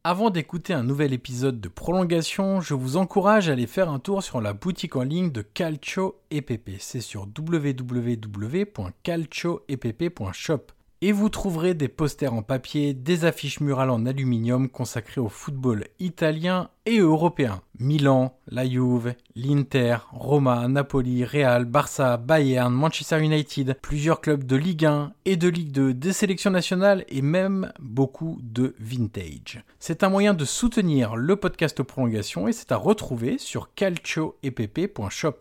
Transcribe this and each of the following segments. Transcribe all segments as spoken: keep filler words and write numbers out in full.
Avant d'écouter un nouvel épisode de Prolongation, je vous encourage à aller faire un tour sur la boutique en ligne de Calcio E P P. C'est sur w w w point calcio e p p point shop. Et vous trouverez des posters en papier, des affiches murales en aluminium consacrées au football italien et européen. Milan, la Juve, l'Inter, Roma, Napoli, Real, Barça, Bayern, Manchester United, plusieurs clubs de Ligue un et de Ligue deux, des sélections nationales et même beaucoup de vintage. C'est un moyen de soutenir le podcast Prolongation et c'est à retrouver sur calcio e p p point shop.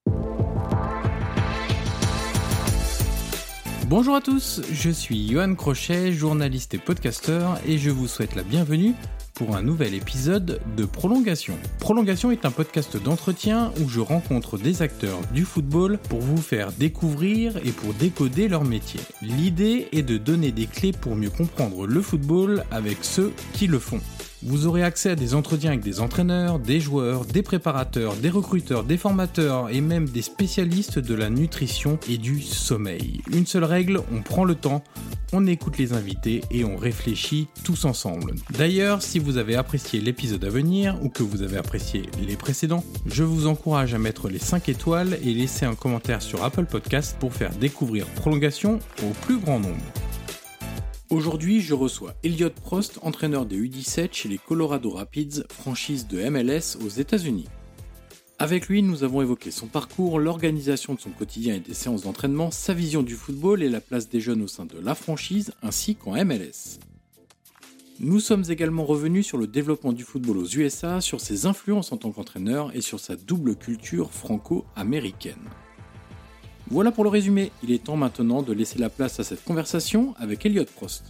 Bonjour à tous, je suis Johan Crochet, journaliste et podcasteur, et je vous souhaite la bienvenue pour un nouvel épisode de Prolongation. Prolongation est un podcast d'entretien où je rencontre des acteurs du football pour vous faire découvrir et pour décoder leur métier. L'idée est de donner des clés pour mieux comprendre le football avec ceux qui le font. Vous aurez accès à des entretiens avec des entraîneurs, des joueurs, des préparateurs, des recruteurs, des formateurs et même des spécialistes de la nutrition et du sommeil. Une seule règle, on prend le temps, on écoute les invités et on réfléchit tous ensemble. D'ailleurs, si vous avez apprécié l'épisode à venir ou que vous avez apprécié les précédents, je vous encourage à mettre les cinq étoiles et laisser un commentaire sur Apple Podcast pour faire découvrir Prolongation au plus grand nombre. Aujourd'hui, je reçois Elliot Prost, entraîneur des U dix-sept chez les Colorado Rapids, franchise de M L S aux États-Unis. Avec lui, nous avons évoqué son parcours, l'organisation de son quotidien et des séances d'entraînement, sa vision du football et la place des jeunes au sein de la franchise, ainsi qu'en M L S. Nous sommes également revenus sur le développement du football aux U S A, sur ses influences en tant qu'entraîneur et sur sa double culture franco-américaine. Voilà pour le résumé, il est temps maintenant de laisser la place à cette conversation avec Elliot Prost.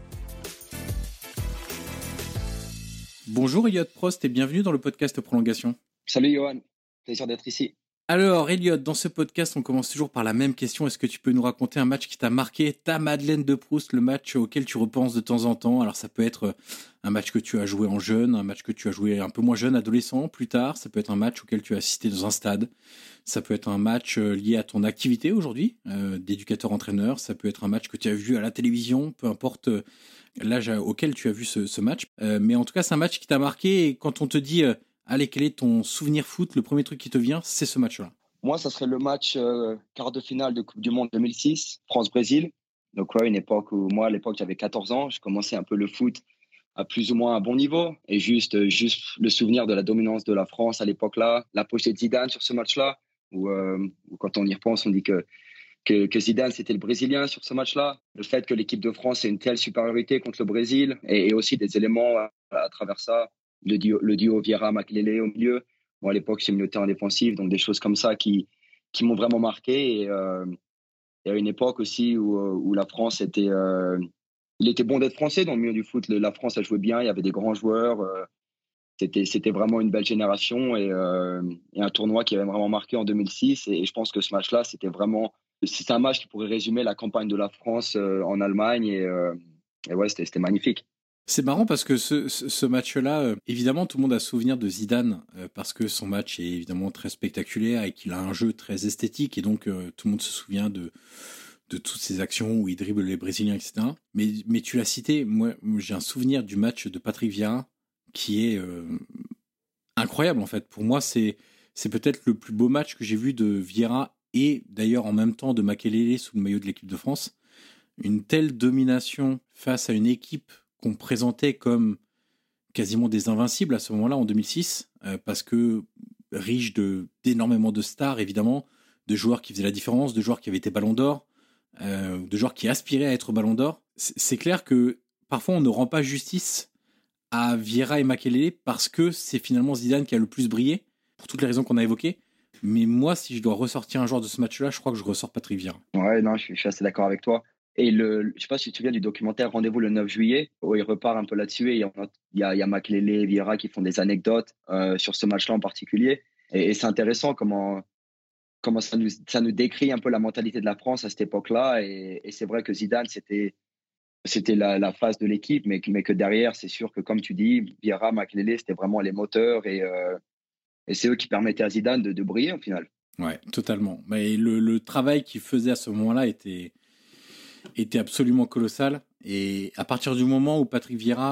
Bonjour Elliot Prost et bienvenue dans le podcast Prolongation. Salut Johan, plaisir d'être ici. Alors Elliot, dans ce podcast on commence toujours par la même question, est-ce que tu peux nous raconter un match qui t'a marqué, ta Madeleine de Proust, le match auquel tu repenses de temps en temps? Alors ça peut être un match que tu as joué en jeune, un match que tu as joué un peu moins jeune, adolescent, plus tard, ça peut être un match auquel tu as assisté dans un stade, ça peut être un match lié à ton activité aujourd'hui, euh, d'éducateur-entraîneur, ça peut être un match que tu as vu à la télévision, peu importe l'âge auquel tu as vu ce, ce match, euh, mais en tout cas c'est un match qui t'a marqué et quand on te dit... Euh, Allez, quel est ton souvenir foot? Le premier truc qui te vient, c'est ce match-là. Moi, ça serait le match euh, quart de finale de Coupe du Monde deux mille six, France-Brésil. Donc, ouais, une époque où moi, à l'époque, j'avais quatorze ans. Je commençais un peu le foot à plus ou moins un bon niveau. Et juste, juste le souvenir de la dominance de la France à l'époque-là, la pochette de Zidane sur ce match-là, où, euh, où quand on y repense, on dit que, que, que Zidane, c'était le Brésilien sur ce match-là. Le fait que l'équipe de France ait une telle supériorité contre le Brésil et, et aussi des éléments à, à travers ça. Le duo, le duo Vieira-Makelele au milieu. Bon, à l'époque, c'est milieu de terrain défensif, donc des choses comme ça qui, qui m'ont vraiment marqué. Et, euh, et à une époque aussi où, où la France était... Euh, il était bon d'être français dans le milieu du foot. La France, elle jouait bien, il y avait des grands joueurs. Euh, c'était, c'était vraiment une belle génération et, euh, et un tournoi qui avait vraiment marqué en deux mille six. Et, et je pense que ce match-là, c'était vraiment... C'est un match qui pourrait résumer la campagne de la France euh, en Allemagne. Et, euh, et ouais, c'était, c'était magnifique. C'est marrant parce que ce, ce, ce match-là, euh, évidemment, tout le monde a souvenir de Zidane euh, parce que son match est évidemment très spectaculaire et qu'il a un jeu très esthétique et donc euh, tout le monde se souvient de, de toutes ces actions où il dribble les Brésiliens, et cetera. Mais, mais tu l'as cité, moi j'ai un souvenir du match de Patrick Vieira qui est euh, incroyable en fait. Pour moi, c'est, c'est peut-être le plus beau match que j'ai vu de Vieira et d'ailleurs en même temps de Makelele sous le maillot de l'équipe de France. Une telle domination face à une équipe qu'on présentait comme quasiment des invincibles à ce moment-là, en deux mille six, euh, parce que riche de, d'énormément de stars, évidemment, de joueurs qui faisaient la différence, de joueurs qui avaient été ballon d'or, euh, de joueurs qui aspiraient à être ballon d'or. C'est, c'est clair que parfois on ne rend pas justice à Vieira et Makelele parce que c'est finalement Zidane qui a le plus brillé, pour toutes les raisons qu'on a évoquées. Mais moi, si je dois ressortir un joueur de ce match-là, je crois que je ressors Patrick Vieira. Ouais, non, je suis, je suis assez d'accord avec toi. Et le, je ne sais pas si tu te souviens du documentaire Rendez-vous le neuf juillet, où il repart un peu là-dessus. Et il y a, il y a, il y a Makelele et Vieira qui font des anecdotes euh, sur ce match-là en particulier. Et, et c'est intéressant comment, comment ça, nous, ça nous décrit un peu la mentalité de la France à cette époque-là. Et, et c'est vrai que Zidane, c'était, c'était la, la phase de l'équipe, mais, mais que derrière, c'est sûr que, comme tu dis, Vieira, Makelele, c'était vraiment les moteurs. Et, euh, et c'est eux qui permettaient à Zidane de, de briller au final. Ouais, totalement. Mais le, le travail qu'il faisait à ce moment-là était... était absolument colossal. Et à partir du moment où Patrick Vieira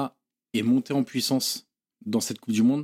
est monté en puissance dans cette Coupe du Monde,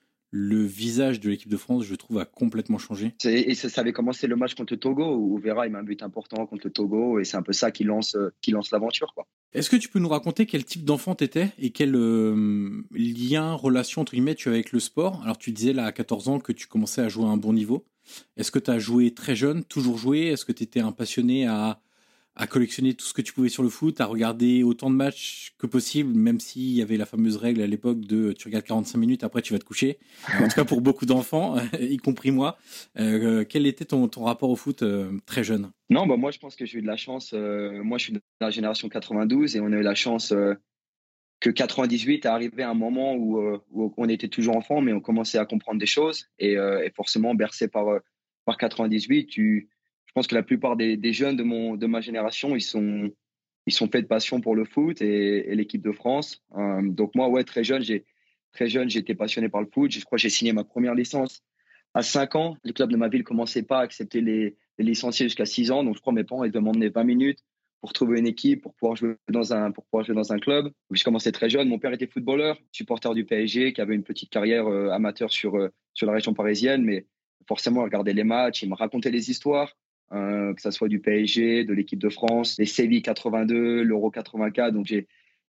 le visage de l'équipe de France, je trouve, a complètement changé. C'est, et ça, ça avait commencé le match contre le Togo, où Vera il met un but important contre le Togo, et c'est un peu ça qui lance, euh, qui lance l'aventure, quoi. Est-ce que tu peux nous raconter quel type d'enfant t'étais et quel euh, lien, relation, entre guillemets, tu avais avec le sport? Alors, tu disais là à quatorze ans que tu commençais à jouer à un bon niveau. Est-ce que tu as joué très jeune, toujours joué? Est-ce que tu étais un passionné à, à collectionner tout ce que tu pouvais sur le foot, à regarder autant de matchs que possible, même s'il y avait la fameuse règle à l'époque de tu regardes quarante-cinq minutes, après tu vas te coucher? En tout cas, pour beaucoup d'enfants, y compris moi. Euh, quel était ton, ton rapport au foot euh, très jeune? Non, bah moi, je pense que j'ai eu de la chance. Euh, moi, je suis de la génération quatre-vingt-douze et on a eu la chance euh, que quatre-vingt-dix-huit est arrivé à un moment où, euh, où on était toujours enfant, mais on commençait à comprendre des choses. Et, euh, et forcément, bercé par, euh, par quatre-vingt-dix-huit, tu, je pense que la plupart des, des jeunes de, mon, de ma génération, ils sont, ils sont faits de passion pour le foot et, et l'équipe de France. Euh, donc moi, ouais, très jeune, j'ai, très jeune, j'ai été passionné par le foot. Je crois que j'ai signé ma première licence à cinq ans. Les clubs de ma ville ne commençaient pas à accepter les, les licenciés jusqu'à six ans. Donc je crois que mes parents, ils devaient m'emmener vingt minutes pour trouver une équipe, pour pouvoir jouer dans un, pour pouvoir jouer dans un club. Je commençais très jeune. Mon père était footballeur, supporter du P S G, qui avait une petite carrière euh, amateur sur, euh, sur la région parisienne. Mais forcément, il regardait les matchs, il me racontait les histoires, euh, que ce soit du P S G, de l'équipe de France, les Séville quatre-vingt-deux, l'Euro quatre-vingt-quatre. Donc, j'ai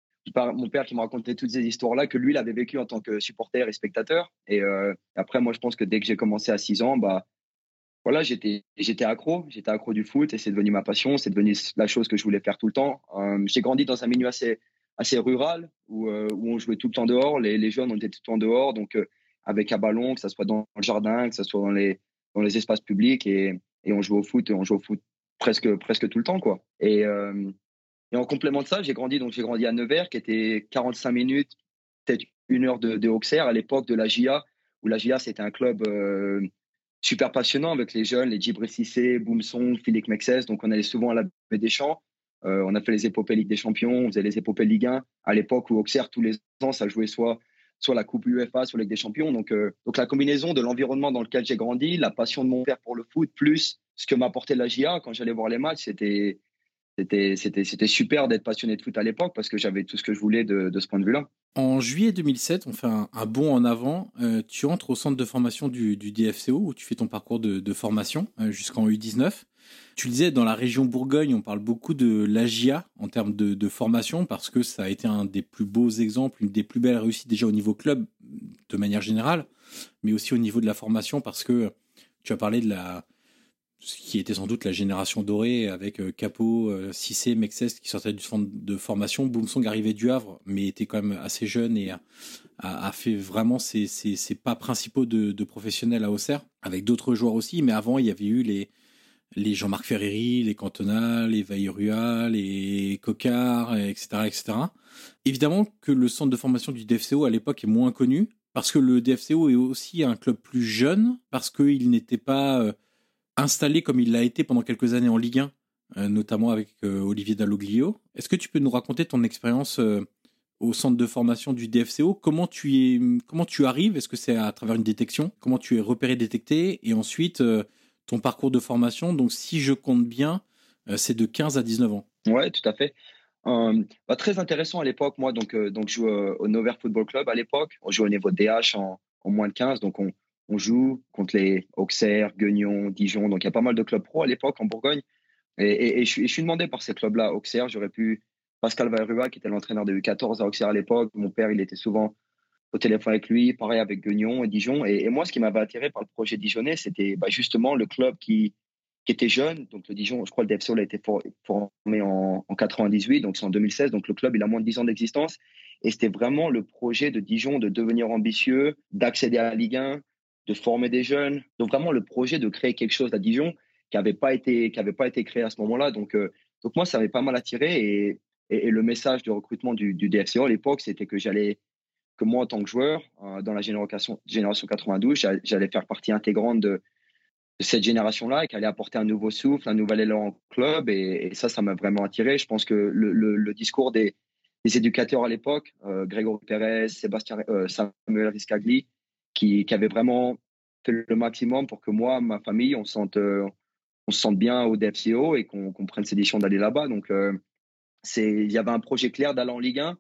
mon père qui me racontait toutes ces histoires-là, que lui, il avait vécu en tant que supporter et spectateur. Et euh, après, moi, je pense que dès que j'ai commencé à six ans, bah, voilà, j'étais, j'étais accro, j'étais accro du foot et c'est devenu ma passion, c'est devenu la chose que je voulais faire tout le temps. Euh, j'ai grandi dans un milieu assez, assez rural où, euh, où on jouait tout le temps dehors, les, les jeunes on était tout le temps dehors, donc euh, avec un ballon, que ça soit dans le jardin, que ça soit dans les, dans les espaces publics et, et on jouait au foot, on jouait au foot presque, presque tout le temps, quoi. Et, euh, et en complément de ça, j'ai grandi, donc j'ai grandi à Nevers, qui était quarante-cinq minutes, peut-être une heure de, de Auxerre à l'époque de la J A, où la J A c'était un club euh, super passionnant avec les jeunes, les Djibril Cissé, Boumson, Philippe Mexès. Donc, on allait souvent à la baie des Champs. Euh, on a fait les épopées Ligue des Champions, on faisait les épopées Ligue un. À l'époque où Auxerre, tous les ans, ça jouait soit, soit la Coupe UEFA, soit la Ligue des Champions. Donc, euh, donc, la combinaison de l'environnement dans lequel j'ai grandi, la passion de mon père pour le foot, plus ce que m'apportait la J A quand j'allais voir les matchs, c'était, c'était, c'était, c'était super d'être passionné de foot à l'époque parce que j'avais tout ce que je voulais de, de ce point de vue-là. En juillet deux mille sept, on fait un, un bond en avant. Euh, tu entres au centre de formation du, du D F C O où tu fais ton parcours de, de formation euh, jusqu'en U dix-neuf. Tu le disais, dans la région Bourgogne, on parle beaucoup de l'A J A en termes de, de formation parce que ça a été un des plus beaux exemples, une des plus belles réussites déjà au niveau club de manière générale, mais aussi au niveau de la formation parce que tu as parlé de la, ce qui était sans doute la génération dorée avec euh, Capot, euh, Cissé, Mexès qui sortaient du centre de formation. Boumsong arrivait du Havre, mais était quand même assez jeune et a, a, a fait vraiment ses, ses, ses pas principaux de, de professionnel à Auxerre, avec d'autres joueurs aussi. Mais avant, il y avait eu les, les Jean-Marc Ferreri, les Cantona, les Vairua, les Cocard, et cetera, et cetera. Évidemment que le centre de formation du D F C O à l'époque est moins connu, parce que le D F C O est aussi un club plus jeune, parce qu'il n'était pas... Euh, installé comme il l'a été pendant quelques années en Ligue un, euh, notamment avec euh, Olivier Dalloglio. Est-ce que tu peux nous raconter ton expérience euh, au centre de formation du D F C O? Comment tu, es, comment tu arrives? Est-ce que c'est à travers une détection? Comment tu es repéré, détecté? Et ensuite, euh, ton parcours de formation, donc si je compte bien, euh, c'est de quinze à dix-neuf ans. Ouais, tout à fait. Euh, bah, très intéressant à l'époque, moi, donc, euh, donc je joue euh, au Nevers Football Club à l'époque. On joue au niveau D H en, en moins de quinze, donc on, on joue contre les Auxerre, Guignon, Dijon. Donc il y a pas mal de clubs pro à l'époque en Bourgogne. Et, et, et, je, et je suis demandé par ces clubs-là. Auxerre, j'aurais pu. Pascal Vairua, qui était l'entraîneur de U quatorze à Auxerre à l'époque. Mon père, il était souvent au téléphone avec lui. Pareil avec Guignon et Dijon. Et, et moi, ce qui m'avait attiré par le projet dijonnais, c'était bah, justement le club qui, qui était jeune. Donc le Dijon, je crois que le D F C O a été for, formé en, en quatre-vingt-dix-huit, donc c'est en deux mille seize. Donc le club, il a moins de dix ans d'existence. Et c'était vraiment le projet de Dijon de devenir ambitieux, d'accéder à la Ligue un, de former des jeunes. Donc vraiment le projet de créer quelque chose à Dijon qui n'avait pas été qui avait pas été créé à ce moment-là. Donc euh, donc moi ça m'avait pas mal attiré et, et, et le message de recrutement du, du D F C O à l'époque, c'était que j'allais que moi en tant que joueur euh, dans la génération génération quatre-vingt-douze, j'allais faire partie intégrante de, de cette génération-là et qui allait apporter un nouveau souffle, un nouvel élan au club. Et, et ça, ça m'a vraiment attiré. Je pense que le, le, le discours des, des éducateurs à l'époque, euh, Grégory Pérez, Sébastien, euh, Samuel Riscagli, qui, qui avaient vraiment fait le maximum pour que moi, ma famille, on se sente, euh, on se sente bien au D F C O et qu'on qu'on prenne cette décision d'aller là-bas. Donc, euh, c'est, il y avait un projet clair d'aller en Ligue un.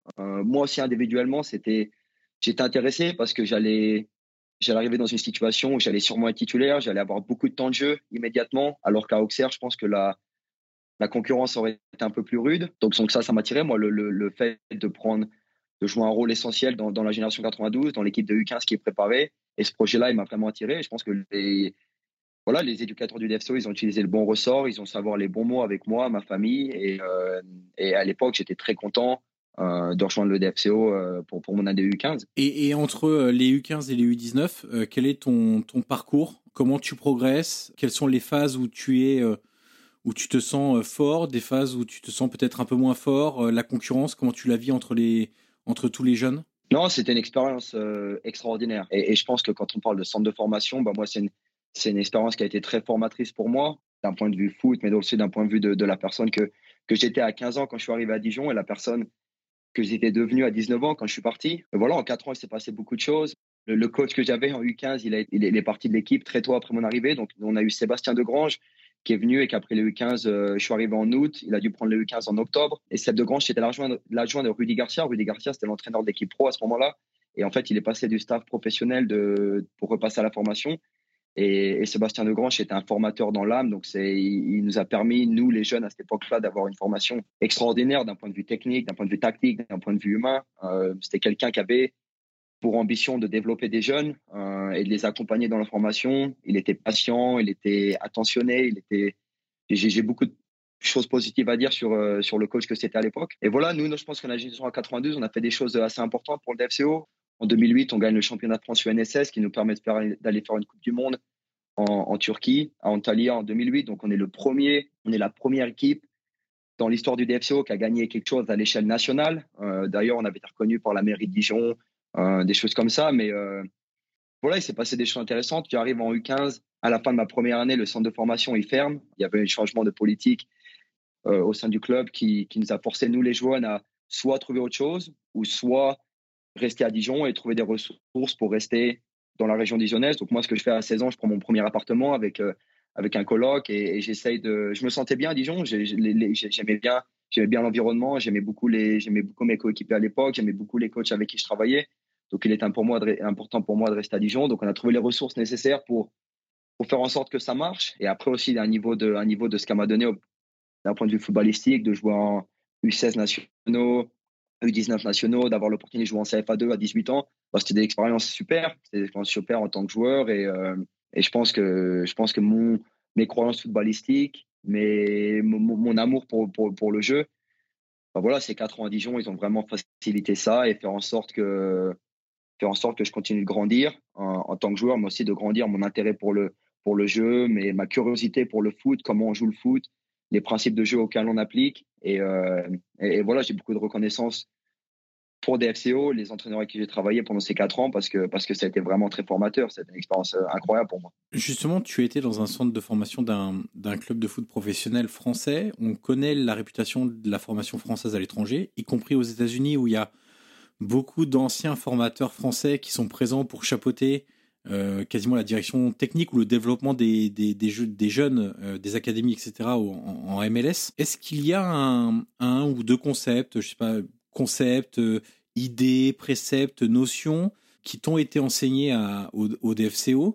Euh, moi aussi, individuellement, c'était, j'étais intéressé parce que j'allais, j'allais arriver dans une situation où j'allais sûrement être titulaire, j'allais avoir beaucoup de temps de jeu immédiatement, alors qu'à Auxerre, je pense que la, la concurrence aurait été un peu plus rude. Donc, donc ça, ça m'attirait, moi, le, le, le fait de prendre, de jouer un rôle essentiel dans, dans la génération quatre-vingt-douze, dans l'équipe de U quinze qui est préparée. Et ce projet-là, il m'a vraiment attiré. Je pense que les, voilà, les éducateurs du D F C O, ils ont utilisé le bon ressort, ils ont savoir les bons mots avec moi, ma famille. Et, euh, et à l'époque, j'étais très content euh, de rejoindre le D F C O euh, pour, pour mon année U quinze. Et, et entre les U quinze et les U dix-neuf, euh, quel est ton, ton parcours? Comment tu progresses? Quelles sont les phases où tu es, euh, où tu te sens fort, des phases où tu te sens peut-être un peu moins fort? euh, La concurrence, comment tu la vis entre, les, entre tous les jeunes? Non, c'était une expérience euh, extraordinaire. Et, et je pense que quand on parle de centre de formation, bah moi, c'est une, c'est une expérience qui a été très formatrice pour moi, d'un point de vue foot, mais aussi d'un point de vue de, de la personne que, que j'étais à quinze ans quand je suis arrivé à Dijon et la personne que j'étais devenu à dix-neuf ans quand je suis parti. Et voilà, en quatre ans, il s'est passé beaucoup de choses. Le, le coach que j'avais en U quinze, il, a, il, est, il est parti de l'équipe très tôt après mon arrivée. Donc, on a eu Sébastien Degrange qui est venu et qui a pris les U quinze. Euh, je suis arrivé en août. Il a dû prendre les U quinze en octobre. Et Seb Degrange, c'était l'adjoint, l'adjoint de Rudy Garcia. Rudy Garcia, c'était l'entraîneur de l'équipe pro à ce moment-là. Et en fait, il est passé du staff professionnel de, pour repasser à la formation. Et, et Sébastien Degrange était un formateur dans l'âme, donc c'est, il, il nous a permis, nous les jeunes à cette époque-là, d'avoir une formation extraordinaire d'un point de vue technique, d'un point de vue tactique, d'un point de vue humain. Euh, c'était quelqu'un qui avait pour ambition de développer des jeunes euh, et de les accompagner dans la formation. Il était patient, il était attentionné, il était. J'ai, j'ai beaucoup de choses positives à dire sur euh, sur le coach que c'était à l'époque. Et voilà, nous, je pense qu'en la génération à quatre-vingt-douze, on a fait des choses assez importantes pour le D F C O. En deux mille huit, on gagne le championnat de France U N S S qui nous permet de faire, d'aller faire une Coupe du Monde en, en Turquie, à Antalya en deux mille huit. Donc, on est le premier, on est la première équipe dans l'histoire du D F C O qui a gagné quelque chose à l'échelle nationale. Euh, d'ailleurs, on avait été reconnu par la mairie de Dijon, euh, des choses comme ça. Mais euh, voilà, il s'est passé des choses intéressantes. J'arrive en U quinze. À la fin de ma première année, le centre de formation, il ferme. Il y avait un changement de politique euh, au sein du club qui, qui nous a forcé, nous les jeunes, à soit trouver autre chose ou soit rester à Dijon et trouver des ressources pour rester dans la région dijonnaise. Donc moi, ce que je fais à seize ans, je prends mon premier appartement avec, euh, avec un coloc et, et j'essaye de... Je me sentais bien à Dijon, j'ai, j'ai, j'aimais bien, j'aimais bien l'environnement, j'aimais beaucoup, les, j'aimais beaucoup mes coéquipiers à l'époque, j'aimais beaucoup les coachs avec qui je travaillais. Donc il était pour moi de, important pour moi de rester à Dijon. Donc on a trouvé les ressources nécessaires pour, pour faire en sorte que ça marche. Et après aussi, un niveau de, un niveau de ce qu'elle m'a donné d'un point de vue footballistique, de jouer en U seize nationaux, U dix-neuf nationaux, d'avoir l'opportunité de jouer en C F A deux à dix-huit ans. Bah, c'était des expériences super. C'était des expériences super en tant que joueur. Et, euh, et je pense que, je pense que mon, mes croyances footballistiques, mes, mon, mon amour pour, pour, pour le jeu, bah voilà, ces quatre ans à Dijon, ils ont vraiment facilité ça et faire en sorte que, faire en sorte que je continue de grandir en, en tant que joueur, mais aussi de grandir mon intérêt pour le, pour le jeu, mais ma curiosité pour le foot, comment on joue le foot, les principes de jeu auxquels on applique. Et, euh, et, et voilà, j'ai beaucoup de reconnaissance pour D F C O, les entraîneurs avec qui j'ai travaillé pendant ces quatre ans, parce que, parce que ça a été vraiment très formateur. C'était une expérience incroyable pour moi. Justement, tu étais dans un centre de formation d'un, d'un club de foot professionnel français. On connaît la réputation de la formation française à l'étranger, y compris aux États-Unis, où il y a beaucoup d'anciens formateurs français qui sont présents pour chapeauter euh, quasiment la direction technique ou le développement des, des, des, jeux, des jeunes, euh, des académies, et cetera en, en M L S. Est-ce qu'il y a un, un ou deux concepts, je sais pas, concepts, euh, idées, préceptes, notions qui t'ont été enseignés à, au, au D F C O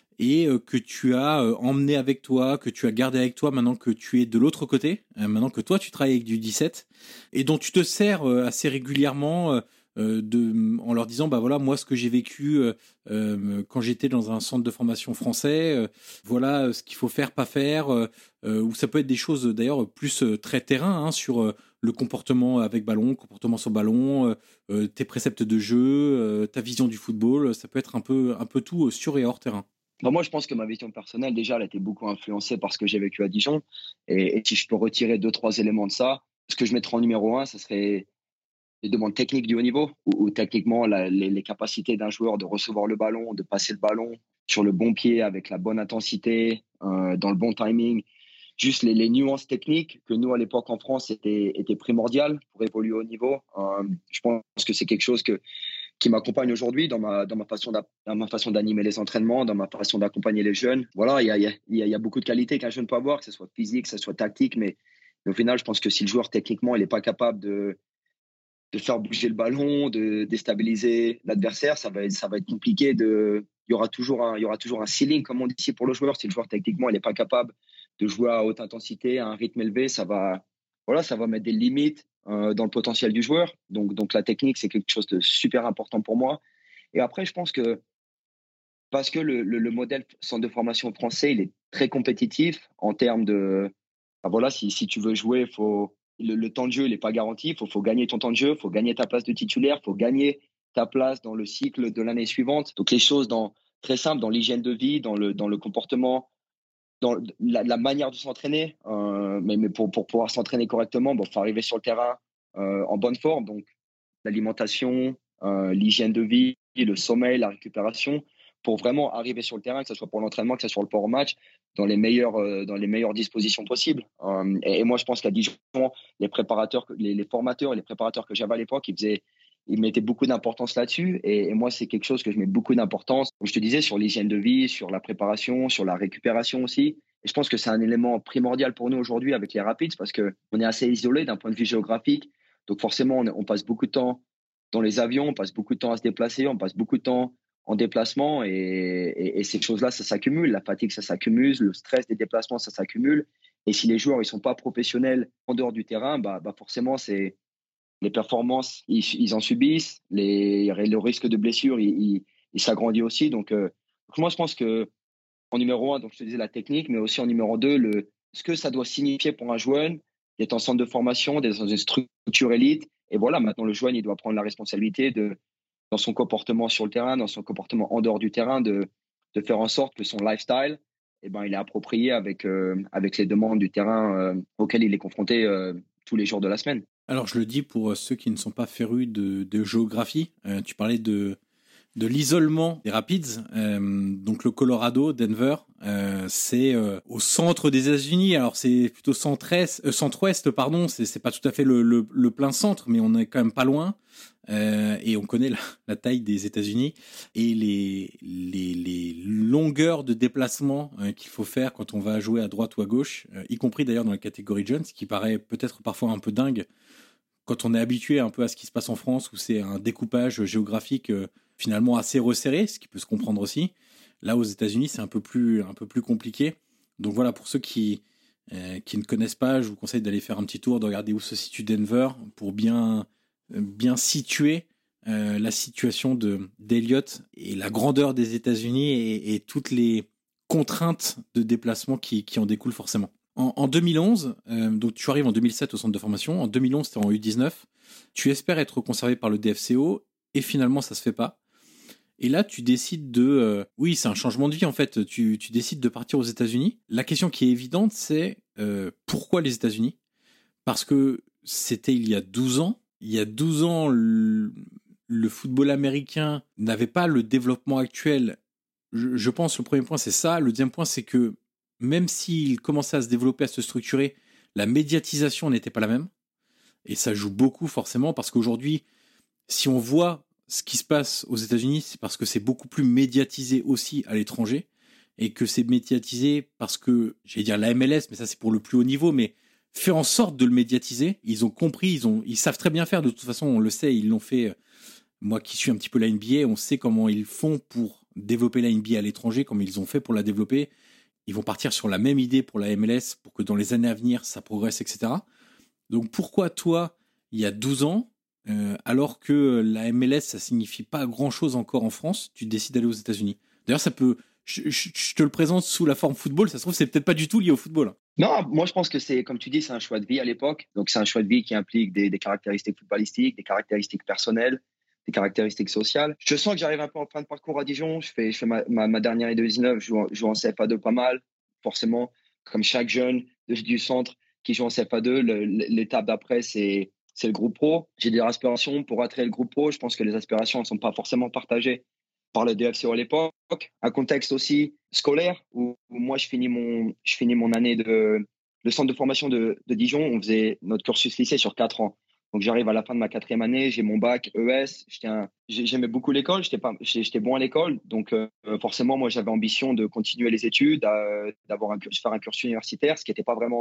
et euh, que tu as euh, emmené avec toi, que tu as gardé avec toi maintenant que tu es de l'autre côté, euh, maintenant que toi tu travailles avec du dix-sept et dont tu te sers euh, assez régulièrement euh, de, en leur disant bah voilà moi ce que j'ai vécu euh, euh, quand j'étais dans un centre de formation français, euh, voilà ce qu'il faut faire pas faire, euh, euh, ou ça peut être des choses d'ailleurs plus euh, très terrain hein, sur euh, le comportement avec ballon, comportement sur ballon, euh, euh, tes préceptes de jeu, euh, ta vision du football, ça peut être un peu un peu tout euh, sur et hors terrain. Bah moi, je pense que ma vision personnelle, déjà, elle a été beaucoup influencée par ce que j'ai vécu à Dijon. Et, et si je peux retirer deux, trois éléments de ça, ce que je mettrais en numéro un, ce serait les demandes techniques du haut niveau, où, où techniquement, la, les, les capacités d'un joueur de recevoir le ballon, de passer le ballon sur le bon pied avec la bonne intensité, euh, dans le bon timing. Juste les, les nuances techniques que nous, à l'époque en France, étaient, étaient primordiales pour évoluer au niveau. Euh, je pense que c'est quelque chose que qui m'accompagne aujourd'hui dans ma, dans ma façon dans ma façon d'animer les entraînements, dans ma façon d'accompagner les jeunes. Voilà, il y a, il y a, il y a beaucoup de qualités qu'un jeune peut avoir, que ce soit physique, que ce soit tactique, mais, mais au final, je pense que si le joueur, techniquement, il n'est pas capable de, de faire bouger le ballon, de déstabiliser l'adversaire, ça va être, ça va être compliqué. De, il y aura toujours un, il y aura toujours un ceiling, comme on dit ici, pour le joueur. Si le joueur techniquement il n'est pas capable de jouer à haute intensité, à un rythme élevé, ça va, voilà, ça va mettre des limites euh, dans le potentiel du joueur. Donc, donc la technique, c'est quelque chose de super important pour moi. Et après, je pense que parce que le, le, le modèle centre de formation français, il est très compétitif en termes de, ben voilà, si, si tu veux jouer, faut, le, le temps de jeu n'est pas garanti. Il faut, faut gagner ton temps de jeu, il faut gagner ta place de titulaire, il faut gagner ta place dans le cycle de l'année suivante. Donc les choses dans, très simples, dans l'hygiène de vie, dans le, dans le comportement, dans la, la manière de s'entraîner. Euh, mais mais pour, pour pouvoir s'entraîner correctement, il bon, faut arriver sur le terrain euh, en bonne forme. Donc l'alimentation, euh, l'hygiène de vie, le sommeil, la récupération, pour vraiment arriver sur le terrain, que ce soit pour l'entraînement, que ce soit pour le match, dans les meilleures, euh, dans les meilleures dispositions possibles. Euh, et, et moi, je pense qu'à Dijon, les préparateurs, les, les formateurs et les préparateurs que j'avais à l'époque, ils faisaient, ils mettaient beaucoup d'importance là-dessus. Et, et moi, c'est quelque chose que je mets beaucoup d'importance, comme je te disais, sur l'hygiène de vie, sur la préparation, sur la récupération aussi. Et je pense que c'est un élément primordial pour nous aujourd'hui avec les Rapids, parce qu'on est assez isolé d'un point de vue géographique. Donc forcément, on, on passe beaucoup de temps dans les avions, on passe beaucoup de temps à se déplacer, on passe beaucoup de temps en déplacement et, et, et ces choses-là, ça s'accumule. La fatigue, ça s'accumule, le stress des déplacements, ça s'accumule. Et si les joueurs ils sont pas professionnels en dehors du terrain, bah, bah forcément, c'est les performances, ils, ils en subissent, les, le risque de blessure, il, il, il s'agrandit aussi. Donc, euh, donc, moi, je pense que en numéro un, donc je te disais la technique, mais aussi en numéro deux, le, ce que ça doit signifier pour un joueur d'être en centre de formation, d'être dans une structure élite. Et voilà, maintenant, le joueur, il doit prendre la responsabilité de, dans son comportement sur le terrain, dans son comportement en dehors du terrain, de, de faire en sorte que son lifestyle, eh ben, il est approprié avec, euh, avec les demandes du terrain euh, auxquelles il est confronté euh, tous les jours de la semaine. Alors, je le dis pour ceux qui ne sont pas férus de, de géographie, euh, tu parlais de, de l'isolement des Rapids, euh, donc le Colorado, Denver, euh, c'est euh, au centre des États-Unis. Alors c'est plutôt centre-est, euh, centre-ouest, pardon. C'est, c'est pas tout à fait le, le, le plein centre, mais on est quand même pas loin. Euh, et on connaît la, la taille des États-Unis et les, les, les longueurs de déplacement euh, qu'il faut faire quand on va jouer à droite ou à gauche, euh, y compris d'ailleurs dans la catégorie jeunes, ce qui paraît peut-être parfois un peu dingue quand on est habitué un peu à ce qui se passe en France, où c'est un découpage géographique euh, finalement assez resserré, ce qui peut se comprendre aussi. Là, aux États-Unis, c'est un peu plus, un peu plus compliqué. Donc voilà, pour ceux qui, euh, qui ne connaissent pas, je vous conseille d'aller faire un petit tour, de regarder où se situe Denver pour bien, bien situer euh, la situation de, d'Eliott et la grandeur des États-Unis et, et toutes les contraintes de déplacement qui, qui en découlent forcément. En, en deux mille onze, euh, donc tu arrives en deux mille sept au centre de formation, en deux mille onze, tu es en U dix-neuf, tu espères être conservé par le D F C O et finalement ça se fait pas. Et là, tu décides de... Euh, oui, c'est un changement de vie, en fait. Tu, tu décides de partir aux États-Unis. La question qui est évidente, c'est euh, pourquoi les États-Unis ? Parce que c'était il y a douze ans. Il y a douze ans, le, le football américain n'avait pas le développement actuel. Je, je pense le premier point, c'est ça. Le deuxième point, c'est que même s'il commençait à se développer, à se structurer, la médiatisation n'était pas la même. Et ça joue beaucoup, forcément, parce qu'aujourd'hui, si on voit ce qui se passe aux États-Unis, c'est parce que c'est beaucoup plus médiatisé aussi à l'étranger et que c'est médiatisé parce que, j'allais dire la M L S, mais ça c'est pour le plus haut niveau, mais fait en sorte de le médiatiser. Ils ont compris, ils ont, ils savent très bien faire. De toute façon, on le sait, ils l'ont fait. Moi qui suis un petit peu la N B A, on sait comment ils font pour développer la N B A à l'étranger, comme ils ont fait pour la développer. Ils vont partir sur la même idée pour la M L S pour que dans les années à venir, ça progresse, et cetera. Donc pourquoi toi, il y a douze ans, Euh, alors que la M L S, ça signifie pas grand-chose encore en France, tu décides d'aller aux États-Unis. D'ailleurs, ça peut, je, je, je te le présente sous la forme football, ça se trouve, c'est peut-être pas du tout lié au football. Non, moi je pense que c'est, comme tu dis, c'est un choix de vie à l'époque. Donc c'est un choix de vie qui implique des, des caractéristiques footballistiques, des caractéristiques personnelles, des caractéristiques sociales. Je sens que j'arrive un peu en fin de parcours à Dijon. Je fais, je fais ma, ma, ma dernière année de dix-neuf, je joue, en, je joue en C F A deux pas mal, forcément, comme chaque jeune de, du centre qui joue en C F A deux. Le, l'étape d'après, c'est c'est le groupe pro. J'ai des aspirations pour atteindre le groupe pro. Je pense que les aspirations ne sont pas forcément partagées par le D F C O à l'époque. Un contexte aussi scolaire où, où moi, je finis mon, je finis mon année de, de centre de formation de, de Dijon. On faisait notre cursus lycée sur quatre ans. Donc, j'arrive à la fin de ma quatrième année, j'ai mon bac E S. J'étais un, j'aimais beaucoup l'école, j'étais, pas, j'étais bon à l'école. Donc, euh, forcément, moi, j'avais ambition de continuer les études, à, d'avoir un, faire un cursus universitaire, ce qui n'était pas vraiment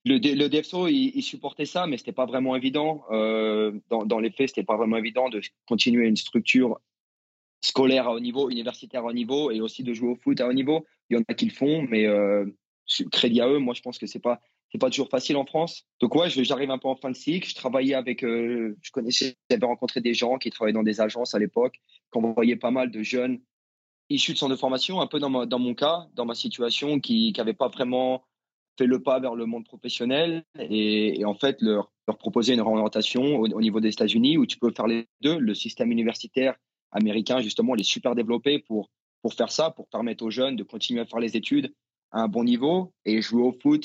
Le, D- le D F S O, il, il supportait ça, mais c'était pas vraiment évident. Euh, dans, dans les faits, c'était pas vraiment évident de continuer une structure scolaire à haut niveau, universitaire à haut niveau, et aussi de jouer au foot à haut niveau. Il y en a qui le font, mais euh, crédit à eux, moi, je pense que c'est pas c'est pas toujours facile en France. Donc ouais, je- j'arrive un peu en fin de cycle. Je travaillais avec, euh, je connaissais, j'avais rencontré des gens qui travaillaient dans des agences à l'époque, qui envoyaient pas mal de jeunes issus de centres de formation, un peu dans, ma, dans mon cas, dans ma situation, qui n'avaient pas vraiment fait le pas vers le monde professionnel et, et en fait leur, leur proposer une orientation au, au niveau des États-Unis où tu peux faire les deux. Le système universitaire américain, justement, il est super développé pour, pour faire ça, pour permettre aux jeunes de continuer à faire les études à un bon niveau et jouer au foot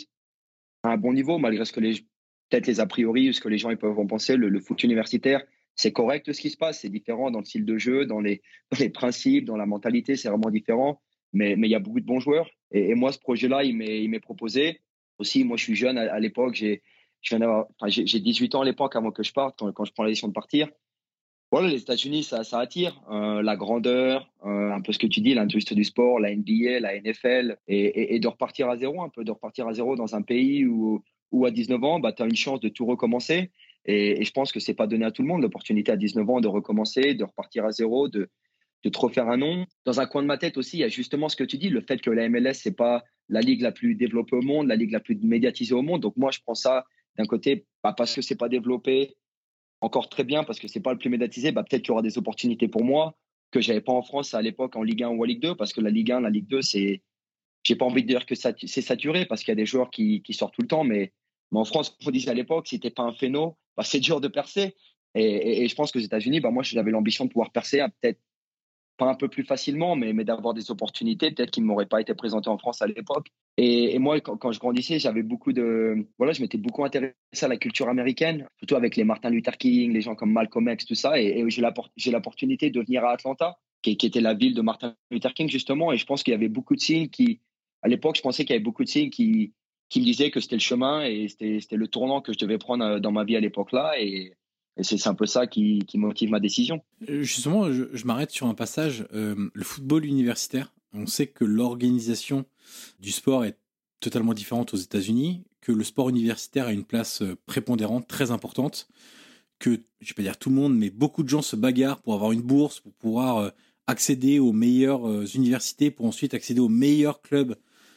à un bon niveau, malgré ce que les, peut-être les a priori ou ce que les gens ils peuvent en penser. Le, le foot universitaire, c'est correct ce qui se passe, c'est différent dans le style de jeu, dans les, dans les principes, dans la mentalité, c'est vraiment différent. Mais, mais il y a beaucoup de bons joueurs. Et, et moi, ce projet-là, il m'est, il m'est proposé. Aussi, moi, je suis jeune à, à l'époque. J'ai, je viens d'avoir, enfin, j'ai, j'ai dix-huit ans à l'époque avant que je parte, quand, quand je prends la décision de partir. Voilà, les États-Unis, ça, ça attire euh, la grandeur, euh, un peu ce que tu dis, l'industrie du sport, la N B A, la N F L, et, et, et de repartir à zéro, un peu de repartir à zéro dans un pays où, où à dix-neuf ans, bah, tu as une chance de tout recommencer. Et, et je pense que c'est pas donné à tout le monde l'opportunité à dix-neuf ans de recommencer, de repartir à zéro, de, de te refaire un nom. Dans un coin de ma tête aussi, il y a justement ce que tu dis, le fait que la M L S, c'est pas la ligue la plus développée au monde, la ligue la plus médiatisée au monde. Donc moi, je prends ça d'un côté, bah, parce que c'est pas développé encore très bien parce que c'est pas le plus médiatisé, bah, peut-être qu'il y aura des opportunités pour moi que j'avais pas en France à l'époque en Ligue un ou en Ligue deux parce que la Ligue un, la Ligue deux, c'est, j'ai pas envie de dire que ça, c'est saturé parce qu'il y a des joueurs qui, qui sortent tout le temps, mais, mais en France, comme on disait à l'époque, si t'es pas un phéno, bah, c'est dur de percer. Et, et, et je pense qu'aux États-Unis, bah, moi, j'avais l'ambition de pouvoir percer à peut-être pas un peu plus facilement, mais, mais d'avoir des opportunités peut-être qui ne m'auraient pas été présentées en France à l'époque. Et, et moi, quand, quand je grandissais, j'avais beaucoup de, voilà, je m'étais beaucoup intéressé à la culture américaine, surtout avec les Martin Luther King, les gens comme Malcolm X, tout ça. Et, et j'ai l'opportunité de venir à Atlanta, qui, qui était la ville de Martin Luther King justement. Et je pense qu'il y avait beaucoup de signes qui, à l'époque, je pensais qu'il y avait beaucoup de signes qui, qui me disaient que c'était le chemin et c'était, c'était le tournant que je devais prendre dans ma vie à l'époque-là. Et, et c'est un peu ça qui, qui motive ma décision. Euh, Justement, je, je m'arrête sur un passage. Euh, le football universitaire, on sait que l'organisation du sport est totalement différente aux États-Unis, que le sport universitaire a une place euh, prépondérante, très importante, que, je vais pas dire tout le monde, mais beaucoup de gens se bagarrent pour avoir une bourse, pour pouvoir euh, accéder aux meilleures euh, universités, pour ensuite accéder aux meilleurs clubs,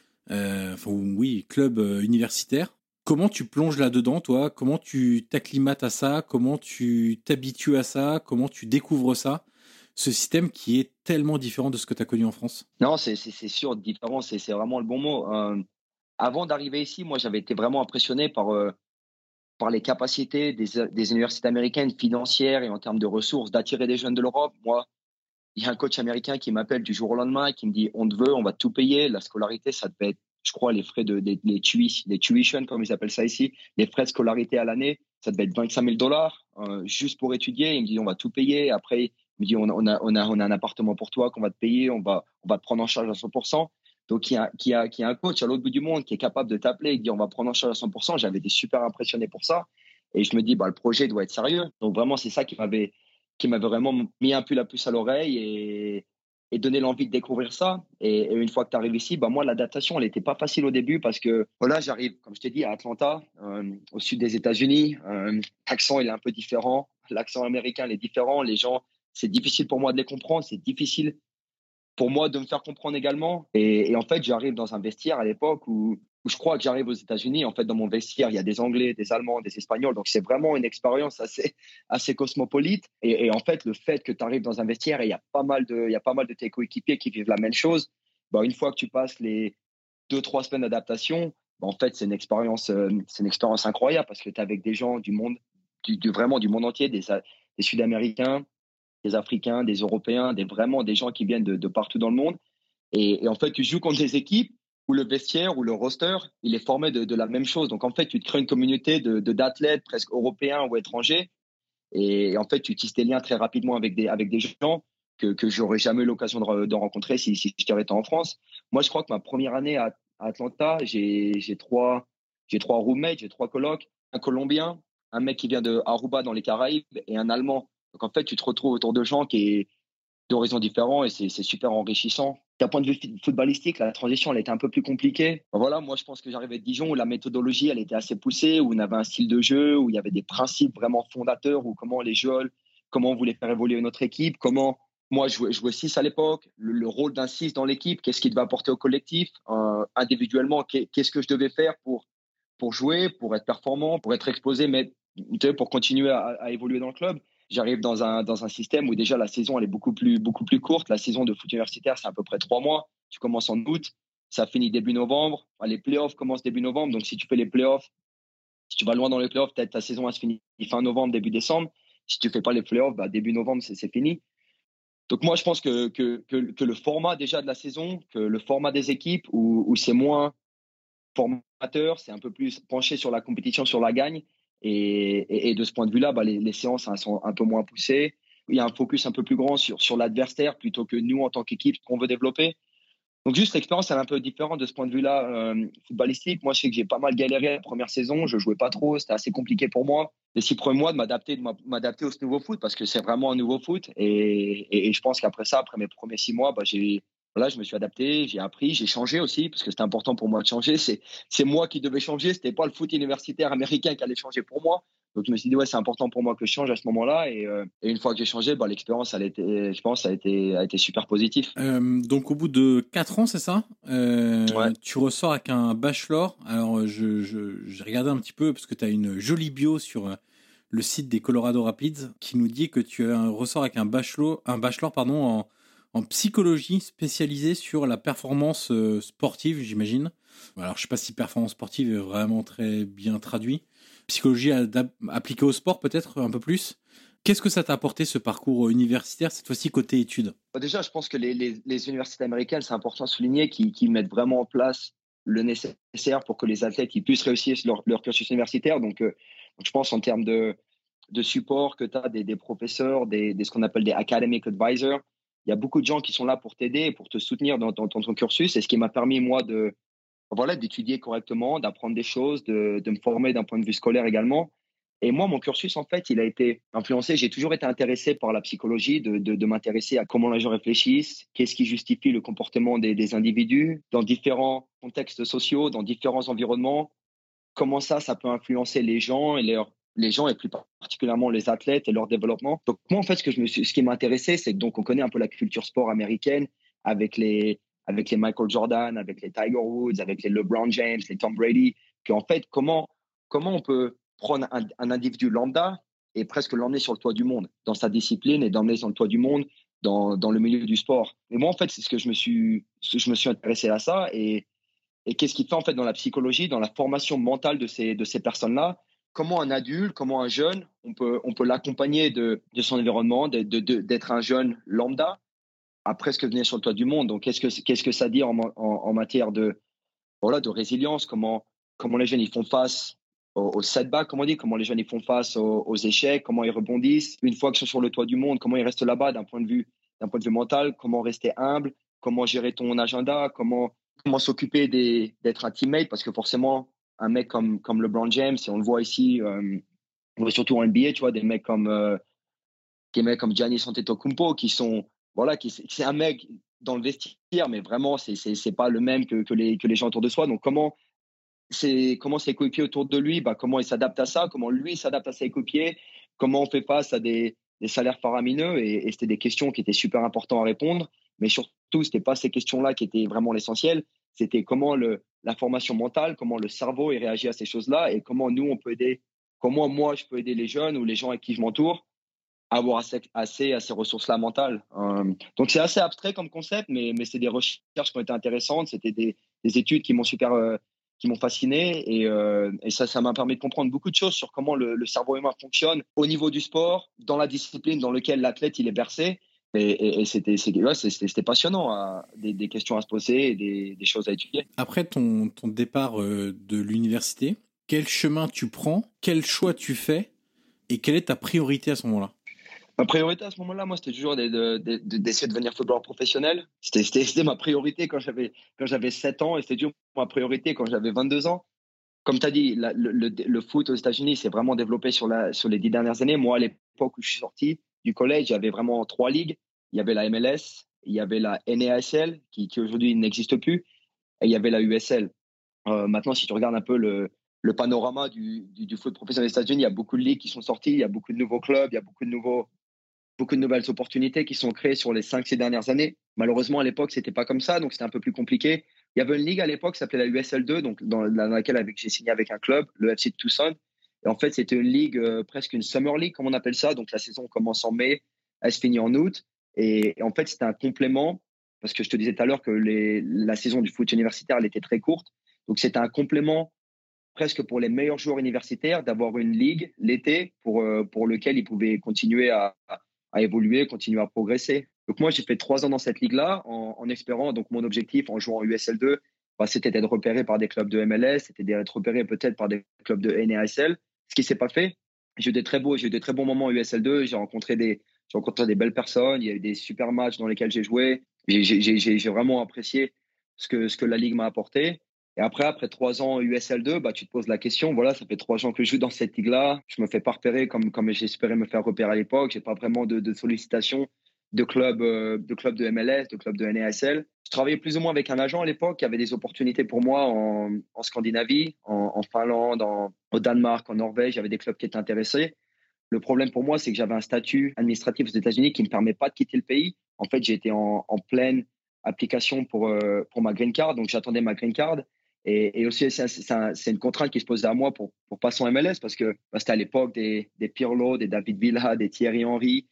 euh, enfin oui, clubs euh, universitaires. Comment tu plonges là-dedans, toi? Comment tu t'acclimates à ça? Comment tu t'habitues à ça? Comment tu découvres ça? Ce système qui est tellement différent de ce que tu as connu en France. Non, c'est c'est c'est sûr, différent, c'est c'est vraiment le bon mot. Euh, avant d'arriver ici, moi, j'avais été vraiment impressionné par euh, par les capacités des, des universités américaines financières et en termes de ressources d'attirer des jeunes de l'Europe. Moi, il y a un coach américain qui m'appelle du jour au lendemain et qui me dit on te veut, on va tout payer. La scolarité, ça devait être, je crois, les frais de des, les, tui, les tuition, comme ils appellent ça ici, les frais de scolarité à l'année, ça devait être vingt-cinq mille dollars euh, juste pour étudier. Il me dit on va tout payer. Après, il me dit on, on, a, on, a, on a un appartement pour toi qu'on va te payer, on va, on va te prendre en charge à cent pour cent. Donc, il y a, qui a, qui a un coach à l'autre bout du monde qui est capable de t'appeler et de dire on va prendre en charge à cent pour cent. J'avais été super impressionné pour ça. Et je me dis, bah, le projet doit être sérieux. Donc, vraiment, c'est ça qui m'avait, qui m'avait vraiment mis un peu la puce à l'oreille et, et donné l'envie de découvrir ça. Et, et une fois que tu arrives ici, bah, moi, l'adaptation, elle n'était pas facile au début parce que, voilà, j'arrive, comme je t'ai dit, à Atlanta, euh, au sud des États-Unis. Euh, l'accent, il est un peu différent. L'accent américain, il est différent. Les gens, c'est difficile pour moi de les comprendre. C'est difficile pour moi de me faire comprendre également. Et, et en fait, j'arrive dans un vestiaire à l'époque où, où je crois que j'arrive aux États-Unis. En fait, dans mon vestiaire, il y a des Anglais, des Allemands, des Espagnols. Donc, c'est vraiment une expérience assez, assez cosmopolite. Et, et en fait, le fait que tu arrives dans un vestiaire et il y a pas mal de, il y a pas mal de tes coéquipiers qui vivent la même chose, bah, une fois que tu passes les deux, trois semaines d'adaptation, bah, en fait, c'est une expérience, euh, c'est une expérience incroyable parce que tu es avec des gens du monde, du, du, vraiment du monde entier, des, des Sud-Américains, des Africains, des Européens, des, vraiment des gens qui viennent de, de partout dans le monde. Et, et, en fait, tu joues contre des équipes où le vestiaire ou le roster, il est formé de, de la même chose. Donc, en fait, tu te crées une communauté de, de, d'athlètes presque européens ou étrangers. Et, et en fait, tu tisses tes liens très rapidement avec des, avec des gens que, que j'aurais jamais eu l'occasion de, de rencontrer si, si je resté en France. Moi, je crois que ma première année à, à Atlanta, j'ai, j'ai trois, j'ai trois roommates, j'ai trois colocs, un Colombien, un mec qui vient de Aruba dans les Caraïbes et un Allemand. Donc, en fait, tu te retrouves autour de gens qui est d'horizons différents et c'est, c'est super enrichissant. d'un point de vue footballistique, la transition, elle était un peu plus compliquée. Voilà, moi, je pense que j'arrivais de Dijon où la méthodologie, elle était assez poussée, où on avait un style de jeu, où il y avait des principes vraiment fondateurs, où comment les jeunes, comment on voulait faire évoluer notre équipe, comment moi, je jouais, je jouais six à l'époque, le, le rôle d'un six dans l'équipe, qu'est-ce qu'il devait apporter au collectif, euh, individuellement, qu'est-ce que je devais faire pour, pour jouer, pour être performant, pour être exposé, mais pour continuer à, à évoluer dans le club. J'arrive dans un, dans un système où déjà la saison elle est beaucoup plus, beaucoup plus courte. La saison de foot universitaire, c'est à peu près trois mois. Tu commences en août, ça finit début novembre. Les playoffs commencent début novembre. Donc, si tu fais les playoffs, si tu vas loin dans les playoffs, peut-être ta saison elle se finit fin novembre, début décembre. Si tu ne fais pas les playoffs, bah, début novembre, c'est, c'est fini. Donc, moi, je pense que, que, que, que le format déjà de la saison, que le format des équipes où, où c'est moins formateur, c'est un peu plus penché sur la compétition, sur la gagne. Et, et, et de ce point de vue-là, bah, les, les séances hein, sont un peu moins poussées. Il y a un focus un peu plus grand sur, sur l'adversaire plutôt que nous, en tant qu'équipe, qu'on veut développer. Donc, juste l'expérience, elle est un peu différente de ce point de vue-là euh, footballistique. Moi, je sais que j'ai pas mal galéré la première saison. Je jouais pas trop. C'était assez compliqué pour moi. Les six premiers mois, de m'adapter, de m'adapter au nouveau foot parce que c'est vraiment un nouveau foot. Et, et, et je pense qu'après ça, après mes premiers six mois, bah, j'ai, voilà, je me suis adapté, j'ai appris, j'ai changé aussi parce que c'était important pour moi de changer. C'est, c'est moi qui devais changer. C'était pas le foot universitaire américain qui allait changer pour moi. Donc, je me suis dit, ouais, c'est important pour moi que je change à ce moment-là. Et, euh, et une fois que j'ai changé, bah, l'expérience, elle a été, je pense, a été, a été super positive. Euh, donc, au bout de quatre ans, c'est ça euh, Ouais. Tu ressors avec un bachelor. Alors, je, je, j'ai regardé un petit peu parce que tu as une jolie bio sur le site des Colorado Rapids qui nous dit que tu ressors avec un bachelor, un bachelor pardon, en, en psychologie spécialisée sur la performance euh, sportive, j'imagine. Alors, je sais pas si performance sportive est vraiment très bien traduit. Psychologie adap- appliquée au sport, peut-être un peu plus. Qu'est-ce que ça t'a apporté, ce parcours universitaire, cette fois-ci côté études? Déjà, je pense que les, les, les universités américaines, c'est important de souligner, qui, qui mettent vraiment en place le nécessaire pour que les athlètes ils puissent réussir leur, leur cursus universitaire. Donc, euh, donc, je pense en termes de, de support que tu as des, des professeurs, des, des, ce qu'on appelle des academic advisors. Il y a beaucoup de gens qui sont là pour t'aider et pour te soutenir dans, dans, dans ton cursus. Et ce qui m'a permis, moi, de, voilà, d'étudier correctement, d'apprendre des choses, de, de me former d'un point de vue scolaire également. Et moi, mon cursus, en fait, il a été influencé. J'ai toujours été intéressé par la psychologie, de, de, de m'intéresser à comment les gens réfléchissent, qu'est-ce qui justifie le comportement des, des individus dans différents contextes sociaux, dans différents environnements. Comment ça, ça peut influencer les gens et leur, les gens et plus particulièrement les athlètes et leur développement. Donc moi, en fait, ce que je me suis, ce qui m'a intéressé, c'est que donc on connaît un peu la culture sport américaine avec les avec les Michael Jordan, avec les Tiger Woods, avec les LeBron James, les Tom Brady. Puis en fait, comment comment on peut prendre un, un individu lambda et presque l'emmener sur le toit du monde dans sa discipline et d'emmener sur le toit du monde dans, dans le milieu du sport. Et moi, en fait, c'est ce que je me suis je me suis intéressé à ça et et qu'est-ce qui fait en fait dans la psychologie, dans la formation mentale de ces, de ces personnes-là, comment un adulte, comment un jeune, on peut, on peut l'accompagner de, de son environnement, de, de, de, d'être un jeune lambda à presque venir sur le toit du monde. Donc, qu'est-ce que, qu'est-ce que ça dit en, en, en matière de, voilà, de résilience, comment, comment les jeunes ils font face aux, aux setbacks, comment on dit, comment les jeunes ils font face aux, aux échecs, comment ils rebondissent. Une fois qu'ils sont sur le toit du monde, comment ils restent là-bas d'un point de vue, d'un point de vue mental, comment rester humble, comment gérer ton agenda, comment comment s'occuper des, d'être un teammate, parce que forcément, un mec comme, comme LeBron James, et on le voit ici, euh, on voit surtout en N B A, tu vois, des mecs comme, euh, des mecs comme Giannis Antetokounmpo, qui sont, voilà, qui, c'est un mec dans le vestiaire, mais vraiment, c'est, c'est, c'est pas le même que, que, les, que les gens autour de soi. Donc, comment, c'est, comment ses coéquipiers autour de lui, bah, comment il s'adapte à ça, comment lui s'adapte à ses coéquipiers, comment on fait face à des, des salaires faramineux, et, et c'était des questions qui étaient super importantes à répondre. Mais surtout, c'était pas ces questions-là qui étaient vraiment l'essentiel. C'était comment le, la formation mentale, comment le cerveau il réagit à ces choses-là et comment nous, on peut aider, comment moi, je peux aider les jeunes ou les gens avec qui je m'entoure à avoir assez, assez à ces ressources-là mentales. Euh, donc, c'est assez abstrait comme concept, mais, mais c'est des recherches qui ont été intéressantes. C'était des, des études qui m'ont super, euh, qui m'ont fasciné et, euh, et ça, ça m'a permis de comprendre beaucoup de choses sur comment le, le cerveau humain fonctionne au niveau du sport, dans la discipline dans laquelle l'athlète il est bercé. Et, et, et c'était, c'était, ouais, c'était, c'était passionnant, hein, des, des questions à se poser et des, des choses à étudier. Après ton, ton départ euh, de l'université, quel chemin tu prends, quel choix tu fais et quelle est ta priorité à ce moment-là? Ma priorité à ce moment-là, moi, c'était toujours de, de, de, d'essayer de devenir footballeur professionnel. C'était, c'était, c'était ma priorité quand j'avais, quand j'avais sept ans et c'était toujours ma priorité quand j'avais vingt-deux ans. Comme tu as dit, la, le, le, le foot aux États-Unis s'est vraiment développé sur, la, sur les dix dernières années. Moi, à l'époque où je suis sorti du collège, il y avait vraiment trois ligues. Il y avait la M L S, il y avait la N A S L qui, qui aujourd'hui n'existe plus, et il y avait la U S L. Euh, maintenant, si tu regardes un peu le, le panorama du, du, du foot professionnel des États-Unis, il y a beaucoup de ligues qui sont sorties, il y a beaucoup de nouveaux clubs, il y a beaucoup de, nouveaux, beaucoup de nouvelles opportunités qui sont créées sur les cinq six dernières années. Malheureusement, à l'époque, ce n'était pas comme ça, donc c'était un peu plus compliqué. Il y avait une ligue à l'époque qui s'appelait la U S L deux, donc dans, dans laquelle avec, j'ai signé avec un club, le F C de Tucson. Et en fait, c'était une ligue, euh, presque une summer league, comme on appelle ça. Donc la saison commence en mai, elle se finit en août. Et, et en fait, c'était un complément, parce que je te disais tout à l'heure que les, la saison du foot universitaire, elle était très courte. Donc c'était un complément presque pour les meilleurs joueurs universitaires d'avoir une ligue l'été pour, euh, pour lequel ils pouvaient continuer à, à, à évoluer, continuer à progresser. Donc moi, j'ai fait trois ans dans cette ligue-là en, en espérant, donc mon objectif en jouant en U S L deux, bah, c'était d'être repéré par des clubs de M L S, c'était d'être repéré peut-être par des clubs de N A S L, ce qui ne s'est pas fait. J'ai eu des très beaux, j'ai eu des très bons moments en U S L deux, j'ai rencontré des, j'ai rencontré des belles personnes, il y a eu des super matchs dans lesquels j'ai joué, j'ai, j'ai, j'ai, j'ai vraiment apprécié ce que, ce que la ligue m'a apporté. Et après, après trois ans U S L deux, bah, tu te poses la question, voilà, ça fait trois ans que je joue dans cette ligue-là. Je me fais pas repérer comme, comme j'espérais me faire repérer à l'époque. J'ai pas vraiment de, de sollicitations de clubs, euh, de clubs de M L S, de clubs de N A S L. Je travaillais plus ou moins avec un agent à l'époque qui avait des opportunités pour moi en, en Scandinavie, en, en Finlande, en, au Danemark, en Norvège. Il y avait des clubs qui étaient intéressés. Le problème pour moi, c'est que j'avais un statut administratif aux États-Unis qui ne me permet pas de quitter le pays. En fait, j'ai été en, en pleine application pour, euh, pour ma green card, donc j'attendais ma green card. Et, et aussi, c'est, c'est, un, c'est une contrainte qui se posait à moi pour, pour passer en M L S parce que bah, c'était à l'époque des, des Pirlo, des David Villa, des Thierry Henry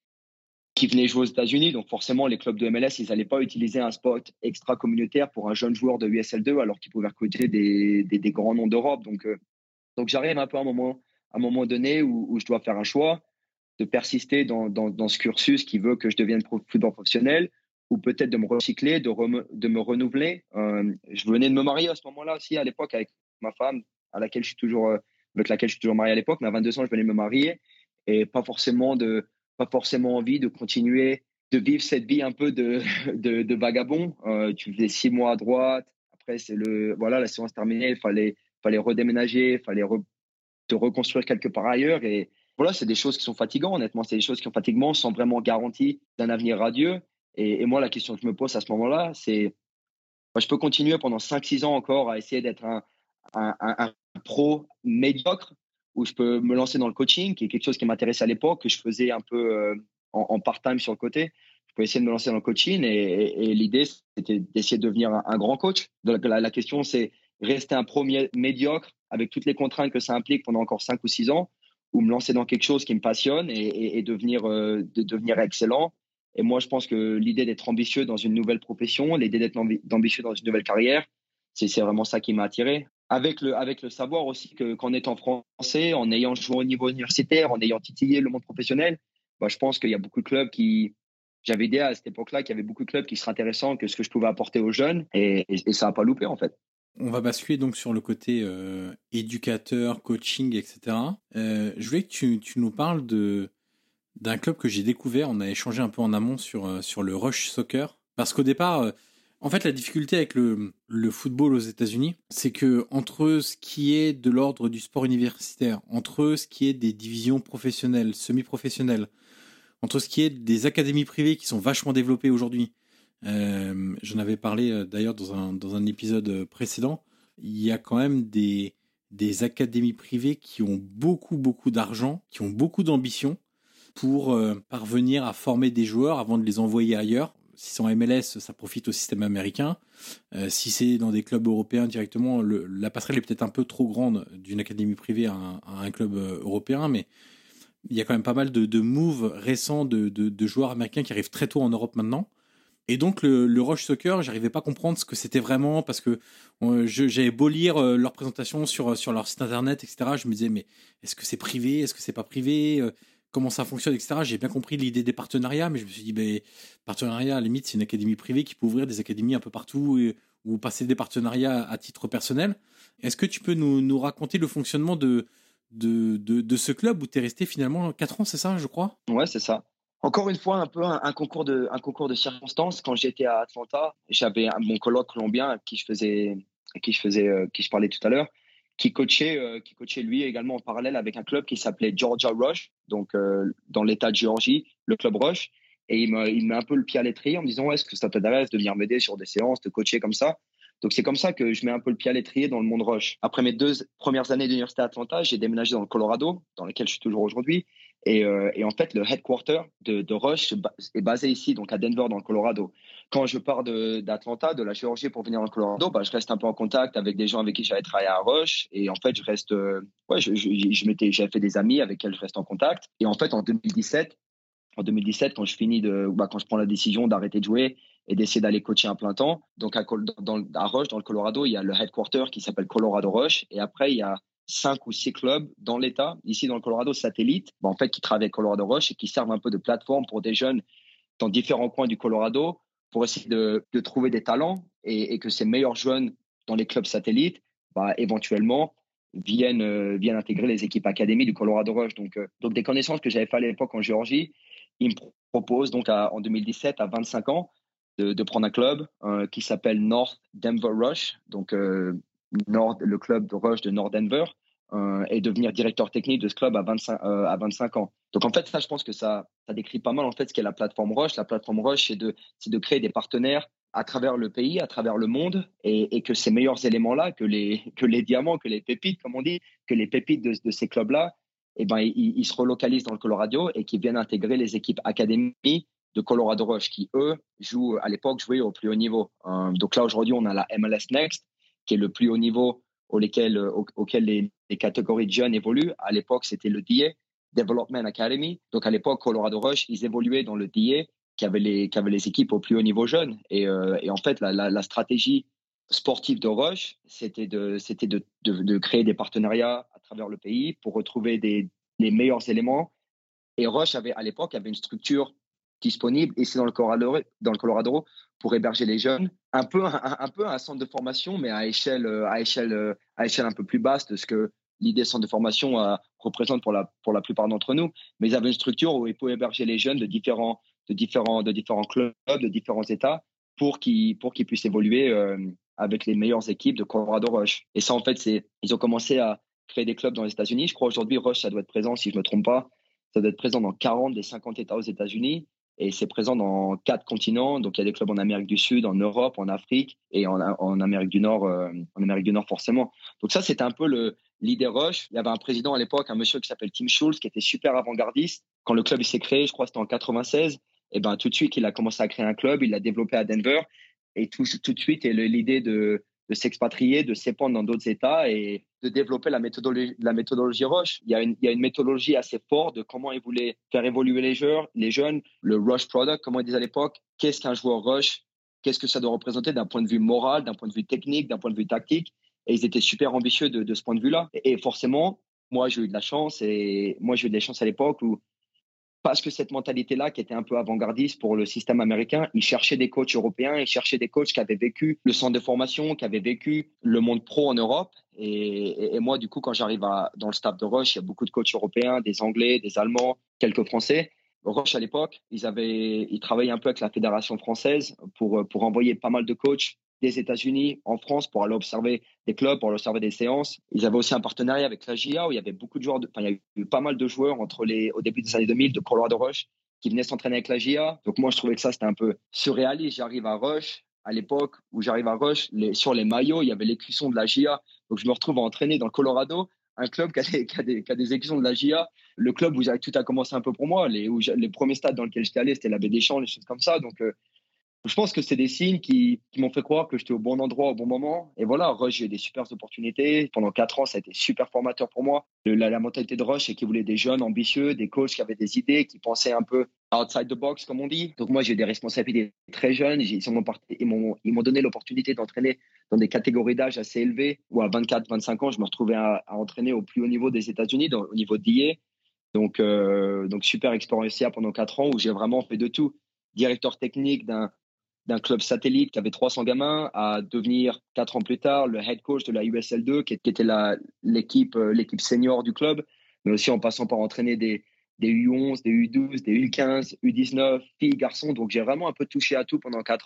qui venaient jouer aux États-Unis. Donc forcément, les clubs de M L S, ils n'allaient pas utiliser un spot extra-communautaire pour un jeune joueur de U S L deux alors qu'ils pouvaient recruter des, des, des grands noms d'Europe. Donc, euh, donc j'arrive un peu à un moment, à un moment donné où, où je dois faire un choix de persister dans, dans, dans ce cursus qui veut que je devienne football professionnel ou peut-être de me recycler, de, re, de me renouveler. Euh, je venais de me marier à ce moment-là aussi, à l'époque, avec ma femme, à laquelle je suis toujours, euh, avec laquelle je suis toujours marié à l'époque, mais à vingt-deux ans, je venais de me marier et pas forcément, de, pas forcément envie de continuer de vivre cette vie un peu de, de, de vagabond. Euh, tu faisais six mois à droite, après, c'est le, voilà, la séance terminée, il fallait, fallait redéménager, il fallait re, te reconstruire quelque part ailleurs et voilà, c'est des choses qui sont fatigantes, honnêtement. C'est des choses qui sont fatigantes sans vraiment garantie d'un avenir radieux. Et, et moi, la question que je me pose à ce moment-là, c'est moi, je peux continuer pendant cinq six ans encore à essayer d'être un, un, un, un pro médiocre ou je peux me lancer dans le coaching, qui est quelque chose qui m'intéressait à l'époque, que je faisais un peu euh, en, en part-time sur le côté. Je peux essayer de me lancer dans le coaching et, et, et l'idée, c'était d'essayer de devenir un, un grand coach. Donc, la, la question, c'est rester un pro médiocre avec toutes les contraintes que ça implique pendant encore cinq ou six ans ou me lancer dans quelque chose qui me passionne et, et, et devenir, euh, de devenir excellent. Et moi, je pense que l'idée d'être ambitieux dans une nouvelle profession, l'idée d'être ambitieux dans une nouvelle carrière, c'est, c'est vraiment ça qui m'a attiré. Avec le, avec le savoir aussi que, qu'en étant français, en ayant joué au niveau universitaire, en ayant titillé le monde professionnel, bah, je pense qu'il y a beaucoup de clubs qui, j'avais idée à cette époque-là qu'il y avait beaucoup de clubs qui seraient intéressants que ce que je pouvais apporter aux jeunes et, et, et ça n'a pas loupé en fait. On va basculer donc sur le côté euh, éducateur, coaching, et cetera. Euh, je voulais que tu, tu nous parles de, d'un club que j'ai découvert. On a échangé un peu en amont sur, euh, sur le Rush Soccer. Parce qu'au départ, euh, en fait, la difficulté avec le, le football aux États-Unis, c'est que entre ce qui est de l'ordre du sport universitaire, entre ce qui est des divisions professionnelles, semi-professionnelles, entre ce qui est des académies privées qui sont vachement développées aujourd'hui, Euh, j'en avais parlé euh, d'ailleurs dans un, dans un épisode précédent. Il y a quand même des, des académies privées qui ont beaucoup, beaucoup d'argent, qui ont beaucoup d'ambition pour euh, parvenir à former des joueurs avant de les envoyer ailleurs. Si c'est en M L S, ça profite au système américain. Euh, si c'est dans des clubs européens directement, le, la passerelle est peut-être un peu trop grande d'une académie privée à un, à un club européen, mais il y a quand même pas mal de, de moves récents de, de, de joueurs américains qui arrivent très tôt en Europe maintenant. Et donc le, le Rush Soccer, j'arrivais pas à comprendre ce que c'était vraiment parce que euh, je, j'avais beau lire euh, leur présentation sur sur leur site internet, et cetera. Je me disais mais est-ce que c'est privé, est-ce que c'est pas privé, euh, comment ça fonctionne, et cetera. J'ai bien compris l'idée des partenariats, mais je me suis dit ben partenariat à la limite c'est une académie privée qui peut ouvrir des académies un peu partout et, ou passer des partenariats à titre personnel. Est-ce que tu peux nous nous raconter le fonctionnement de de de, de ce club où tu es resté finalement quatre ans, c'est ça, je crois? Ouais, c'est ça. Encore une fois, un peu un, un concours de, un concours de circonstances. Quand j'étais à Atlanta, j'avais un, mon coloc colombien à qui je faisais, à qui je faisais, euh, qui je parlais tout à l'heure, qui coachait, euh, qui coachait lui également en parallèle avec un club qui s'appelait Georgia Rush, donc euh, dans l'État de Géorgie, le club Rush. et il me, il me met un peu le pied à l'étrier en me disant ouais, est-ce que ça t'intéresse de venir m'aider sur des séances, de coacher comme ça. Donc, c'est comme ça que je mets un peu le pied à l'étrier dans le monde rush. Après mes deux premières années d'université à Atlanta, j'ai déménagé dans le Colorado, dans lequel je suis toujours aujourd'hui. Et, euh, et en fait, le headquarter de, de Rush est basé ici, donc à Denver, dans le Colorado. Quand je pars de, d'Atlanta, de la Géorgie, pour venir dans le Colorado, bah, je reste un peu en contact avec des gens avec qui j'avais travaillé à Rush. Et en fait, je reste, euh, ouais, je, je, je m'étais, j'avais fait des amis avec lesquels je reste en contact. Et en fait, en deux mille dix-sept, en deux mille dix-sept, quand je finis de, bah, quand je prends la décision d'arrêter de jouer et d'essayer d'aller coacher un plein temps. Donc, à, dans, à Rush, dans le Colorado, il y a le headquarter qui s'appelle Colorado Rush. Et après, il y a cinq ou six clubs dans l'État, ici dans le Colorado, satellites, bah, en fait, qui travaillent avec Colorado Rush et qui servent un peu de plateforme pour des jeunes dans différents coins du Colorado pour essayer de, de trouver des talents et, et que ces meilleurs jeunes dans les clubs satellites, bah, éventuellement, viennent, euh, viennent intégrer les équipes académies du Colorado Rush. Donc, euh, donc des connaissances que j'avais fait à l'époque en Géorgie, ils me proposent donc à, en deux mille dix-sept, à vingt-cinq ans, de, de prendre un club euh, qui s'appelle North Denver Rush, donc euh, Nord, le club de Rush de North Denver, euh, et devenir directeur technique de ce club à vingt-cinq, euh, à vingt-cinq ans. Donc en fait, ça, je pense que ça, ça décrit pas mal en fait ce qu'est la plateforme Rush. La plateforme Rush, c'est de, c'est de créer des partenaires à travers le pays, à travers le monde, et, et que ces meilleurs éléments-là, que les, que les diamants, que les pépites, comme on dit, que les pépites de, de ces clubs-là, eh ben, ils, ils se relocalisent dans le Colorado et qui viennent intégrer les équipes académies de Colorado Rush, qui, eux, jouent, à l'époque, jouaient au plus haut niveau. Euh, donc là, aujourd'hui, on a la M L S Next, qui est le plus haut niveau auquel, au, auquel les, les catégories de jeunes évoluent. À l'époque, c'était le D A, Development Academy. Donc à l'époque, Colorado Rush, ils évoluaient dans le D A, qui avait les, qui avait les équipes au plus haut niveau jeunes. Et, euh, et en fait, la, la, la stratégie sportive de Rush, c'était de, c'était de, de, de créer des partenariats à travers le pays pour retrouver des, les meilleurs éléments. Et Rush avait, à l'époque, avait une structure disponible ici dans le Colorado, dans le Colorado pour héberger les jeunes. Un peu un, un peu un centre de formation, mais à échelle, à échelle, à échelle un peu plus basse de ce que l'idée centre de formation euh, représente pour la, pour la plupart d'entre nous. Mais ils avaient une structure où ils pouvaient héberger les jeunes de différents, de différents, de différents clubs, de différents États pour qu'ils, pour qu'ils puissent évoluer euh, avec les meilleures équipes de Colorado Rush. Et ça, en fait, c'est, ils ont commencé à créer des clubs dans les États-Unis. Je crois aujourd'hui, Rush, ça doit être présent, si je ne me trompe pas, ça doit être présent dans quarante des cinquante États aux États-Unis. Et c'est présent dans quatre continents. Donc, il y a des clubs en Amérique du Sud, en Europe, en Afrique et en, en Amérique du Nord, euh, en Amérique du Nord forcément. Donc, ça, c'était un peu le, l'idée Rush. Il y avait un président à l'époque, un monsieur qui s'appelle Tim Schultz, qui était super avant-gardiste. Quand le club il s'est créé, je crois que c'était en quatre-vingt-seize, et ben tout de suite, il a commencé à créer un club, il l'a développé à Denver. Et tout, tout de suite, il y a l'idée de, de s'expatrier, de s'épandre dans d'autres États et de développer la méthodologie, la méthodologie Rush. Il y, a une, il y a une méthodologie assez forte de comment ils voulaient faire évoluer les joueurs, les jeunes, le Rush Product, comme on disait à l'époque. Qu'est-ce qu'un joueur Rush? Qu'est-ce que ça doit représenter d'un point de vue moral, d'un point de vue technique, d'un point de vue tactique? Et ils étaient super ambitieux de, de ce point de vue-là. Et, et forcément, moi, j'ai eu de la chance et moi, j'ai eu de la chance à l'époque où, parce que cette mentalité-là, qui était un peu avant-gardiste pour le système américain, ils cherchaient des coachs européens, ils cherchaient des coachs qui avaient vécu le centre de formation, qui avaient vécu le monde pro en Europe. Et, et, et moi, du coup, quand j'arrive à, dans le staff de Rush, il y a beaucoup de coachs européens, des Anglais, des Allemands, quelques Français. Rush, à l'époque, ils, avaient, ils travaillaient un peu avec la fédération française pour, pour envoyer pas mal de coachs des États-Unis en France pour aller observer des clubs, pour aller observer des séances. Ils avaient aussi un partenariat avec la J A où il y avait beaucoup de joueurs, de, enfin, il y a eu pas mal de joueurs entre les, au début des années deux mille de Colorado Rush qui venaient s'entraîner avec la J A. Donc moi, je trouvais que ça, c'était un peu surréaliste. J'arrive à Rush, à l'époque où j'arrive à Rush, les, sur les maillots, il y avait l'écusson de la J A. Donc je me retrouve à entraîner dans le Colorado, un club qui a des, qui a des, qui a des écussons de la J A. Le club où tout a commencé un peu pour moi. Les, où les premiers stades dans lesquels j'étais allé, c'était la Baie des Champs, des choses comme ça. Donc, euh, je pense que c'est des signes qui, qui m'ont fait croire que j'étais au bon endroit au bon moment. Et voilà, Rush, j'ai eu des super opportunités. Pendant quatre ans, ça a été super formateur pour moi. Le, la, la mentalité de Rush, c'est qu'ils voulaient des jeunes ambitieux, des coachs qui avaient des idées, qui pensaient un peu outside the box, comme on dit. Donc moi, j'ai eu des responsabilités très jeunes. Ils m'ont, ils m'ont, ils m'ont donné l'opportunité d'entraîner dans des catégories d'âge assez élevées, où à vingt-quatre, vingt-cinq ans, je me retrouvais à, à entraîner au plus haut niveau des États-Unis, dans, au niveau D A. Donc, euh, donc super expérience pendant quatre ans où j'ai vraiment fait de tout. Directeur technique d'un d'un club satellite qui avait trois cents gamins à devenir quatre ans plus tard le head coach de la U S L deux qui était la, l'équipe, l'équipe senior du club, mais aussi en passant par entraîner des, des U onze, des U douze, des U quinze, U dix-neuf, filles, garçons. Donc j'ai vraiment un peu touché à tout pendant quatre ans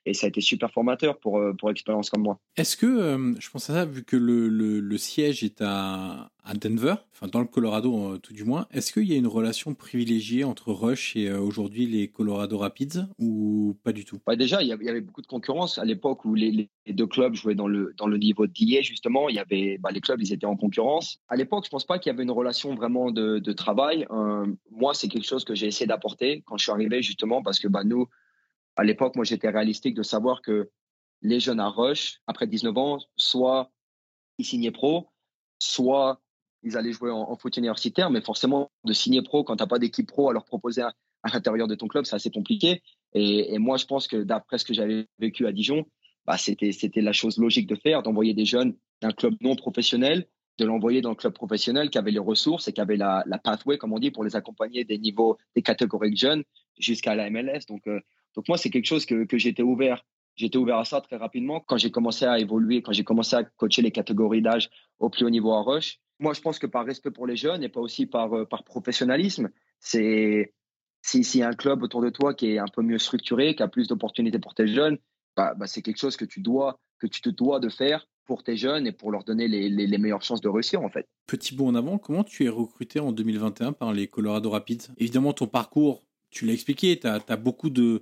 et ça a été super formateur pour, pour expérience comme moi. Est-ce que, euh, je pense à ça, vu que le, le, le siège est à, à Denver, enfin dans le Colorado euh, tout du moins, est-ce qu'il y a une relation privilégiée entre Rush et euh, aujourd'hui les Colorado Rapids ou pas du tout? Ouais, déjà, il y avait beaucoup de concurrence à l'époque où les, les deux clubs jouaient dans le, dans le niveau d'I A, justement. Il y avait, bah, les clubs, ils étaient en concurrence. À l'époque, je pense pas qu'il y avait une relation vraiment de, de travail. Euh, moi, c'est quelque chose que j'ai essayé d'apporter quand je suis arrivé, justement, parce que bah, nous, à l'époque, moi, j'étais réalistique de savoir que les jeunes à Rush, après dix-neuf ans, soit ils signaient pro, soit ils allaient jouer en, en foot universitaire. Mais forcément, de signer pro quand tu n'as pas d'équipe pro à leur proposer à, à l'intérieur de ton club, c'est assez compliqué. Et, et moi, je pense que d'après ce que j'avais vécu à Dijon, bah, c'était, c'était la chose logique de faire, d'envoyer des jeunes d'un club non professionnel, de l'envoyer dans le club professionnel qui avait les ressources et qui avait la, la pathway, comme on dit, pour les accompagner des niveaux, des catégories de jeunes jusqu'à la M L S. Donc, euh, donc moi, c'est quelque chose que, que j'étais ouvert. J'étais ouvert à ça très rapidement quand j'ai commencé à évoluer, quand j'ai commencé à coacher les catégories d'âge au plus haut niveau à Rush. Moi, je pense que par respect pour les jeunes et pas aussi par, euh, par professionnalisme, c'est si, si un club autour de toi qui est un peu mieux structuré, qui a plus d'opportunités pour tes jeunes, bah, bah, c'est quelque chose que tu dois, que tu te dois de faire pour tes jeunes et pour leur donner les, les, les meilleures chances de réussir, en fait. Petit bond en avant, comment tu es recruté en deux mille vingt et un par les Colorado Rapids? Évidemment, ton parcours, tu l'as expliqué, tu as beaucoup de,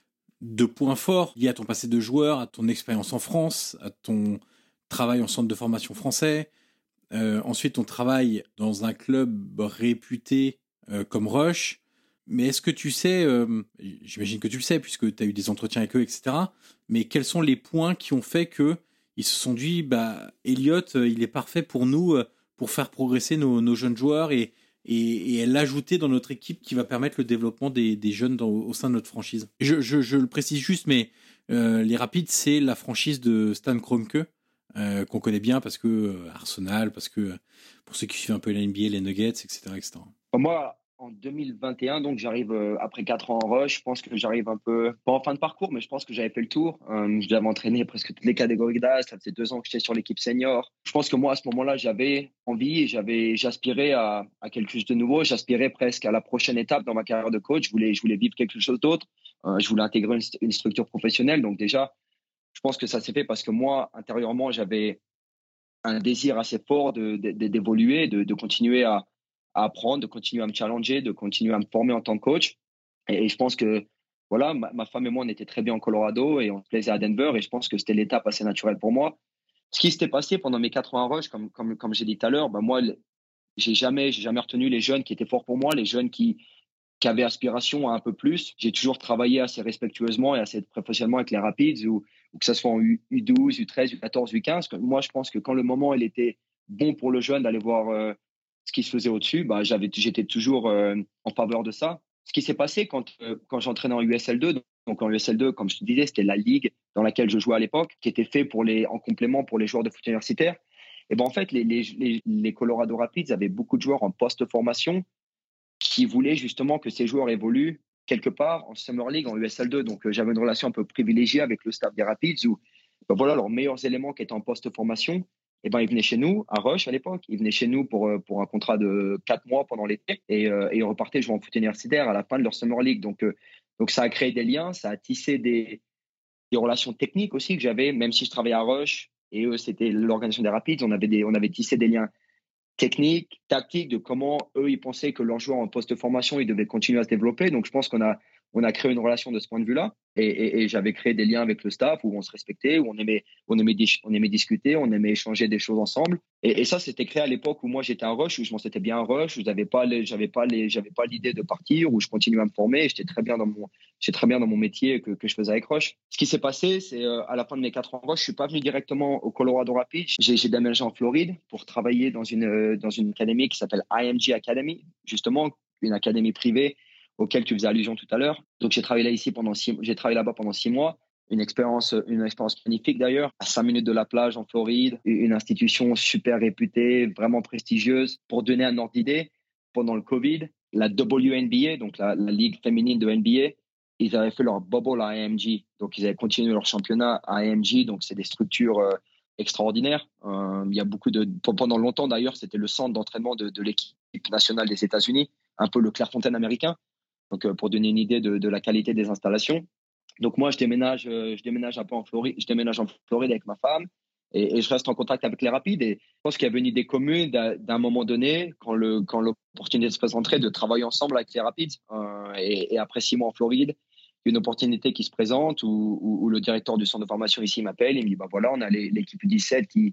de points forts liés à ton passé de joueur, à ton expérience en France, à ton travail en centre de formation français. Euh, ensuite, ton travail dans un club réputé euh, comme Rush. Mais est-ce que tu sais, euh, j'imagine que tu le sais puisque tu as eu des entretiens avec eux, et cetera. Mais quels sont les points qui ont fait que ils se sont dit, bah, Elliot, il est parfait pour nous, pour faire progresser nos, nos jeunes joueurs et, et, et l'ajouter dans notre équipe qui va permettre le développement des, des jeunes dans, au sein de notre franchise. Je, je, je le précise juste, mais euh, les Rapids, c'est la franchise de Stan Kroenke, euh, qu'on connaît bien parce que euh, Arsenal, parce que euh, pour ceux qui suivent un peu la N B A, les Nuggets, et cetera, et cetera. Moi, en deux mille vingt et un, donc j'arrive euh, après quatre ans en Rush. Je pense que j'arrive un peu, pas en fin de parcours, mais je pense que j'avais fait le tour. Euh, je devais entraîner presque toutes les catégories d'âge. Ça faisait deux ans que j'étais sur l'équipe senior. Je pense que moi, à ce moment-là, j'avais envie et j'avais, j'aspirais à, à quelque chose de nouveau. J'aspirais presque à la prochaine étape dans ma carrière de coach. Je voulais, je voulais vivre quelque chose d'autre. Euh, je voulais intégrer une, une structure professionnelle. Donc déjà, je pense que ça s'est fait parce que moi, intérieurement, j'avais un désir assez fort de, de, de, d'évoluer, de, de continuer à, à apprendre, de continuer à me challenger, de continuer à me former en tant que coach. Et, et je pense que voilà, ma, ma femme et moi, on était très bien en Colorado et on se plaisait à Denver. Et je pense que c'était l'étape assez naturelle pour moi. Ce qui s'était passé pendant mes quatre ans à Rush, comme, comme, comme j'ai dit tout à l'heure, bah moi, j'ai jamais, j'ai jamais retenu les jeunes qui étaient forts pour moi, les jeunes qui, qui avaient aspiration à un peu plus. J'ai toujours travaillé assez respectueusement et assez professionnellement avec les Rapids, ou, ou que ce soit en U douze, U treize, U quatorze, U quinze. Moi, je pense que quand le moment il était bon pour le jeune d'aller voir euh, ce qui se faisait au-dessus, bah, j'avais, j'étais toujours euh, en faveur de ça. Ce qui s'est passé quand, euh, quand j'entraînais en U S L deux, donc en U S L deux, comme je te disais, c'était la ligue dans laquelle je jouais à l'époque, qui était fait pour les, en complément pour les joueurs de foot universitaire. Et ben en fait, les, les, les, les Colorado Rapids avaient beaucoup de joueurs en post-formation qui voulaient justement que ces joueurs évoluent quelque part en Summer League, en U S L deux. Donc, euh, j'avais une relation un peu privilégiée avec le staff des Rapids où ben, voilà, leurs meilleurs éléments qui étaient en post-formation, et ben, ils venaient chez nous, à Rush à l'époque. Ils venaient chez nous pour, pour un contrat de quatre mois pendant l'été et, euh, et ils repartaient jouer en foot universitaire à la fin de leur Summer League. Donc, euh, donc ça a créé des liens, ça a tissé des, des relations techniques aussi que j'avais, même si je travaillais à Rush et eux, c'était l'organisation des Rapids. On avait, des, on avait tissé des liens techniques, tactiques, de comment eux, ils pensaient que leurs joueurs en post-formation, ils devaient continuer à se développer. Donc, je pense qu'on a, on a créé une relation de ce point de vue-là. Et, et, et j'avais créé des liens avec le staff où on se respectait, où on aimait, on aimait, on aimait discuter, on aimait échanger des choses ensemble. Et, et ça, c'était créé à l'époque où moi, j'étais un Rush, où je m'en sentais bien un Rush, où j'avais pas les, j'avais pas les, j'avais pas l'idée de partir, où je continuais à me former. Et j'étais très bien dans mon, j'étais très bien dans mon métier que, que je faisais avec Rush. Ce qui s'est passé, c'est euh, à la fin de mes quatre ans Rush, je suis pas venu directement au Colorado Rapids. J'ai, j'ai déménagé en Floride pour travailler dans une, euh, dans une académie qui s'appelle I M G Academy, justement, une académie privée auquel tu faisais allusion tout à l'heure. Donc, j'ai travaillé là ici pendant six, j'ai travaillé là-bas pendant six mois. Une expérience, une expérience magnifique d'ailleurs, à cinq minutes de la plage en Floride, une institution super réputée, vraiment prestigieuse. Pour donner un ordre d'idée, pendant le Covid, la W N B A, donc la, la ligue féminine de N B A, ils avaient fait leur bubble à I M G. Donc, ils avaient continué leur championnat à I M G. Donc, c'est des structures euh, extraordinaires. Euh, il y a beaucoup de, pendant longtemps d'ailleurs, c'était le centre d'entraînement de, de l'équipe nationale des États-Unis, un peu le Clairefontaine américain. Donc, euh, pour donner une idée de, de la qualité des installations. Donc moi, je déménage, euh, je déménage un peu en Floride, je déménage en Floride avec ma femme et, et je reste en contact avec les Rapides. Et je pense qu'il y avait une idée commune d'un, d'un moment donné, quand, le, quand l'opportunité se présenterait, de travailler ensemble avec les Rapides. Euh, et, et après six mois en Floride, une opportunité qui se présente où, où, où le directeur du centre de formation ici m'appelle. Il me dit, bah voilà, on a les, l'équipe U dix-sept qui,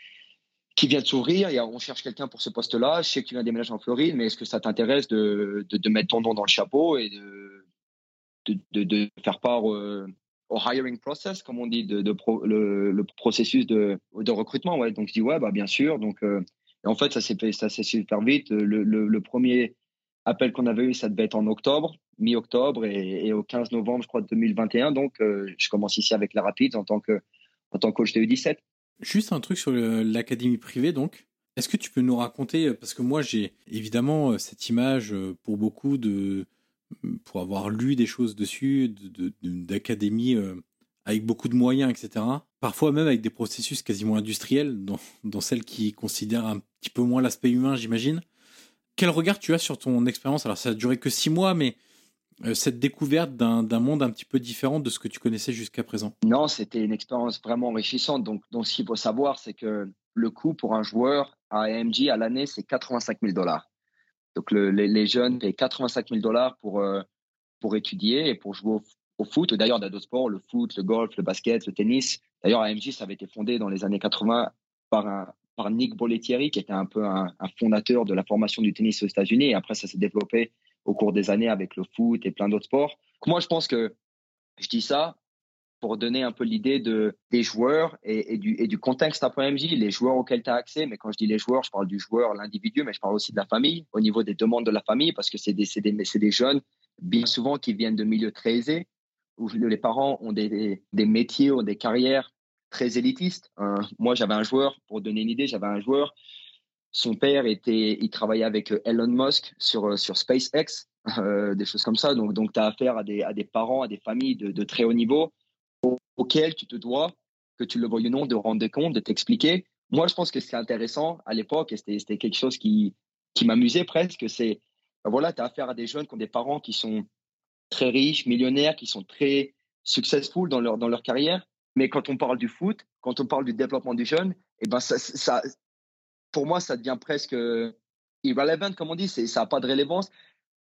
qui vient de s'ouvrir et on cherche quelqu'un pour ce poste-là. Je sais que tu viens déménager en Floride, mais est-ce que ça t'intéresse de, de, de mettre ton nom dans le chapeau et de, de, de, de faire part euh, au hiring process, comme on dit, de, de pro, le, le processus de, de recrutement. Ouais. Donc, je dis, ouais, bah, bien sûr. Donc, euh, et en fait, ça s'est fait, ça s'est super vite. Le, le, le premier appel qu'on avait eu, ça devait être en octobre, mi-octobre, et, et au quinze novembre, je crois, deux mille vingt et un. Donc, euh, je commence ici avec la Rapids en tant que, en tant que coach de U dix-sept. Juste un truc sur le, l'académie privée, donc. Est-ce que tu peux nous raconter, parce que moi j'ai évidemment cette image pour beaucoup de, pour avoir lu des choses dessus, de, de, de, d'académie euh, avec beaucoup de moyens, et cetera. Parfois même avec des processus quasiment industriels, dans, dans celles qui considèrent un petit peu moins l'aspect humain, j'imagine. Quel regard tu as sur ton expérience? Alors ça a duré que six mois, mais euh, cette découverte d'un, d'un monde un petit peu différent de ce que tu connaissais jusqu'à présent. Non, c'était une expérience vraiment enrichissante. Donc, donc ce qu'il faut savoir, c'est que le coût pour un joueur à A M G à l'année, c'est quatre-vingt-cinq mille dollars. Donc, le, les, les jeunes payent quatre-vingt-cinq mille dollars pour, euh, pour étudier et pour jouer au, au foot. D'ailleurs, il y a d'autres sports, le foot, le golf, le basket, le tennis. D'ailleurs, A M G, ça avait été fondé dans les années quatre-vingts par, un, par Nick Bollettieri, qui était un peu un, un fondateur de la formation du tennis aux États-Unis. Et après, ça s'est développé au cours des années avec le foot et plein d'autres sports. Donc, moi, je pense que je dis ça pour donner un peu l'idée de, des joueurs et, et, du, et du contexte à M J, les joueurs auxquels tu as accès. Mais quand je dis les joueurs, je parle du joueur, l'individu, mais je parle aussi de la famille, au niveau des demandes de la famille, parce que c'est des, c'est des, c'est des jeunes, bien souvent, qui viennent de milieux très aisés, où les parents ont des, des, des métiers ou des carrières très élitistes. Euh, moi, j'avais un joueur, pour donner une idée, j'avais un joueur, son père était, il travaillait avec Elon Musk sur, sur SpaceX, euh, des choses comme ça. Donc, donc tu as affaire à des, à des parents, à des familles de, de très haut niveau auquel tu te dois, que tu le veuilles ou non, de rendre compte, de t'expliquer. Moi, je pense que c'est intéressant à l'époque et c'était, c'était quelque chose qui, qui m'amusait presque. C'est, ben voilà, tu as affaire à des jeunes qui ont des parents qui sont très riches, millionnaires, qui sont très successful dans leur, dans leur carrière. Mais quand on parle du foot, quand on parle du développement du jeune, et ben ça, ça, pour moi, ça devient presque irrelevant, comme on dit. C'est, ça n'a pas de rélevance.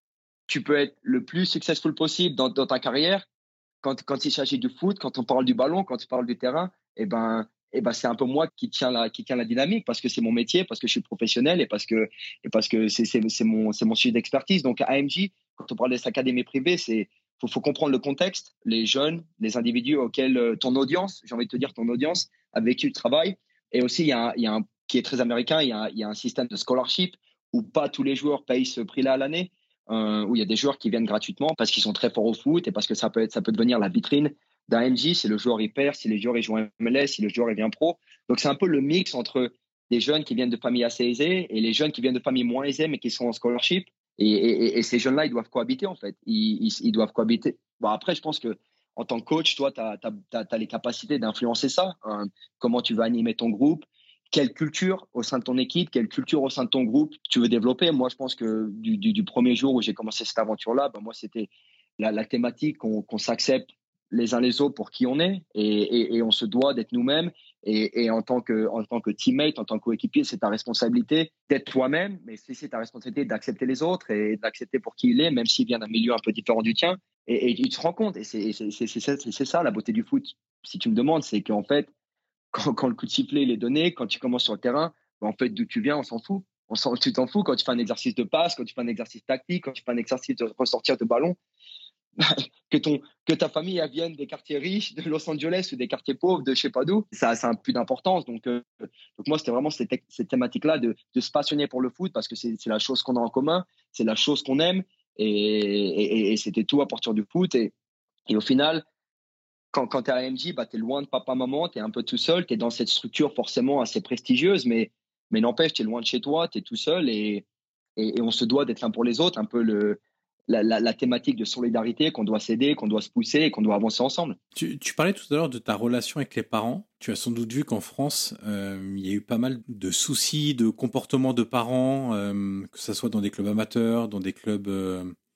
Tu peux être le plus successful possible dans, dans ta carrière. Quand, quand il s'agit du foot, quand on parle du ballon, quand on parle du terrain, eh ben, eh ben, c'est un peu moi qui tiens la, qui tient la dynamique parce que c'est mon métier, parce que je suis professionnel et parce que, et parce que c'est, c'est, c'est mon, c'est mon sujet d'expertise. Donc, à A M J, quand on parle des académies privées, c'est, faut, faut comprendre le contexte, les jeunes, les individus auxquels euh, ton audience, j'ai envie de te dire ton audience, avec qui tu travailles. Et aussi, il y a un, il y a un, qui est très américain, il y a, il y a un système de scholarship où pas tous les joueurs payent ce prix-là à l'année. Euh, où il y a des joueurs qui viennent gratuitement parce qu'ils sont très forts au foot et parce que ça peut être, ça peut devenir la vitrine d'un M J si le joueur il perd, si les joueurs ils jouent en M L S, si le joueur il vient pro. Donc c'est un peu le mix entre des jeunes qui viennent de familles assez aisées et les jeunes qui viennent de familles moins aisées mais qui sont en scholarship. Et, et, et ces jeunes-là, ils doivent cohabiter en fait. Ils, ils, ils doivent cohabiter. Bon, après, je pense que en tant que coach, toi, tu as les capacités d'influencer ça. Hein. Comment tu vas animer ton groupe, quelle culture au sein de ton équipe, quelle culture au sein de ton groupe tu veux développer. Moi, je pense que du, du, du premier jour où j'ai commencé cette aventure-là, ben moi, c'était la, la thématique qu'on qu'on s'accepte les uns les autres pour qui on est et, et, et on se doit d'être nous-mêmes. Et, et en tant que, en tant que teammate, en tant que coéquipier, c'est ta responsabilité d'être toi-même, mais c'est, c'est ta responsabilité d'accepter les autres et d'accepter pour qui il est, même s'il vient d'un milieu un peu différent du tien. Et, et tu te rends compte, et c'est, c'est, c'est, c'est, c'est, c'est ça la beauté du foot. Si tu me demandes, c'est qu'en fait, quand, quand le coup de sifflet il est donné, quand tu commences sur le terrain, ben en fait, d'où tu viens, on s'en fout. On s'en, tu t'en fous quand tu fais un exercice de passe, quand tu fais un exercice tactique, quand tu fais un exercice de ressortir de ballon. que, ton, que ta famille elle vienne des quartiers riches de Los Angeles ou des quartiers pauvres de je sais pas d'où, ça, ça a plus d'importance. Donc, euh, donc moi, c'était vraiment cette, cette thématique-là de, de se passionner pour le foot parce que c'est, c'est la chose qu'on a en commun, c'est la chose qu'on aime et, et, et c'était tout à partir du foot. Et, et au final, quand, quand tu es à M J, bah, tu es loin de papa, maman, tu es un peu tout seul, tu es dans cette structure forcément assez prestigieuse, mais, mais n'empêche, tu es loin de chez toi, tu es tout seul et, et, et on se doit d'être l'un pour les autres, un peu le, la, la, la thématique de solidarité, qu'on doit s'aider, qu'on doit se pousser et qu'on doit avancer ensemble. Tu, tu parlais tout à l'heure de ta relation avec les parents. Tu as sans doute vu qu'en France, euh, il y a eu pas mal de soucis de comportement de parents, euh, que ce soit dans des clubs amateurs, dans des clubs euh,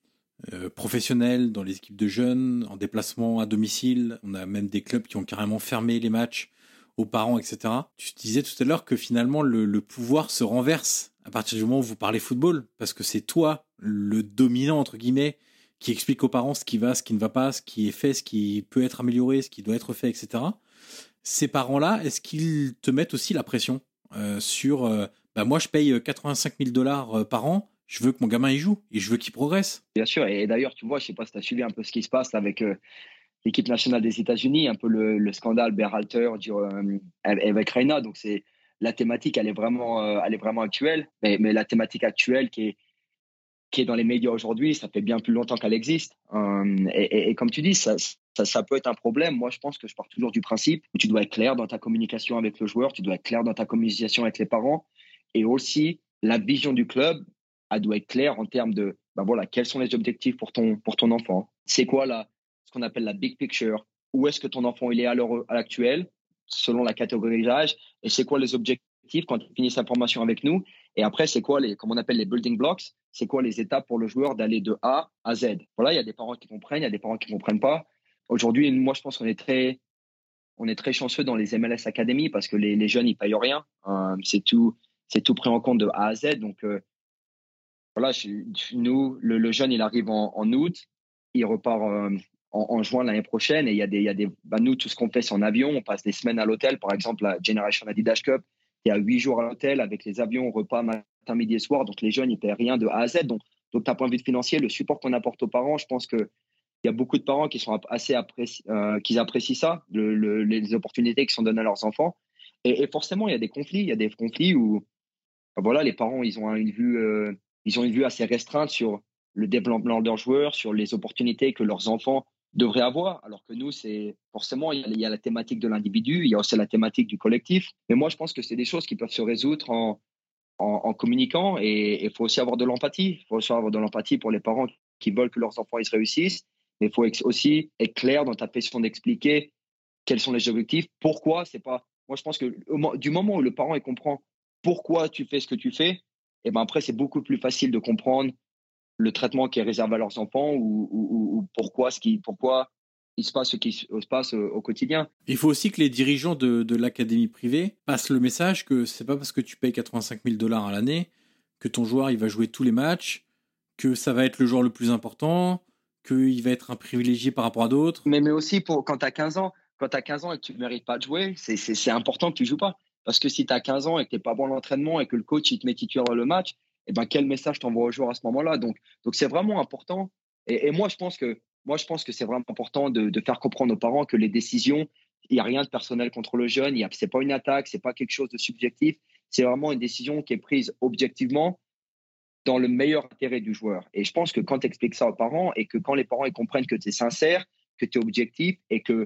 euh, professionnels, dans les équipes de jeunes, en déplacement à domicile. On a même des clubs qui ont carrément fermé les matchs aux parents, et cetera. Tu disais tout à l'heure que finalement le, le pouvoir se renverse à partir du moment où vous parlez football, parce que c'est toi, le dominant entre guillemets, qui explique aux parents ce qui va, ce qui ne va pas, ce qui est fait, ce qui peut être amélioré, ce qui doit être fait, et cetera. Ces parents-là, est-ce qu'ils te mettent aussi la pression euh, sur euh, bah moi je paye quatre-vingt-cinq mille dollars par an, je veux que mon gamin y joue et je veux qu'il progresse. Bien sûr, et d'ailleurs, tu vois, je sais pas si tu as suivi un peu ce qui se passe avec euh, l'équipe nationale des États-Unis, un peu le, le scandale Berhalter euh, avec Reina. Donc, c'est, la thématique, elle est vraiment, euh, elle est vraiment actuelle, mais, mais la thématique actuelle qui est, qui est dans les médias aujourd'hui, ça fait bien plus longtemps qu'elle existe. Euh, et, et, et comme tu dis, ça, ça, ça peut être un problème. Moi, je pense que je pars toujours du principe où tu dois être clair dans ta communication avec le joueur, tu dois être clair dans ta communication avec les parents, et aussi la vision du club, elle doit être claire en termes de, ben voilà, quels sont les objectifs pour ton, pour ton enfant. C'est quoi la, ce qu'on appelle la big picture? Où est-ce que ton enfant il est à l'heure à l'actuel, selon la catégorie d'âge, et c'est quoi les objectifs quand il finit sa formation avec nous? Et après, c'est quoi les, comme on appelle les building blocks? C'est quoi les étapes pour le joueur d'aller de A à Z? Voilà, il y a des parents qui comprennent, il y a des parents qui ne comprennent pas. Aujourd'hui, moi, je pense qu'on est très, on est très chanceux dans les M L S Academy parce que les, les jeunes, ils payent rien. Euh, c'est tout, c'est tout pris en compte de A à Z. Donc, euh, voilà, je, nous, le, le jeune, il arrive en, en août, il repart euh, en, en juin l'année prochaine. Et il y a des, il y a des, bah, nous, tout ce qu'on fait, c'est en avion. On passe des semaines à l'hôtel. Par exemple, la Generation Adidas Cup, il y a huit jours à l'hôtel avec les avions, repas, matin, midi et soir. Donc, les jeunes, ils paient rien de A à Z. Donc, donc d'un point de vue financier, le support qu'on apporte aux parents, je pense que il y a beaucoup de parents qui sont assez appréci- euh, qui apprécient ça, le, le, les opportunités qui sont données à leurs enfants. Et, et forcément, il y a des conflits. Il y a des conflits où, voilà, les parents, ils ont une vue, euh, ils ont une vue assez restreinte sur le développement de leurs joueurs, sur les opportunités que leurs enfants devraient avoir. Alors que nous, c'est forcément, il y a, il y a la thématique de l'individu, il y a aussi la thématique du collectif. Mais moi, je pense que c'est des choses qui peuvent se résoudre en, en, en communiquant. Et il faut aussi avoir de l'empathie. Il faut aussi avoir de l'empathie pour les parents qui veulent que leurs enfants ils se réussissent. Mais il faut aussi être clair dans ta façon d'expliquer quels sont les objectifs, pourquoi. C'est pas. Moi, je pense que du moment où le parent il comprend pourquoi tu fais ce que tu fais, et ben après, c'est beaucoup plus facile de comprendre le traitement qui est réservé à leurs enfants ou, ou, ou pourquoi, ce qui, pourquoi il se passe ce qui se passe au, au quotidien. Il faut aussi que les dirigeants de, de l'académie privée passent le message que c'est pas parce que tu payes quatre-vingt-cinq mille dollars à l'année que ton joueur il va jouer tous les matchs, que ça va être le joueur le plus important, qu'il va être un privilégié par rapport à d'autres. Mais, mais aussi, pour, quand tu as quinze ans, quand tu as quinze ans et que tu ne mérites pas de jouer, c'est, c'est, c'est important que tu ne joues pas. Parce que si tu as quinze ans et que tu n'es pas bon à l'entraînement et que le coach il te met titulaire dans le match, eh ben, quel message t'envoie au joueur à ce moment-là? Donc, donc c'est vraiment important. Et, et moi, je pense que, moi, je pense que c'est vraiment important de, de faire comprendre aux parents que les décisions, il n'y a rien de personnel contre le jeune. Ce n'est pas une attaque, ce n'est pas quelque chose de subjectif. C'est vraiment une décision qui est prise objectivement dans le meilleur intérêt du joueur. Et je pense que quand tu expliques ça aux parents et que quand les parents ils comprennent que tu es sincère, que tu es objectif et que,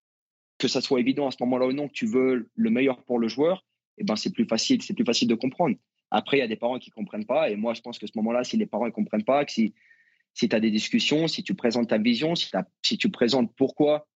que ça soit évident à ce moment-là ou non que tu veux le meilleur pour le joueur, eh ben c'est plus facile, c'est plus facile de comprendre. Après, il y a des parents qui ne comprennent pas. Et moi, je pense que ce moment-là, si les parents ne comprennent pas, que si, si tu as des discussions, si tu présentes ta vision, si, si tu présentes pourquoi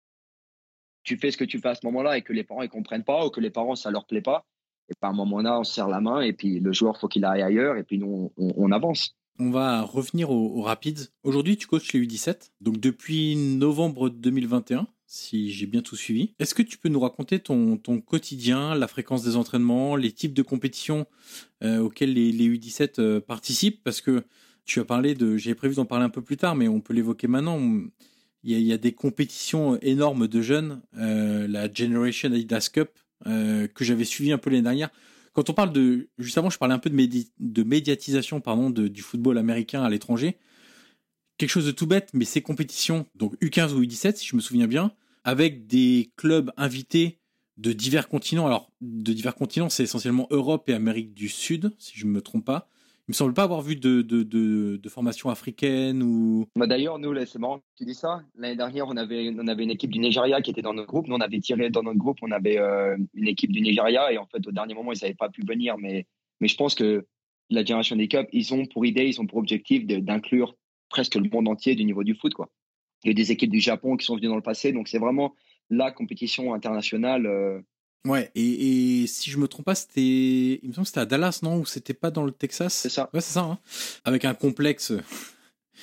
tu fais ce que tu fais à ce moment-là et que les parents ne comprennent pas ou que les parents, ça ne leur plaît pas, et ben à un moment-là, on se serre la main et puis le joueur, il faut qu'il aille ailleurs et puis nous, on, on avance. On va revenir aux au Rapids. Aujourd'hui, tu coaches les U dix-sept, donc depuis novembre deux mille vingt et un, si j'ai bien tout suivi. Est-ce que tu peux nous raconter ton, ton quotidien, la fréquence des entraînements, les types de compétitions euh, auxquelles les, les U dix-sept euh, participent? Parce que tu as parlé de... J'ai prévu d'en parler un peu plus tard, mais on peut l'évoquer maintenant. Il y a, il y a des compétitions énormes de jeunes, euh, la Generation Adidas Cup, euh, que j'avais suivi un peu l'année dernière. Quand on parle de, juste avant, je parlais un peu de, médi, de médiatisation, pardon, de, du football américain à l'étranger. Quelque chose de tout bête, mais ces compétitions, donc U quinze ou U dix-sept, si je me souviens bien, avec des clubs invités de divers continents. Alors, de divers continents, c'est essentiellement Europe et Amérique du Sud, si je ne me trompe pas. Il me semble pas avoir vu de, de, de, de formation africaine ou... Bah d'ailleurs, nous, là, c'est marrant que tu dis ça. L'année dernière, on avait, on avait une équipe du Nigeria qui était dans notre groupe. Nous, on avait tiré dans notre groupe, on avait euh, une équipe du Nigeria. Et en fait, au dernier moment, ils n'avaient pas pu venir. Mais, mais je pense que la Génération des Cup, ils ont pour idée, ils ont pour objectif de, d'inclure presque le monde entier du niveau du foot, quoi. Il y a des équipes du Japon qui sont venues dans le passé. Donc, c'est vraiment la compétition internationale. Euh... Ouais, et, et si je me trompe pas, c'était, il me semble que c'était à Dallas, non? Ou c'était pas dans le Texas? C'est ça. Ouais, c'est ça, hein. Avec un complexe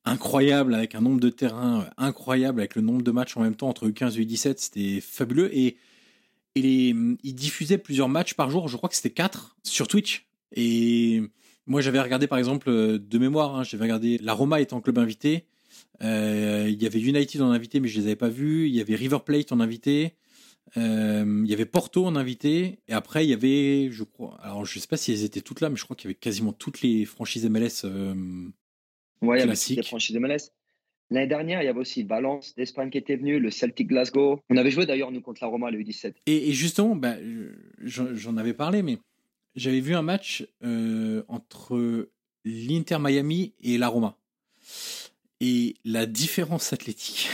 incroyable, avec un nombre de terrains incroyable, avec le nombre de matchs en même temps entre U quinze et U dix-sept, c'était fabuleux. Et, et les, ils diffusaient plusieurs matchs par jour, je crois que c'était quatre, sur Twitch. Et moi, j'avais regardé, par exemple, de mémoire, hein, j'avais regardé la Roma étant club invité. Euh, il y avait United en invité, mais je les avais pas vus. Il y avait River Plate en invité. Euh, il y avait Porto en invité. Et après, il y avait, je crois, alors je sais pas si elles étaient toutes là, mais je crois qu'il y avait quasiment toutes les franchises M L S euh, Ouais, il y avait toutes les classiques. franchises de M L S. L'année dernière, il y avait aussi Valence d'Espagne qui était venu, le Celtic Glasgow. On avait joué d'ailleurs, nous, contre la Roma, le U dix-sept. Et, et justement, bah, j'en, j'en avais parlé, mais j'avais vu un match euh, entre l'Inter Miami et la Roma. Et la différence athlétique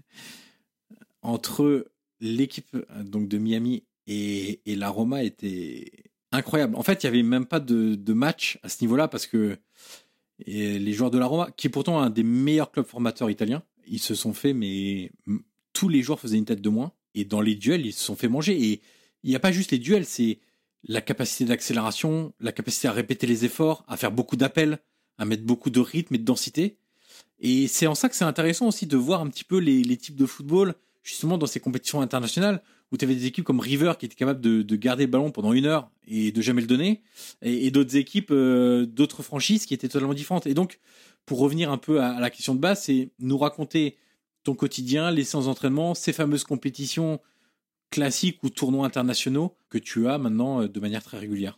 entre l'équipe donc de Miami et, et la Roma était incroyable. En fait, il n'y avait même pas de, de match à ce niveau-là parce que les joueurs de la Roma, qui est pourtant un des meilleurs clubs formateurs italiens, ils se sont fait, mais tous les joueurs faisaient une tête de moins. Et dans les duels, ils se sont fait manger. Et il n'y a pas juste les duels, c'est la capacité d'accélération, la capacité à répéter les efforts, à faire beaucoup d'appels, à mettre beaucoup de rythme et de densité. Et c'est en ça que c'est intéressant aussi de voir un petit peu les, les types de football, justement dans ces compétitions internationales, où tu avais des équipes comme River qui étaient capables de, de garder le ballon pendant une heure et de jamais le donner, et, et d'autres équipes, euh, d'autres franchises qui étaient totalement différentes. Et donc, pour revenir un peu à, à la question de base, c'est nous raconter ton quotidien, les séances d'entraînement, ces fameuses compétitions classiques ou tournois internationaux que tu as maintenant euh, de manière très régulière.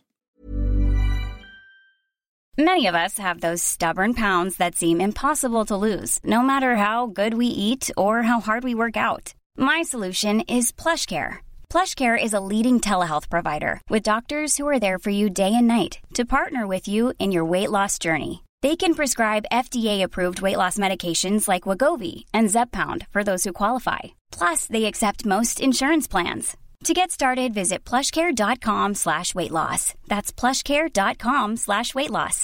Many of us have those stubborn pounds that seem impossible to lose, no matter how good we eat or how hard we work out. My solution is PlushCare. PlushCare is a leading telehealth provider with doctors who are there for you day and night to partner with you in your weight loss journey. They can prescribe F D A-approved weight loss medications like Wegovy and Zepbound for those who qualify. Plus, they accept most insurance plans. To get started, visit plushcare.com slash weight loss. That's plushcare.com slash weight loss.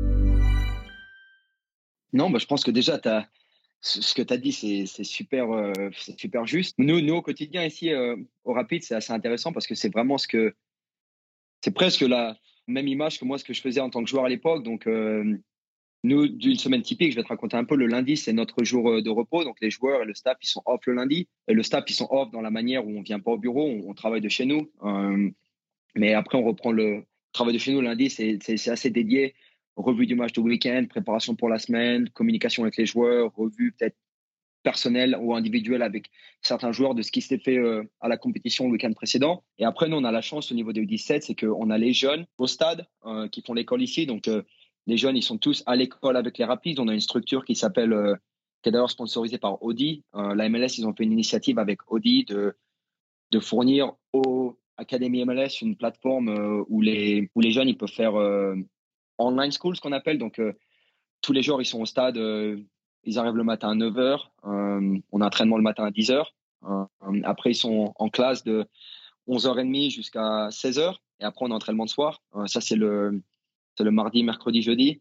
Non, bah, je pense que déjà, t'as, ce que tu as dit, c'est, c'est, super, euh, c'est super juste. Nous, nous, au quotidien, ici, euh, au Rapid, c'est assez intéressant parce que c'est vraiment ce que. C'est presque la même image que moi, ce que je faisais en tant que joueur à l'époque. Donc, euh, nous, d'une semaine typique, je vais te raconter un peu. Le lundi, c'est notre jour de repos. Donc, les joueurs et le staff, ils sont off le lundi. Et le staff, ils sont off dans la manière où on ne vient pas au bureau, on, on travaille de chez nous. Euh, mais après, on reprend le travail de chez nous. Lundi, c'est, c'est, c'est assez dédié. Revue du match de week-end, préparation pour la semaine, communication avec les joueurs, revue peut-être personnelle ou individuelle avec certains joueurs de ce qui s'était fait euh, à la compétition le week-end précédent. Et après, nous, on a la chance au niveau des U dix-sept, c'est qu'on a les jeunes au stade euh, qui font l'école ici. Donc, euh, les jeunes, ils sont tous à l'école avec les Rapids. On a une structure qui s'appelle, euh, qui est d'ailleurs sponsorisée par Audi. Euh, la M L S, ils ont fait une initiative avec Audi de, de fournir aux Academy M L S une plateforme euh, où, les, où les jeunes, ils peuvent faire euh, online school, ce qu'on appelle. Donc, euh, tous les jours, ils sont au stade. Euh, ils arrivent le matin à neuf heures. Euh, on a entraînement le matin à dix heures. Euh, après, ils sont en classe de onze heures trente jusqu'à seize heures. Et après, on a entraînement de soir. Euh, ça, c'est le, c'est le mardi, mercredi, jeudi.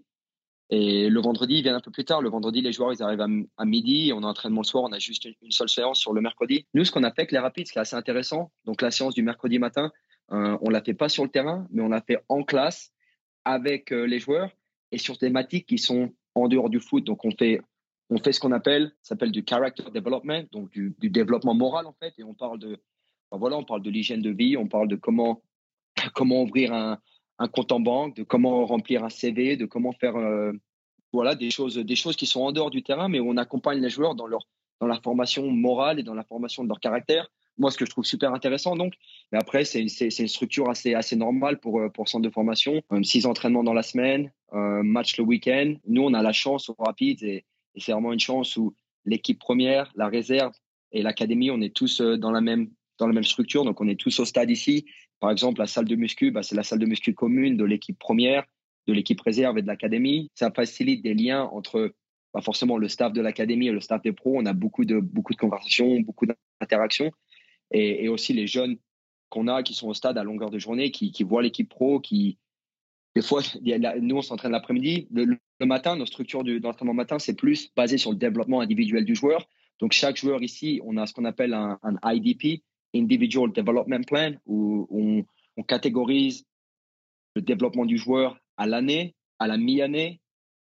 Et le vendredi, ils viennent un peu plus tard. Le vendredi, les joueurs, ils arrivent à, à midi. Et on a entraînement le soir. On a juste une, une seule séance sur le mercredi. Nous, ce qu'on a fait avec les Rapids, ce qui est assez intéressant, donc la séance du mercredi matin, euh, on ne l'a fait pas sur le terrain, mais on l'a fait en classe avec euh, les joueurs et sur des thématiques qui sont en dehors du foot. Donc, on fait, on fait ce qu'on appelle, ça s'appelle du character development, donc du, du développement moral, en fait. Et on parle de, ben voilà, on parle de l'hygiène de vie, on parle de comment, comment ouvrir un, un compte en banque, de comment remplir un C V, de comment faire, euh, voilà, des choses, des choses qui sont en dehors du terrain, mais où on accompagne les joueurs dans leur, dans la formation morale et dans la formation de leur caractère. Moi, ce que je trouve super intéressant, donc. Mais après, c'est une, c'est, c'est une structure assez, assez normale pour, pour centre de formation. Euh, six entraînements dans la semaine, euh, match le week-end. Nous, on a la chance au Rapids et, et c'est vraiment une chance où l'équipe première, la réserve et l'académie, on est tous dans la même, dans la même structure. Donc, on est tous au stade ici. Par exemple, la salle de muscu, bah, c'est la salle de muscu commune de l'équipe première, de l'équipe réserve et de l'académie. Ça facilite des liens entre bah, forcément le staff de l'académie et le staff des pros. On a beaucoup de, beaucoup de conversations, beaucoup d'interactions. Et, et aussi les jeunes qu'on a qui sont au stade à longueur de journée, qui, qui voient l'équipe pro, qui, des fois, nous, on s'entraîne l'après-midi. Le, le matin, notre structure du, d'entraînement matin, c'est plus basé sur le développement individuel du joueur. Donc, chaque joueur ici, on a ce qu'on appelle un, un I D P, Individual Development Plan, où on, on catégorise le développement du joueur à l'année, à la mi-année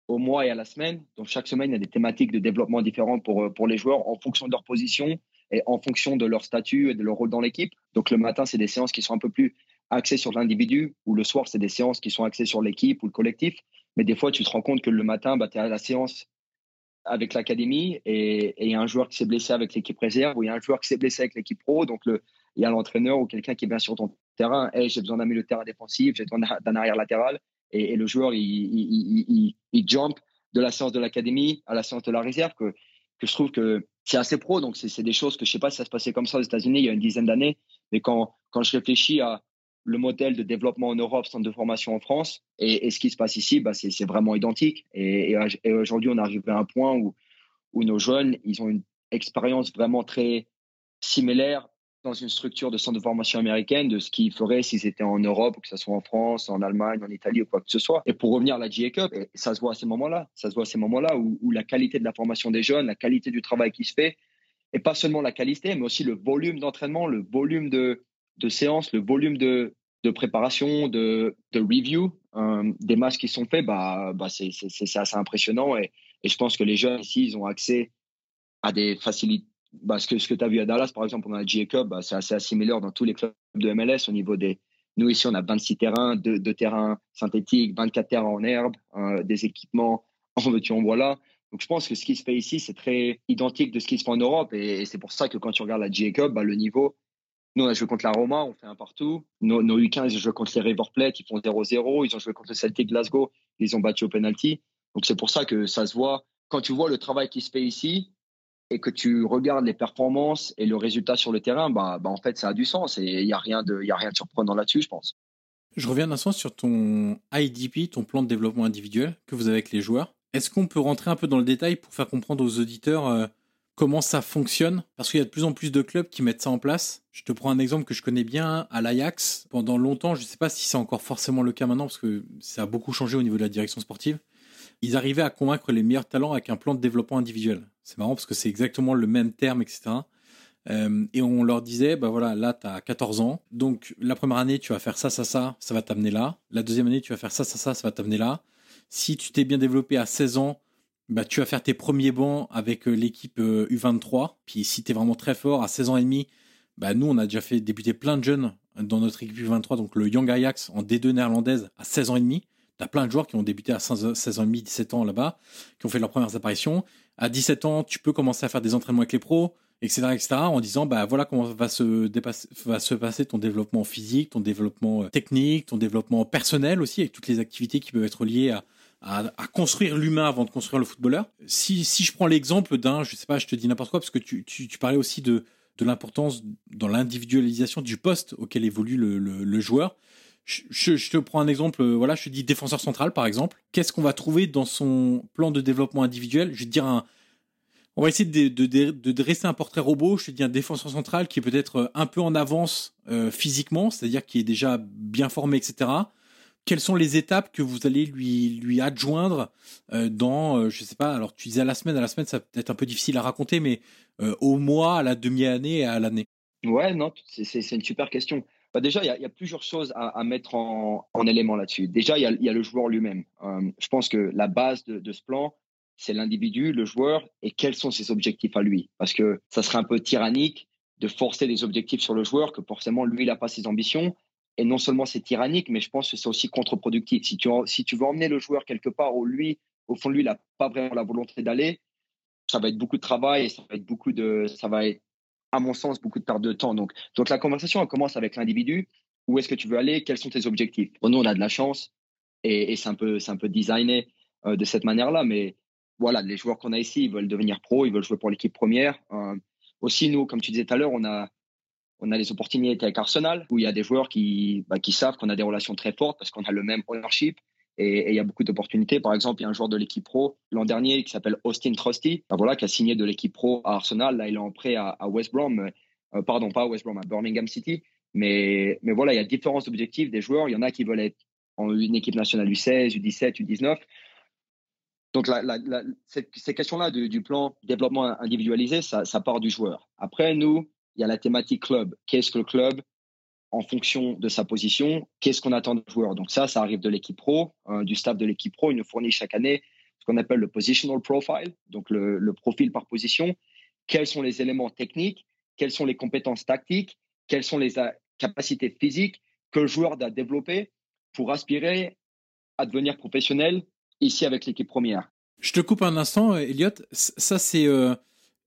au mois et à la semaine. Donc, chaque semaine, il y a des thématiques de développement différentes pour, pour les joueurs en fonction de leur position et en fonction de leur statut et de leur rôle dans l'équipe. Donc, le matin, c'est des séances qui sont un peu plus axées sur l'individu, ou le soir, c'est des séances qui sont axées sur l'équipe ou le collectif. Mais des fois, tu te rends compte que le matin, bah, tu es à la séance avec l'académie et il y a un joueur qui s'est blessé avec l'équipe réserve ou il y a un joueur qui s'est blessé avec l'équipe pro. Donc, il y a l'entraîneur ou quelqu'un qui vient sur ton terrain. Hey, j'ai besoin d'un milieu de terrain défensif, j'ai besoin d'un arrière latéral. Et, et le joueur, il, il, il, il, il jump de la séance de l'académie à la séance de la réserve, que, que je trouve que c'est assez pro. Donc, c'est, c'est des choses que je ne sais pas si ça se passait comme ça aux États-Unis il y a une dizaine d'années. Mais quand, quand je réfléchis à le modèle de développement en Europe, centre de formation en France, et, et ce qui se passe ici, bah, c'est, c'est vraiment identique. Et, et, et aujourd'hui, on arrive à un point où, où nos jeunes, ils ont une expérience vraiment très similaire dans une structure de centre de formation américaine de ce qu'ils feraient s'ils étaient en Europe, que ce soit en France, en Allemagne, en Italie ou quoi que ce soit. Et pour revenir à la G A Cup, et ça se voit à ces moments-là, ça se voit à ces moments-là où, où la qualité de la formation des jeunes, la qualité du travail qui se fait, et pas seulement la qualité, mais aussi le volume d'entraînement, le volume de, de séances, le volume de, de préparation, de, de review euh, des matchs qui sont faits, bah, bah c'est, c'est, c'est assez impressionnant. Et, et je pense que les jeunes ici, ils ont accès à des facilités. Bah, ce que, ce que tu as vu à Dallas, par exemple, pendant la G A Cup, bah, c'est assez similaire dans tous les clubs de M L S au niveau des. Nous, ici, on a vingt-six terrains, deux, deux terrains synthétiques, vingt-quatre terrains en herbe, euh, des équipements en veux-tu, en voilà. Donc, je pense que ce qui se fait ici, c'est très identique de ce qui se fait en Europe. Et, et c'est pour ça que quand tu regardes la G A Cup, bah, le niveau. Nous, on a joué contre la Roma, on fait un partout. Nos, nos U quinze, ils ont joué contre les River Plate, ils font zéro zéro. Ils ont joué contre le Celtic Glasgow, ils ont battu au penalty. Donc, c'est pour ça que ça se voit. Quand tu vois le travail qui se fait ici, et que tu regardes les performances et le résultat sur le terrain, bah, bah en fait, ça a du sens et il n'y a rien de, il y a rien de surprenant là-dessus, je pense. Je reviens un instant sur ton I D P, ton plan de développement individuel que vous avez avec les joueurs. Est-ce qu'on peut rentrer un peu dans le détail pour faire comprendre aux auditeurs euh, comment ça fonctionne ? Parce qu'il y a de plus en plus de clubs qui mettent ça en place. Je te prends un exemple que je connais bien, à l'Ajax. Pendant longtemps, je ne sais pas si c'est encore forcément le cas maintenant, parce que ça a beaucoup changé au niveau de la direction sportive. Ils arrivaient à convaincre les meilleurs talents avec un plan de développement individuel. C'est marrant parce que c'est exactement le même terme, et cetera. Euh, et on leur disait, bah voilà, là, tu as quatorze ans. Donc, la première année, tu vas faire ça, ça, ça, ça va t'amener là. La deuxième année, tu vas faire ça, ça, ça, ça va t'amener là. Si tu t'es bien développé à seize ans, bah, tu vas faire tes premiers bancs avec l'équipe U vingt-trois. Puis, si tu es vraiment très fort, à seize ans et demi, bah, nous, on a déjà fait débuter plein de jeunes dans notre équipe U vingt-trois, donc le Young Ajax en D deux néerlandaise à seize ans et demi. T'as plein de joueurs qui ont débuté à seize ans et demi, dix-sept ans là-bas, qui ont fait leurs premières apparitions. À dix-sept ans, tu peux commencer à faire des entraînements avec les pros, et cetera, et cetera, en disant, bah voilà comment va se, dépasser, va se passer ton développement physique, ton développement technique, ton développement personnel aussi, avec toutes les activités qui peuvent être liées à, à, à construire l'humain avant de construire le footballeur. Si, si je prends l'exemple d'un, je sais pas, je te dis n'importe quoi, parce que tu, tu, tu parlais aussi de, de l'importance dans l'individualisation du poste auquel évolue le, le, le joueur. Je, je te prends un exemple, voilà, je te dis défenseur central par exemple. Qu'est-ce qu'on va trouver dans son plan de développement individuel ? Je vais te dire un, on va essayer de, de, de, de dresser un portrait robot. Je te dis un défenseur central qui est peut-être un peu en avance euh, physiquement, c'est-à-dire qui est déjà bien formé, et cetera. Quelles sont les étapes que vous allez lui lui adjoindre euh, dans, euh, je sais pas. Alors tu disais à la semaine, à la semaine, ça peut être un peu difficile à raconter, mais euh, au mois, à la demi-année et à l'année. Ouais, non, c'est, c'est, c'est une super question. Bah déjà, il y a, y a plusieurs choses à, à mettre en, en élément là-dessus. Déjà, il y a, y a le joueur lui-même. Euh, je pense que la base de, de ce plan, c'est l'individu, le joueur, et quels sont ses objectifs à lui. Parce que ça serait un peu tyrannique de forcer des objectifs sur le joueur, que forcément, lui, il n'a pas ses ambitions. Et non seulement c'est tyrannique, mais je pense que c'est aussi contre-productif. Si tu, si tu veux emmener le joueur quelque part où lui, au fond de lui, il n'a pas vraiment la volonté d'aller, ça va être beaucoup de travail et ça va être beaucoup de, ça va être, à mon sens, beaucoup de perte de temps. Donc, donc la conversation, elle commence avec l'individu. Où est-ce que tu veux aller ? Quels sont tes objectifs ? Bon, nous, on a de la chance et, et c'est un peu, c'est un peu designé euh, de cette manière-là. Mais voilà, les joueurs qu'on a ici, ils veulent devenir pro, ils veulent jouer pour l'équipe première. Euh, aussi, nous, comme tu disais tout à l'heure, on a, on a les opportunités avec Arsenal où il y a des joueurs qui, bah, qui savent qu'on a des relations très fortes parce qu'on a le même ownership. Et il y a beaucoup d'opportunités. Par exemple, il y a un joueur de l'équipe pro l'an dernier qui s'appelle Austin Trusty, ben voilà, qui a signé de l'équipe pro à Arsenal. Là, il est en prêt à, à West Brom. Euh, pardon, pas à West Brom, à Birmingham City. Mais, mais voilà, il y a différents objectifs des joueurs. Il y en a qui veulent être en une équipe nationale U seize, U dix-sept, U dix-neuf. Donc, la, la, la, cette, ces questions-là du, du plan développement individualisé, ça, ça part du joueur. Après, nous, il y a la thématique club. Qu'est-ce que le club ? En fonction de sa position, qu'est-ce qu'on attend d'un joueur. Donc ça, ça arrive de l'équipe pro, euh, du staff de l'équipe pro. Ils nous fournissent chaque année ce qu'on appelle le positional profile, donc le, le profil par position. Quels sont les éléments techniques, quelles sont les compétences tactiques, quelles sont les a- capacités physiques que le joueur doit développer pour aspirer à devenir professionnel ici avec l'équipe première. Je te coupe un instant, Elliot. Ça, c'est, euh,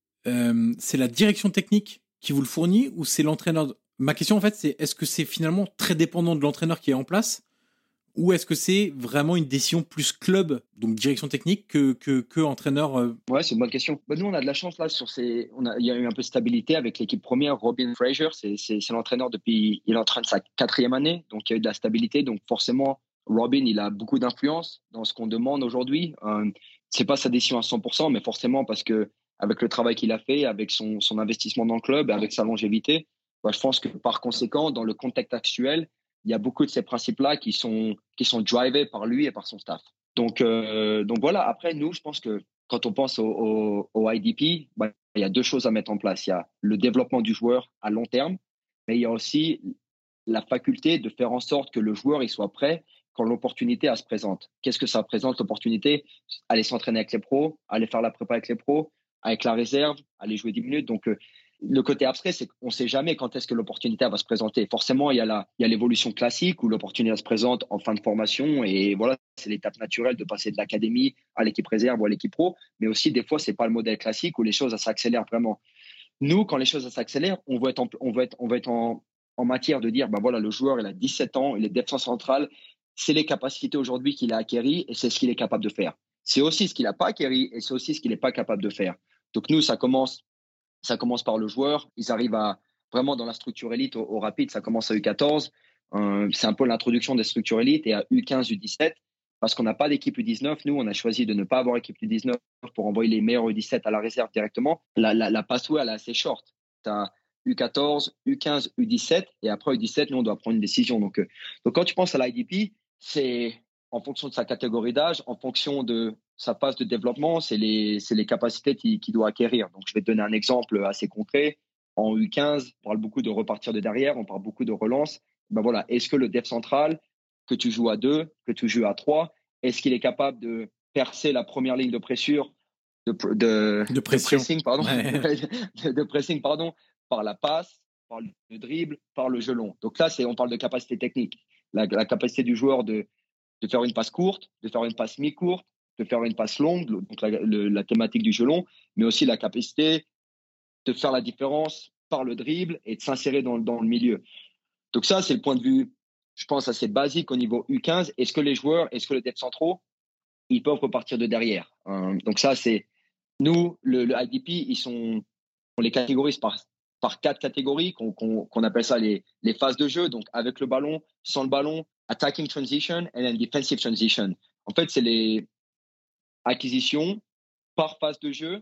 euh, c'est la direction technique qui vous le fournit ou c'est l'entraîneur? Ma question, en fait, c'est est-ce que c'est finalement très dépendant de l'entraîneur qui est en place ou est-ce que c'est vraiment une décision plus club, donc direction technique, que, que, que entraîneur euh... Ouais, c'est une bonne question. Bah, nous, on a de la chance là sur ces. On a, il y a eu un peu de stabilité avec l'équipe première. Robin Fraser, c'est, c'est, c'est l'entraîneur depuis. Il est en train de sa quatrième année, donc il y a eu de la stabilité. Donc forcément, Robin, il a beaucoup d'influence dans ce qu'on demande aujourd'hui. Euh, c'est pas sa décision à cent pour cent, mais forcément parce que avec le travail qu'il a fait, avec son, son investissement dans le club, et avec sa longévité, bah, je pense que par conséquent, dans le contexte actuel, il y a beaucoup de ces principes-là qui sont, qui sont drivés par lui et par son staff. Donc, euh, donc voilà, après, nous, je pense que quand on pense au, au, au I D P, bah, il y a deux choses à mettre en place. Il y a le développement du joueur à long terme, mais il y a aussi la faculté de faire en sorte que le joueur il soit prêt quand l'opportunité se présente. Qu'est-ce que ça représente, l'opportunité? Aller s'entraîner avec les pros, aller faire la prépa avec les pros, avec la réserve, aller jouer dix minutes. Donc, euh, le côté abstrait, c'est qu'on ne sait jamais quand est-ce que l'opportunité va se présenter. Forcément, il y a, la, il y a l'évolution classique où l'opportunité se présente en fin de formation et voilà, c'est l'étape naturelle de passer de l'académie à l'équipe réserve ou à l'équipe pro. Mais aussi, des fois, ce n'est pas le modèle classique où les choses s'accélèrent vraiment. Nous, quand les choses s'accélèrent, on veut être en, on veut être, on veut être en, en matière de dire, ben voilà, le joueur, il a dix-sept ans, il est défenseur central, c'est les capacités aujourd'hui qu'il a acquéries et c'est ce qu'il est capable de faire. C'est aussi ce qu'il n'a pas acquéri et c'est aussi ce qu'il n'est pas capable de faire. Donc nous, ça commence Ça commence par le joueur. Ils arrivent à vraiment dans la structure élite au, au rapide. Ça commence à U quatorze. Euh, c'est un peu l'introduction des structures élites et à U quinze, U dix-sept. Parce qu'on n'a pas d'équipe U dix-neuf. Nous, on a choisi de ne pas avoir équipe U dix-neuf pour envoyer les meilleurs U dix-sept à la réserve directement. La, la, la pathway, elle est assez short. Tu as U quatorze, U quinze, U dix-sept. Et après U dix-sept, nous, on doit prendre une décision. Donc, euh, donc quand tu penses à l'I D P, c'est en fonction de sa catégorie d'âge, en fonction de sa phase de développement, c'est les, c'est les capacités qu'il, qu'il doit acquérir. Donc, je vais te donner un exemple assez concret. En U quinze, on parle beaucoup de repartir de derrière, on parle beaucoup de relance. Ben voilà, est-ce que le def central, que tu joues à deux, que tu joues à trois, est-ce qu'il est capable de percer la première ligne de pressure, de, de, de, pression. de pressing, pardon, Ouais. de, de pressing, pardon, par la passe, par le dribble, par le jeu long. Donc là, c'est, on parle de capacité technique. La, la capacité du joueur de, de faire une passe courte, de faire une passe mi-courte, de faire une passe longue, donc la, le, la thématique du jeu long, mais aussi la capacité de faire la différence par le dribble et de s'insérer dans, dans le milieu. Donc ça, c'est le point de vue, je pense, assez basique au niveau U quinze. Est-ce que les joueurs, est-ce que les devs centraux, ils peuvent repartir de derrière? euh, Donc ça, c'est nous, le, le I D P, ils sont, on les catégorise par, par quatre catégories qu'on, qu'on, qu'on appelle ça les, les phases de jeu. Donc avec le ballon, sans le ballon, attacking transition and then defensive transition. En fait, c'est les acquisitions par phase de jeu,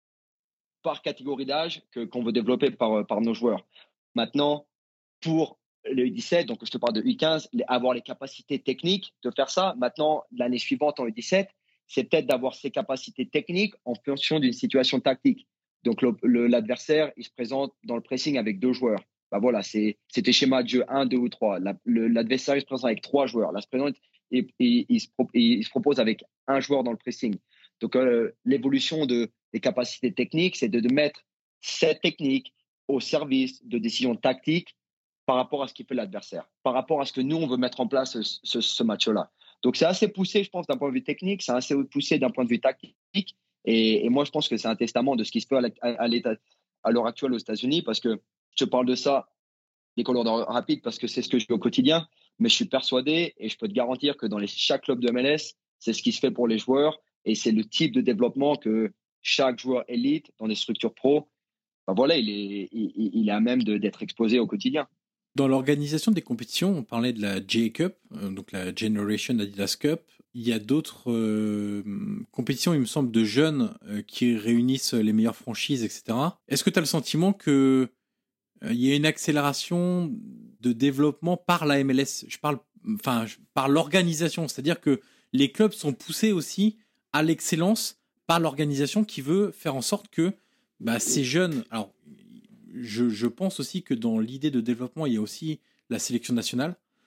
par catégorie d'âge que, qu'on veut développer par, par nos joueurs. Maintenant, pour le U dix-sept, donc je te parle de U quinze, avoir les capacités techniques de faire ça. Maintenant, l'année suivante en U dix-sept, c'est peut-être d'avoir ces capacités techniques en fonction d'une situation tactique. Donc le, le, l'adversaire, il se présente dans le pressing avec deux joueurs. Ben voilà, c'est, c'était schéma de jeu un, deux ou trois. La, le, l'adversaire, il se présente avec trois joueurs. Là, se présente et, et, il, se, il se propose avec un joueur dans le pressing. Donc euh, l'évolution de, des capacités techniques, c'est de, de mettre cette technique au service de décisions tactiques par rapport à ce qu'il fait l'adversaire, par rapport à ce que nous, on veut mettre en place ce, ce, ce match-là. Donc, c'est assez poussé, je pense, d'un point de vue technique, c'est assez poussé d'un point de vue tactique. Et, et moi, je pense que c'est un testament de ce qui se fait à, à, à, à l'heure actuelle aux États-Unis, parce que je te parle de ça, des couleurs rapides, parce que c'est ce que je fais au quotidien, mais je suis persuadé et je peux te garantir que dans les, chaque club de M L S, c'est ce qui se fait pour les joueurs et c'est le type de développement que chaque joueur élite dans des structures pro, ben voilà, il est, il, il est à même de, d'être exposé au quotidien. Dans l'organisation des compétitions, on parlait de la J Cup, euh, donc la Generation Adidas Cup. Il y a d'autres euh, compétitions, il me semble, de jeunes euh, qui réunissent les meilleures franchises, et cetera. Est-ce que tu as le sentiment qu'il euh, y a une accélération de développement par la M L S? Je parle, enfin, par l'organisation, c'est-à-dire que les clubs sont poussés aussi à l'excellence par l'organisation qui veut faire en sorte que bah, ces jeunes... Alors, Je, je pense aussi que dans l'idée de développement, il y a aussi la sélection nationale,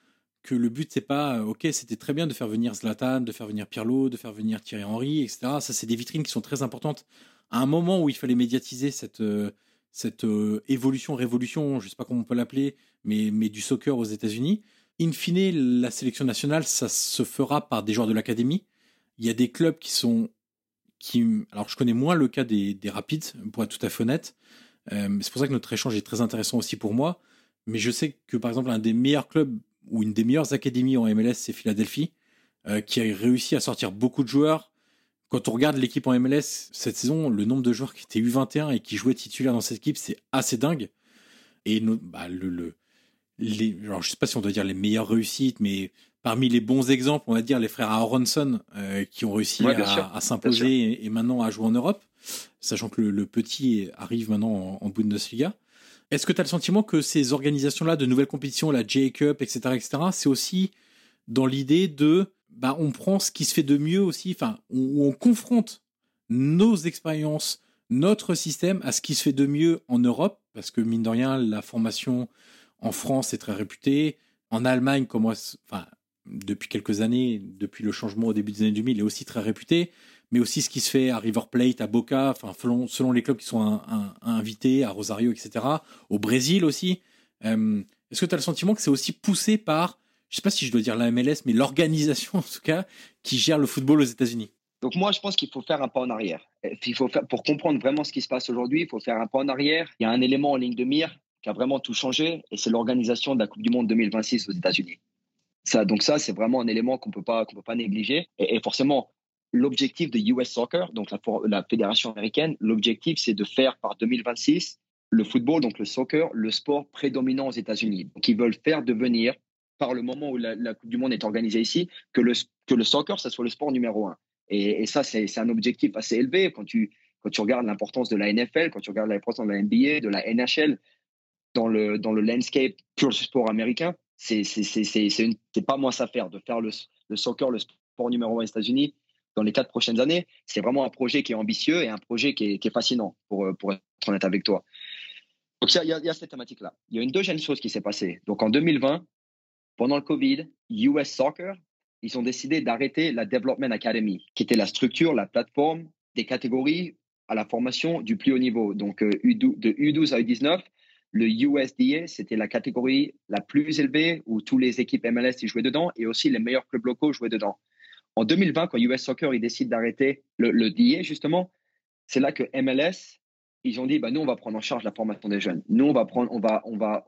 que le but, c'est pas, euh, ok, c'était très bien de faire venir Zlatan, de faire venir Pirlo, de faire venir Thierry Henry, et cetera. Ça, c'est des vitrines qui sont très importantes. À un moment où il fallait médiatiser cette, euh, cette euh, évolution, révolution, je sais pas comment on peut l'appeler, mais, mais du soccer aux États-Unis. In fine, la sélection nationale, ça se fera par des joueurs de l'académie. Il y a des clubs qui sont, qui, alors je connais moins le cas des, des Rapids, pour être tout à fait honnête. Euh, c'est pour ça que notre échange est très intéressant aussi pour moi. Mais je sais que, par exemple, un des meilleurs clubs ou une des meilleures académies en M L S, c'est Philadelphie, euh, qui a réussi à sortir beaucoup de joueurs. Quand on regarde l'équipe en M L S cette saison, le nombre de joueurs qui étaient U vingt et un et qui jouaient titulaires dans cette équipe, c'est assez dingue. Et no, bah, le, le, les, alors je sais pas si on doit dire les meilleures réussites, mais parmi les bons exemples, on va dire les frères Aronson, euh, qui ont réussi ouais, à, à s'imposer et, et maintenant à jouer en Europe, sachant que le, le petit arrive maintenant en, en Bundesliga. Est-ce que tu as le sentiment que ces organisations-là de nouvelles compétitions, la J-Cup, et cetera, et cetera, c'est aussi dans l'idée de, bah, on prend ce qui se fait de mieux aussi, enfin, on, on confronte nos expériences, notre système à ce qui se fait de mieux en Europe, parce que mine de rien, la formation en France est très réputée. En Allemagne, comme moi, enfin, depuis quelques années, depuis le changement au début des années deux mille, est aussi très réputée. Mais aussi ce qui se fait à River Plate, à Boca, enfin, selon, selon les clubs qui sont un, un, un invités, à Rosario, et cetera. Au Brésil aussi. Euh, est-ce que tu as le sentiment que c'est aussi poussé par, je ne sais pas si je dois dire la M L S, mais l'organisation en tout cas, qui gère le football aux États-Unis? Donc moi, je pense qu'il faut faire un pas en arrière. Il faut faire, pour comprendre vraiment ce qui se passe aujourd'hui, il faut faire un pas en arrière. Il y a un élément en ligne de mire qui a vraiment tout changé, et c'est l'organisation de la Coupe du Monde deux mille vingt-six aux États-Unis. Ça, donc ça, c'est vraiment un élément qu'on peut pas, qu'on peut pas négliger. Et, et forcément, l'objectif de U S Soccer, donc la, la fédération américaine, l'objectif, c'est de faire par deux mille vingt-six le football, donc le soccer, le sport prédominant aux États-Unis. Donc, ils veulent faire devenir, par le moment où la, la Coupe du Monde est organisée ici, que le, que le soccer, ça soit le sport numéro un. Et, et ça, c'est, c'est un objectif assez élevé quand tu, quand tu regardes l'importance de la N F L, quand tu regardes l'importance de la N B A, de la N H L, dans le, dans le landscape pur sport américain. C'est, c'est, c'est, c'est, c'est, une, c'est pas moins à faire de faire le, le soccer, le sport numéro un aux États-Unis dans les quatre prochaines années. C'est vraiment un projet qui est ambitieux et un projet qui est, qui est fascinant, pour, pour être honnête avec toi. Donc, il y, y, y a cette thématique-là. Il y a une deuxième chose qui s'est passée. Donc, en deux mille vingt, pendant le Covid, U S Soccer, ils ont décidé d'arrêter la Development Academy, qui était la structure, la plateforme des catégories à la formation du plus haut niveau. Donc, euh, de U douze à U dix-neuf, le U S D A, c'était la catégorie la plus élevée où tous les équipes M L S y jouaient dedans et aussi les meilleurs clubs locaux jouaient dedans. En deux mille vingt, quand U S Soccer il décide d'arrêter le, le D A, justement, c'est là que M L S, ils ont dit, bah, nous, on va prendre en charge la formation des jeunes. Nous, on va prendre, on va, on va,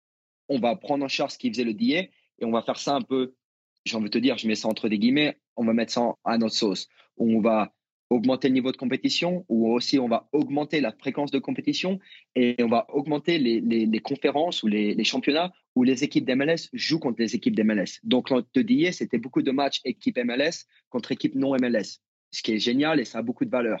on va prendre en charge ce qui faisait le D A et on va faire ça un peu, j'ai envie de te dire, je mets ça entre des guillemets, on va mettre ça à notre sauce. On va augmenter le niveau de compétition ou aussi on va augmenter la fréquence de compétition et on va augmenter les, les, les conférences ou les, les championnats où les équipes d'M L S jouent contre les équipes d'M L S. Donc, le D A, c'était beaucoup de matchs équipe M L S contre équipe non M L S, ce qui est génial et ça a beaucoup de valeur.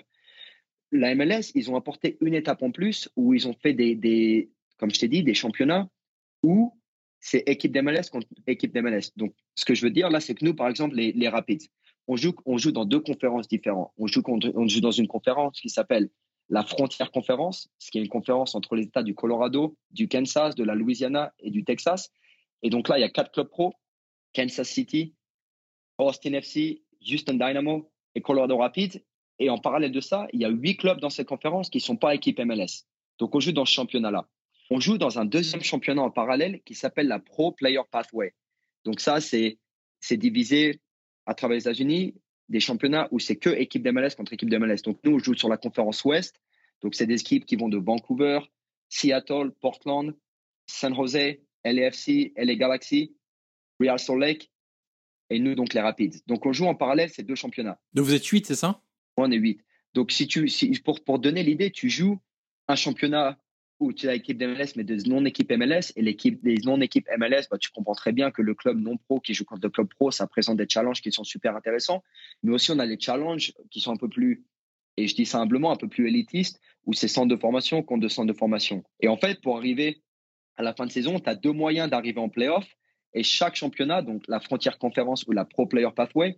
La M L S, ils ont apporté une étape en plus où ils ont fait des, des comme je t'ai dit, des championnats où c'est équipe d'M L S contre équipe d'M L S. Donc, ce que je veux dire là, c'est que nous, par exemple, les, les Rapids, on joue, on joue dans deux conférences différentes. On joue, contre, on joue dans une conférence qui s'appelle la Frontière Conférence, ce qui est une conférence entre les États du Colorado, du Kansas, de la Louisiana et du Texas. Et donc là, il y a quatre clubs pro, Kansas City, Austin F C, Houston Dynamo et Colorado Rapids. Et en parallèle de ça, il y a huit clubs dans cette conférence qui ne sont pas équipe M L S. Donc, on joue dans ce championnat-là. On joue dans un deuxième championnat en parallèle qui s'appelle la Pro Player Pathway. Donc ça, c'est, c'est divisé à travers les États-Unis, des championnats où c'est que équipe d'M L S contre équipe d'M L S. Donc nous, on joue sur la conférence Ouest. Donc c'est des équipes qui vont de Vancouver, Seattle, Portland, San Jose, L A F C, L A Galaxy, Real Salt Lake et nous, donc les Rapids. Donc on joue en parallèle ces deux championnats. Donc vous êtes huit, c'est ça? On est huit. Donc si tu, si, pour, pour donner l'idée, tu joues un championnat où tu as l'équipe d'M L S, mais des non-équipes M L S. Et l'équipe des non-équipes M L S, bah, tu comprends très bien que le club non-pro qui joue contre le club pro, ça présente des challenges qui sont super intéressants. Mais aussi, on a les challenges qui sont un peu plus, et je dis ça humblement, un peu plus élitistes, où c'est centre de formation contre deux centres de formation. Et en fait, pour arriver à la fin de saison, tu as deux moyens d'arriver en play-off. Et chaque championnat, donc la Frontière Conférence ou la Pro Player Pathway,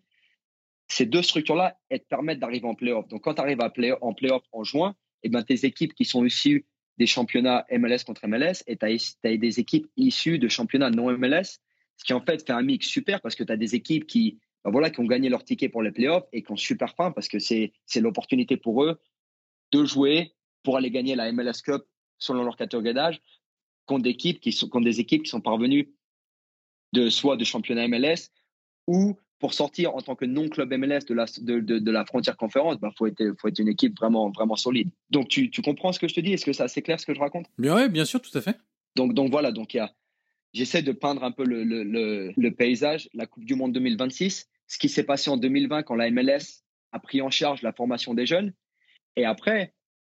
ces deux structures-là, elles te permettent d'arriver en play-off. Donc, quand tu arrives à play- en play-off en juin, et ben, tes équipes qui sont issues des championnats M L S contre M L S et tu as des équipes issues de championnats non M L S Ce qui en fait fait un mix super parce que tu as des équipes qui, ben voilà, qui ont gagné leur ticket pour les playoffs et qui ont super faim parce que c'est, c'est l'opportunité pour eux de jouer pour aller gagner la M L S Cup selon leur catégorie d'âge contre des équipes qui sont, contre des équipes qui sont parvenues de, soit de championnat M L S ou pour sortir en tant que non-club M L S de la, de, de, de la Frontier Conférence, il ben faut, être, faut être une équipe vraiment, vraiment solide. Donc, tu, tu comprends ce que je te dis? Est-ce que c'est assez clair ce que je raconte? Bien, ouais, bien sûr, tout à fait. Donc, donc voilà, donc, y a, j'essaie de peindre un peu le, le, le, le paysage. La Coupe du Monde deux mille vingt-six, ce qui s'est passé en deux mille vingt quand la M L S a pris en charge la formation des jeunes. Et après,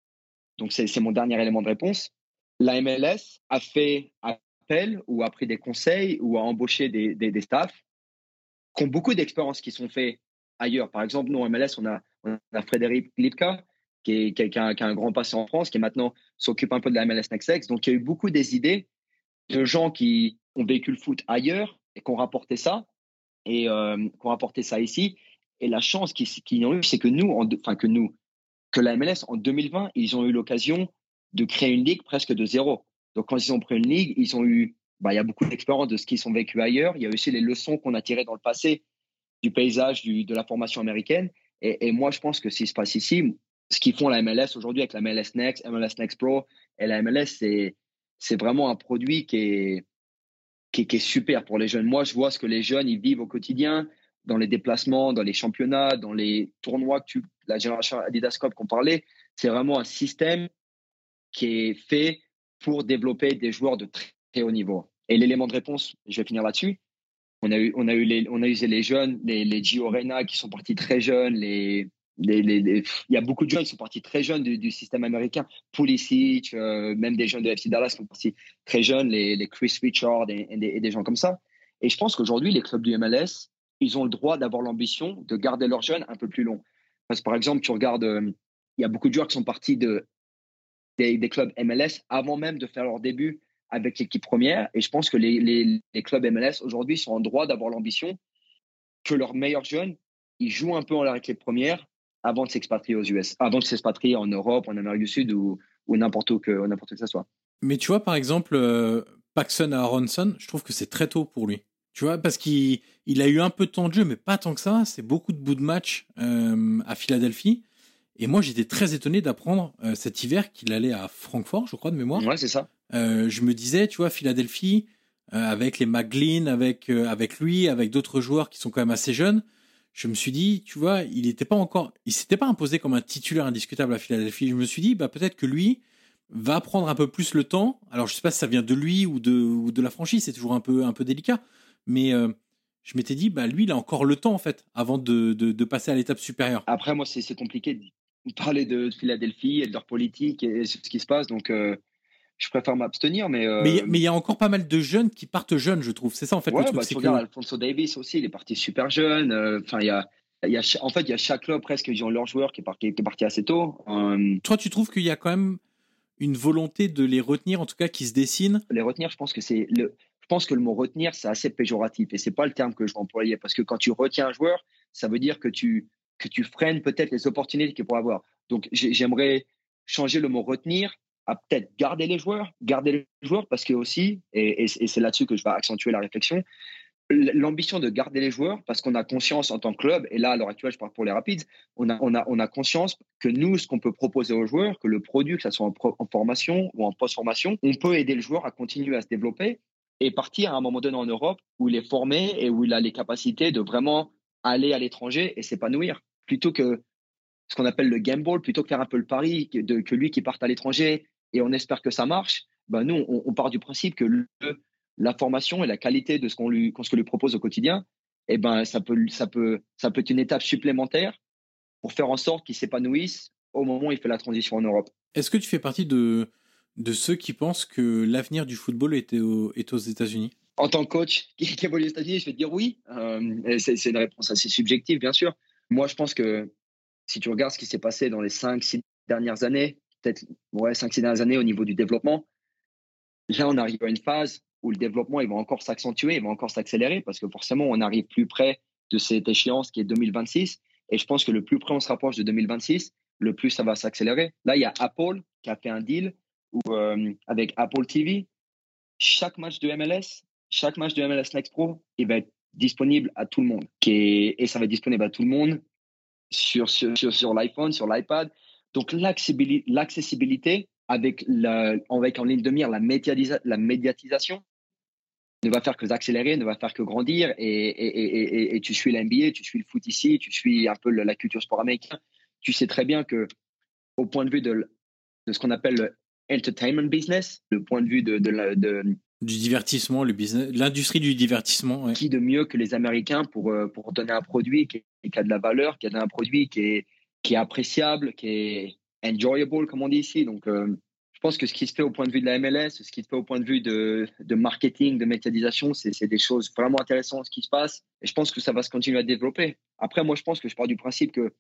donc c'est, c'est mon dernier élément de réponse, la M L S a fait appel ou a pris des conseils ou a embauché des, des, des staffs qui ont beaucoup d'expériences qui sont faites ailleurs. Par exemple, nous, en M L S, on a, on a Frédéric Lipka, qui, est, qui, a, qui, a, qui a un grand passé en France, qui maintenant s'occupe un peu de la M L S Next X. Donc, il y a eu beaucoup des idées de gens qui ont vécu le foot ailleurs et qui ont rapporté ça, et euh, qui ont rapporté ça ici. Et la chance qu'ils, qu'ils ont eu, c'est que nous, en, enfin que nous, que la M L S, en deux mille vingt, ils ont eu l'occasion de créer une ligue presque de zéro. Donc, quand ils ont pris une ligue, ils ont eu, bah, il y a beaucoup d'expérience de ce qu'ils ont vécu ailleurs. Il y a aussi les leçons qu'on a tirées dans le passé du paysage du, de la formation américaine. Et, et moi, je pense que ce qui se passe ici, ce qu'ils font la M L S aujourd'hui avec la M L S Next, M L S Next Pro et la M L S, c'est, c'est vraiment un produit qui est, qui, est, qui est super pour les jeunes. Moi, je vois ce que les jeunes, ils vivent au quotidien, dans les déplacements, dans les championnats, dans les tournois que tu, la génération Adidas Cup qu'on parlait. C'est vraiment un système qui est fait pour développer des joueurs de très, très haut niveau. Et l'élément de réponse, je vais finir là-dessus. On a eu, on a eu les, on a eu les jeunes, les, les Gio Reyna qui sont partis très jeunes. Les, les, les, les, il y a beaucoup de jeunes qui sont partis très jeunes du, du système américain. Pulisic, euh, même des jeunes de F C Dallas qui sont partis très jeunes, les, les Chris Richard et, et, des, et des gens comme ça. Et je pense qu'aujourd'hui, les clubs du M L S, ils ont le droit d'avoir l'ambition de garder leurs jeunes un peu plus longs. Parce que par exemple, tu regardes, euh, il y a beaucoup de joueurs qui sont partis de, des, des clubs M L S avant même de faire leur début avec l'équipe première. Et je pense que les, les, les clubs M L S aujourd'hui sont en droit d'avoir l'ambition que leurs meilleurs jeunes, ils jouent un peu en l'équipe première avant de s'expatrier aux U S, avant de s'expatrier en Europe, en Amérique du Sud ou, ou n'importe où que, n'importe où que ce soit. Mais tu vois, par exemple, euh, Paxson Aronson, je trouve que c'est très tôt pour lui. Tu vois, parce qu'il il a eu un peu de temps de jeu, mais pas tant que ça. C'est beaucoup de bouts de match euh, à Philadelphie. Et moi, j'étais très étonné d'apprendre euh, cet hiver qu'il allait à Francfort, je crois, de mémoire. Ouais, c'est ça. Euh, je me disais, tu vois, Philadelphie, euh, avec les McGlynn, avec, euh, avec lui, avec d'autres joueurs qui sont quand même assez jeunes, je me suis dit, tu vois, il était pas encore, il s'était pas imposé comme un titulaire indiscutable à Philadelphie. Je me suis dit, bah, peut-être que lui va prendre un peu plus le temps. Alors, je sais pas si ça vient de lui ou de, ou de la franchise, c'est toujours un peu, un peu délicat. Mais euh, je m'étais dit, bah, lui, il a encore le temps, en fait, avant de, de, de passer à l'étape supérieure. Après, moi, c'est, c'est compliqué de parler de Philadelphie et de leur politique et ce qui se passe. Donc, euh, je préfère m'abstenir. Mais euh... mais il y a encore pas mal de jeunes qui partent jeunes, je trouve. C'est ça, en fait, ouais, le truc. Bah, c'est tu que... regardes Alphonso Davies aussi, il est parti super jeune. Enfin, euh, il y a, il y a, en fait, il y a chaque club presque qui ont leur joueur qui est parti, qui est parti assez tôt. Euh... Toi, tu trouves qu'il y a quand même une volonté de les retenir, en tout cas, qui se dessine? Les retenir, je pense que c'est le... Je pense que le mot retenir, c'est assez péjoratif et c'est pas le terme que je vais employer parce que quand tu retiens un joueur, ça veut dire que tu, que tu freines peut-être les opportunités qu'il pourrait avoir. Donc, j'aimerais changer le mot retenir à peut-être garder les joueurs, garder les joueurs parce que aussi, et, et, et c'est là-dessus que je vais accentuer la réflexion, l'ambition de garder les joueurs parce qu'on a conscience en tant que club, et là, à l'heure actuelle, je parle pour les Rapids, on a, on a, on a conscience que nous, ce qu'on peut proposer aux joueurs, que le produit, que ce soit en, pro, en formation ou en post-formation, on peut aider le joueur à continuer à se développer et partir à un moment donné en Europe où il est formé et où il a les capacités de vraiment aller à l'étranger et s'épanouir plutôt que ce qu'on appelle le gamble, plutôt que faire un peu le pari de, que lui qui parte à l'étranger et on espère que ça marche. Ben nous, on, on part du principe que le, la formation et la qualité de ce qu'on lui, ce qu'on lui propose au quotidien, eh ben, ça peut, ça peut, ça peut être une étape supplémentaire pour faire en sorte qu'il s'épanouisse au moment où il fait la transition en Europe. Est-ce que tu fais partie de, de ceux qui pensent que l'avenir du football est, au, est aux États-Unis? En tant que coach qui, qui évolue aux États-Unis, je vais te dire oui. Euh, c'est, c'est une réponse assez subjective, bien sûr. Moi, je pense que si tu regardes ce qui s'est passé dans les cinq six dernières années, peut-être ouais, cinq six dernières années au niveau du développement, là, on arrive à une phase où le développement il va encore s'accentuer, il va encore s'accélérer parce que forcément, on arrive plus près de cette échéance qui est deux mille vingt-six. Et je pense que le plus près on se rapproche de deux mille vingt-six, le plus ça va s'accélérer. Là, il y a Apple qui a fait un deal où, euh, avec Apple T V. Chaque match de M L S, chaque match de M L S Next Pro, il va être disponible à tout le monde. Qui est, et ça va être disponible à tout le monde sur, sur, sur, sur l'iPhone, sur l'iPad. Donc, l'accessibilité, l'accessibilité avec, la, avec en ligne de mire la, médiatisa, la médiatisation ne va faire que accélérer, ne va faire que grandir. Et, et, et, et, et tu suis l'N B A, tu suis le foot ici, tu suis un peu le, la culture sport américain. Tu sais très bien que, au point de vue de, de ce qu'on appelle le entertainment business, le point de vue de, de, de, de du divertissement, le business, l'industrie du divertissement. Ouais. Qui de mieux que les Américains pour, pour donner un produit qui, qui a de la valeur, qui a un produit qui est, qui est appréciable, qui est enjoyable, comme on dit ici. Donc, euh, je pense que ce qui se fait au point de vue de la M L S, ce qui se fait au point de vue de, de marketing, de médiatisation, c'est, c'est des choses vraiment intéressantes qui se passent. Et je pense que ça va se continuer à développer. Après, moi, je pense que je pars du principe que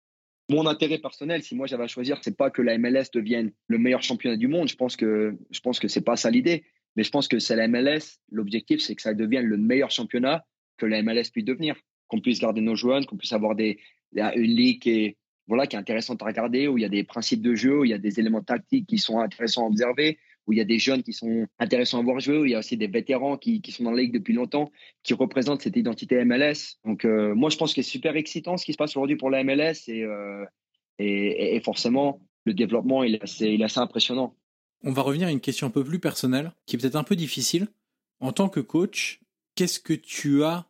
mon intérêt personnel, si moi j'avais à choisir, c'est pas que la M L S devienne le meilleur championnat du monde. Je pense que, je pense que c'est pas ça l'idée. Mais je pense que c'est la M L S. L'objectif, c'est que ça devienne le meilleur championnat que la M L S puisse devenir. Qu'on puisse garder nos joueurs, qu'on puisse avoir des, une ligue qui est, voilà, qui est intéressante à regarder, où il y a des principes de jeu, où il y a des éléments tactiques qui sont intéressants à observer, où il y a des jeunes qui sont intéressants à voir jouer, où il y a aussi des vétérans qui, qui sont dans la ligue depuis longtemps, qui représentent cette identité M L S. Donc, euh, moi, je pense que c'est super excitant ce qui se passe aujourd'hui pour la M L S. Et, euh, et, et forcément, le développement, il est assez, il est assez impressionnant. On va revenir à une question un peu plus personnelle, qui est peut-être un peu difficile. En tant que coach, qu'est-ce que tu as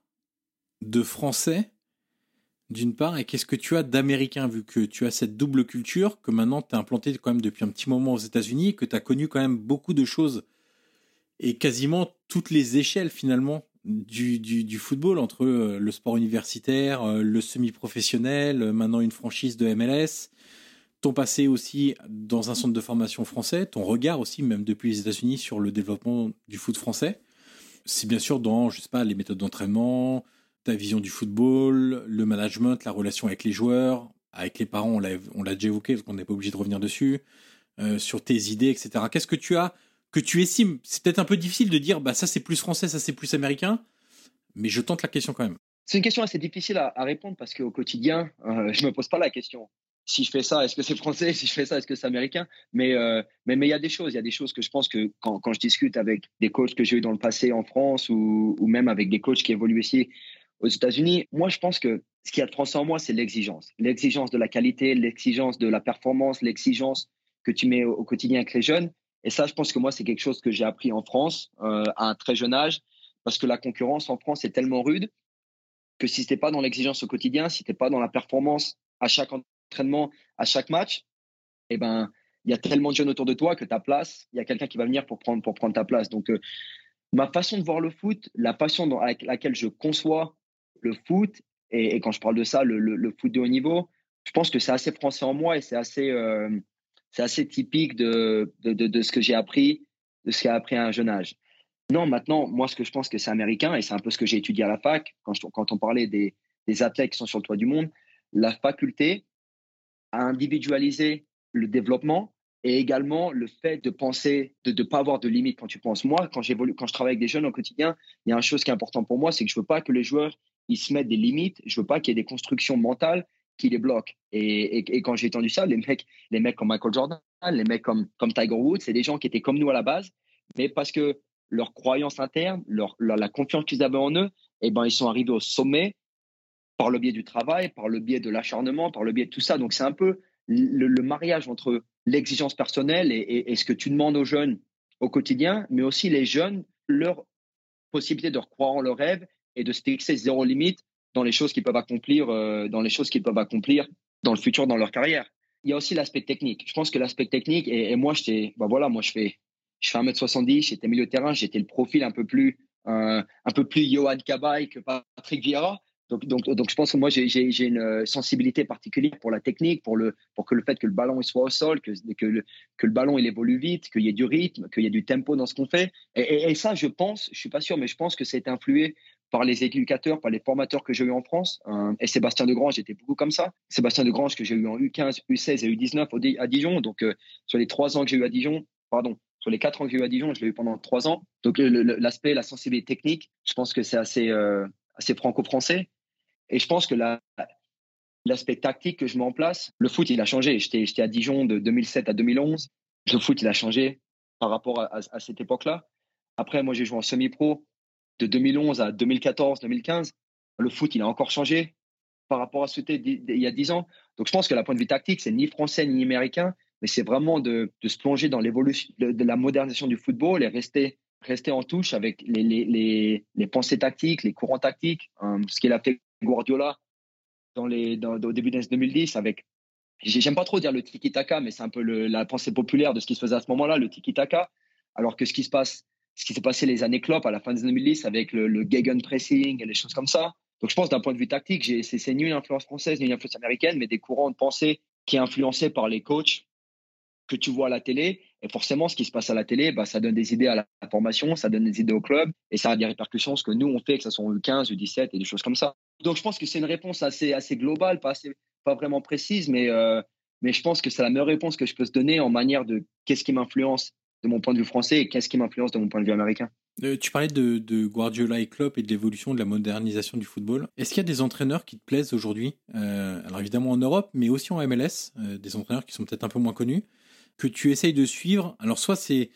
de français, d'une part, et qu'est-ce que tu as d'américain, vu que tu as cette double culture, que maintenant tu as implanté quand même depuis un petit moment aux États-Unis, que tu as connu quand même beaucoup de choses, et quasiment toutes les échelles finalement du, du, du football, entre le sport universitaire, le semi-professionnel, maintenant une franchise de M L S, ton passé aussi dans un centre de formation français, ton regard aussi, même depuis les États-Unis, sur le développement du foot français. C'est bien sûr dans, je sais pas, les méthodes d'entraînement, ta vision du football, le management, la relation avec les joueurs, avec les parents, on l'a, on l'a déjà évoqué, parce qu'on n'est pas obligé de revenir dessus, euh, sur tes idées, et cetera. Qu'est-ce que tu as, que tu estimes, c'est peut-être un peu difficile de dire, bah ça c'est plus français, ça c'est plus américain, mais je tente la question quand même. C'est une question assez difficile à, à répondre, parce qu'au quotidien, euh, je me pose pas la question. Si je fais ça, est-ce que c'est français? Si je fais ça, est-ce que c'est américain? Mais euh, mais mais il y a des choses, il y a des choses que je pense que quand quand je discute avec des coachs que j'ai eu dans le passé en France, ou ou même avec des coachs qui évoluent ici aux États-Unis, moi je pense que ce qu'il y a de français en moi, c'est l'exigence, l'exigence de la qualité, l'exigence de la performance, l'exigence que tu mets au, au quotidien avec les jeunes. Et ça, je pense que moi, c'est quelque chose que j'ai appris en France euh, à un très jeune âge, parce que la concurrence en France est tellement rude que si t'es pas dans l'exigence au quotidien, si t'es pas dans la performance à chaque entraînement, à chaque match, eh ben, il y a tellement de jeunes autour de toi que ta place, il y a quelqu'un qui va venir pour prendre, pour prendre ta place. Donc, euh, ma façon de voir le foot, la passion dans, avec laquelle je conçois le foot, et, et quand je parle de ça, le, le, le foot de haut niveau, je pense que c'est assez français en moi, et c'est assez, euh, c'est assez typique de, de, de, de ce que j'ai appris, de ce qu'a appris à un jeune âge. Non, maintenant, moi, ce que je pense que c'est américain, et c'est un peu ce que j'ai étudié à la fac, quand, je, quand on parlait des, des athlètes qui sont sur le toit du monde, la faculté à individualiser le développement, et également le fait de penser, de ne pas avoir de limites quand tu penses. Moi, quand, j'évolue, quand je travaille avec des jeunes au quotidien, il y a une chose qui est importante pour moi, c'est que je ne veux pas que les joueurs ils se mettent des limites, je ne veux pas qu'il y ait des constructions mentales qui les bloquent. Et, et, et quand j'ai entendu ça, les mecs, les mecs comme Michael Jordan, les mecs comme, comme Tiger Woods, c'est des gens qui étaient comme nous à la base, mais parce que leur croyance interne, leur, leur, la confiance qu'ils avaient en eux, eh ben, ils sont arrivés au sommet par le biais du travail, par le biais de l'acharnement, par le biais de tout ça. Donc, c'est un peu le, le mariage entre l'exigence personnelle et, et, et ce que tu demandes aux jeunes au quotidien, mais aussi les jeunes, leur possibilité de croire en leurs rêves et de se fixer zéro limite dans les choses qu'ils peuvent accomplir, euh, dans les choses qu'ils peuvent accomplir dans le futur, dans leur carrière. Il y a aussi l'aspect technique. Je pense que l'aspect technique, et, et moi, j'étais, bah voilà, moi, je fais, je fais un mètre soixante-dix, j'étais milieu de terrain, j'étais le profil un peu plus, euh, un peu plus Johan Cabaye que Patrick Vieira. Donc, donc, donc, je pense que moi, j'ai, j'ai, j'ai une sensibilité particulière pour la technique, pour, le, pour que le fait que le ballon il soit au sol, que, que, le, que le ballon il évolue vite, qu'il y ait du rythme, qu'il y ait du tempo dans ce qu'on fait. Et, et, et ça, je pense, je suis pas sûr, mais je pense que c'est influé par les éducateurs, par les formateurs que j'ai eu en France. Euh, et Sébastien Degrange, j'étais beaucoup comme ça. Sébastien Degrange que j'ai eu en U quinze, U seize et U dix-neuf à Dijon. Donc, euh, sur les trois ans que j'ai eu à Dijon, pardon, sur les quatre ans que j'ai eu à Dijon, je l'ai eu pendant trois ans. Donc, le, le, l'aspect, la sensibilité technique, je pense que c'est assez, euh, assez franco-français. Et je pense que la, l'aspect tactique que je mets en place, le foot, il a changé. J'étais, j'étais à Dijon de deux mille sept à deux mille onze. Le foot, il a changé par rapport à, à, à cette époque-là. Après, moi, j'ai joué en semi-pro. de deux mille onze à deux mille quatorze, deux mille quinze, le foot, il a encore changé par rapport à ce que c'était il y a dix ans. Donc, je pense que la point de vue tactique, c'est ni français ni américain, mais c'est vraiment de, de se plonger dans l'évolution de, de la modernisation du football et rester, rester en touche avec les, les, les, les pensées tactiques, les courants tactiques, hein, ce qu'il a fait Guardiola dans les, dans, au début des années deux mille dix avec, j'aime pas trop dire le tiki-taka, mais c'est un peu le, la pensée populaire de ce qui se faisait à ce moment-là, le tiki-taka, alors que ce qui se passe, ce qui s'est passé les années Klopp à la fin des années deux mille dix avec le, le gegenpressing et les choses comme ça. Donc, je pense d'un point de vue tactique, j'ai, c'est, c'est ni une influence française ni une influence américaine, mais des courants de pensée qui est influencé par les coachs que tu vois à la télé. Et forcément, ce qui se passe à la télé, bah, ça donne des idées à la formation, ça donne des idées au club et ça a des répercussions, ce que nous, on fait, que ce soit en U quinze, U dix-sept et des choses comme ça. Donc, je pense que c'est une réponse assez, assez globale, pas, assez, pas vraiment précise, mais, euh, mais je pense que c'est la meilleure réponse que je peux te donner en manière de qu'est-ce qui m'influence de mon point de vue français et qu'est-ce qui m'influence de mon point de vue américain. Euh, tu parlais de, de Guardiola et Klopp et de l'évolution de la modernisation du football. Est-ce qu'il y a des entraîneurs qui te plaisent aujourd'hui, euh, alors évidemment en Europe, mais aussi en M L S, euh, des entraîneurs qui sont peut-être un peu moins connus, que tu essayes de suivre? Alors soit c'est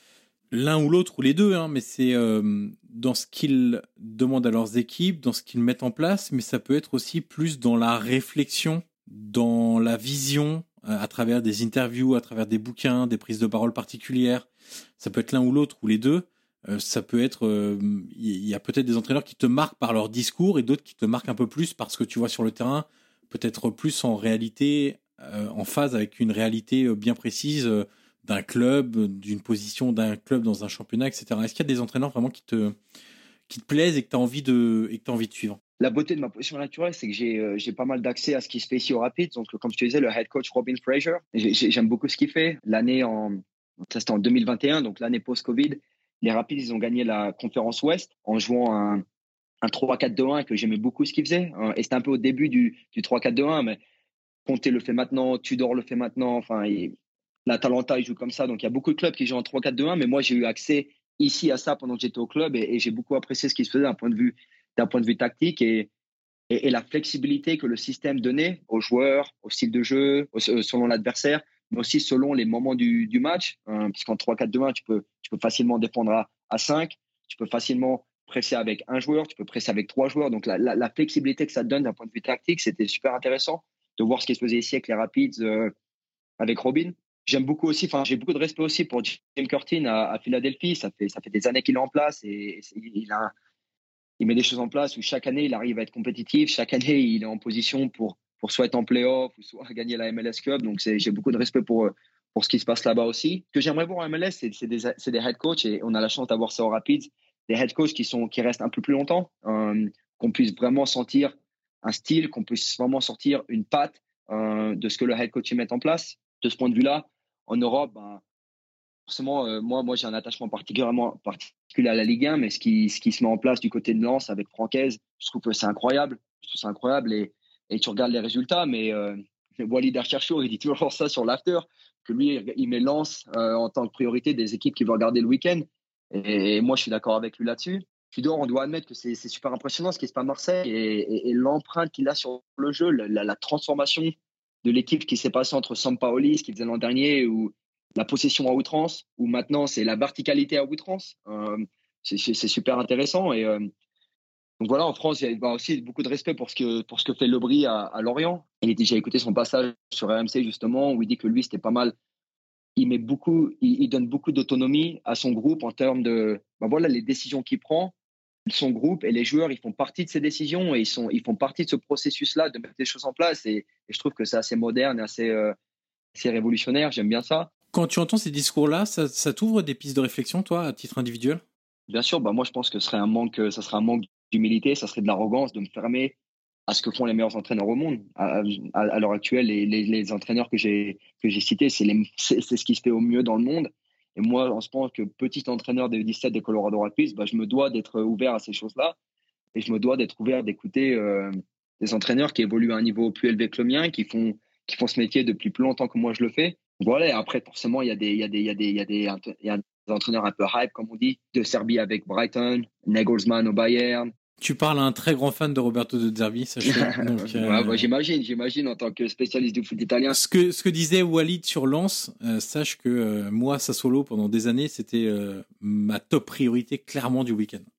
l'un ou l'autre ou les deux, hein, mais c'est euh, dans ce qu'ils demandent à leurs équipes, dans ce qu'ils mettent en place, mais ça peut être aussi plus dans la réflexion, dans la vision, euh, à travers des interviews, à travers des bouquins, des prises de parole particulières. Ça peut être l'un ou l'autre ou les deux. Euh, ça peut être, il euh, y a peut-être des entraîneurs qui te marquent par leur discours et d'autres qui te marquent un peu plus parce que tu vois sur le terrain, peut-être plus en réalité, euh, en phase avec une réalité bien précise euh, d'un club, d'une position d'un club dans un championnat, et cetera. Est-ce qu'il y a des entraîneurs vraiment qui te, qui te plaisent et que tu as envie de, et que tu as envie de suivre? La beauté de ma position naturelle, c'est que j'ai, euh, j'ai pas mal d'accès à ce qui se fait ici au Rapids. Donc, comme je te disais, le head coach Robin Fraser, j'ai, j'aime beaucoup ce qu'il fait. L'année en, ça c'était en deux mille vingt et un, donc l'année post-Covid, les Rapids, ils ont gagné la conférence Ouest en jouant un, un trois quatre deux un que j'aimais beaucoup ce qu'ils faisaient. Et c'était un peu au début du, du trois quatre deux un, mais Conte le fait maintenant, Tudor le fait maintenant. Enfin, il, l'Atalanta, il joue comme ça. Donc, il y a beaucoup de clubs qui jouent en trois quatre deux un, mais moi, j'ai eu accès ici à ça pendant que j'étais au club et, et j'ai beaucoup apprécié ce qui se faisait d'un point de vue, d'un point de vue tactique et, et, et la flexibilité que le système donnait aux joueurs, au style de jeu, au, selon l'adversaire, mais aussi selon les moments du, du match. Hein, parce qu'en trois quatre deux un, tu peux, tu peux facilement défendre à, à cinq, tu peux facilement presser avec un joueur, tu peux presser avec trois joueurs. Donc, la, la, la flexibilité que ça te donne d'un point de vue tactique, c'était super intéressant de voir ce qui se faisait ici avec les Rapids, euh, avec Robin. J'aime beaucoup aussi, enfin, j'ai beaucoup de respect aussi pour Jim Curtin à, à Philadelphie. Ça fait, ça fait des années qu'il est en place et, et il a, il met des choses en place où chaque année, il arrive à être compétitif. Chaque année, il est en position pour, pour soit être en play-off ou soit gagner la M L S Cup. Donc, c'est, j'ai beaucoup de respect pour, pour ce qui se passe là-bas aussi. Ce que j'aimerais voir en M L S, c'est, c'est, des, c'est des head coachs et on a la chance d'avoir ça au Rapids. Des head coachs qui, sont, qui restent un peu plus longtemps, euh, qu'on puisse vraiment sentir un style, qu'on puisse vraiment sortir une patte euh, de ce que le head coach met en place. De ce point de vue-là, en Europe, ben, forcément, euh, moi, moi, j'ai un attachement particulièrement particulier à la Ligue un, mais ce qui, ce qui se met en place du côté de Lens avec Francaise, je trouve que c'est incroyable. Je trouve c'est incroyable et, et tu regardes les résultats, mais euh, Walid Acharchour, il dit toujours ça sur l'after, que lui, il met Lens euh, en tant que priorité des équipes qu'il veut regarder le week-end. Et, et moi, je suis d'accord avec lui là-dessus. Tudor, on doit admettre que c'est, c'est super impressionnant ce qui se passe à Marseille et, et, et l'empreinte qu'il a sur le jeu, la, la transformation de l'équipe qui s'est passée entre Sampaoli, ce qu'il faisait l'an dernier, ou la possession à outrance, ou maintenant c'est la verticalité à outrance. Euh, c'est, c'est, c'est super intéressant. Et euh, donc voilà, en France, il y a aussi beaucoup de respect pour ce que, pour ce que fait Lebris à, à Lorient. Il était, j'ai écouté son passage sur R M C justement, où il dit que lui, c'était pas mal. Il met beaucoup, il, il donne beaucoup d'autonomie à son groupe en termes de, ben voilà, les décisions qu'il prend. Son groupe et les joueurs, ils font partie de ces décisions et ils, sont, ils font partie de ce processus-là de mettre des choses en place. Et, et je trouve que c'est assez moderne et assez, euh, assez révolutionnaire. J'aime bien ça. Quand tu entends ces discours-là, ça, ça t'ouvre des pistes de réflexion, toi, à titre individuel? Bien sûr, bah moi, je pense que ce serait un manque, ça serait un manque d'humilité, ça serait de l'arrogance de me fermer à ce que font les meilleurs entraîneurs au monde. À, à, à l'heure actuelle, les, les, les entraîneurs que j'ai, que j'ai cités, c'est, les, c'est, c'est ce qui se fait au mieux dans le monde. Et moi, en ce moment, que petit entraîneur des U dix-sept des Colorado Rapids, bah, je me dois d'être ouvert à ces choses-là. Et je me dois d'être ouvert d'écouter euh, des entraîneurs qui évoluent à un niveau plus élevé que le mien, qui font, qui font ce métier depuis plus longtemps que moi je le fais. Voilà, et après, forcément, il y a des, il y a des, il y a des, il y a des, il y a des entraîneurs un peu hype, comme on dit, de Serbie avec Brighton, Nagelsmann au Bayern. Tu parles à un très grand fan de Roberto De Zerbi, sachez. Donc, euh... ouais, bah, j'imagine, j'imagine en tant que spécialiste du foot italien. Ce que, ce que disait Walid sur Lens, euh, sache que euh, moi, Sassuolo, pendant des années, c'était euh, ma top priorité clairement du week-end.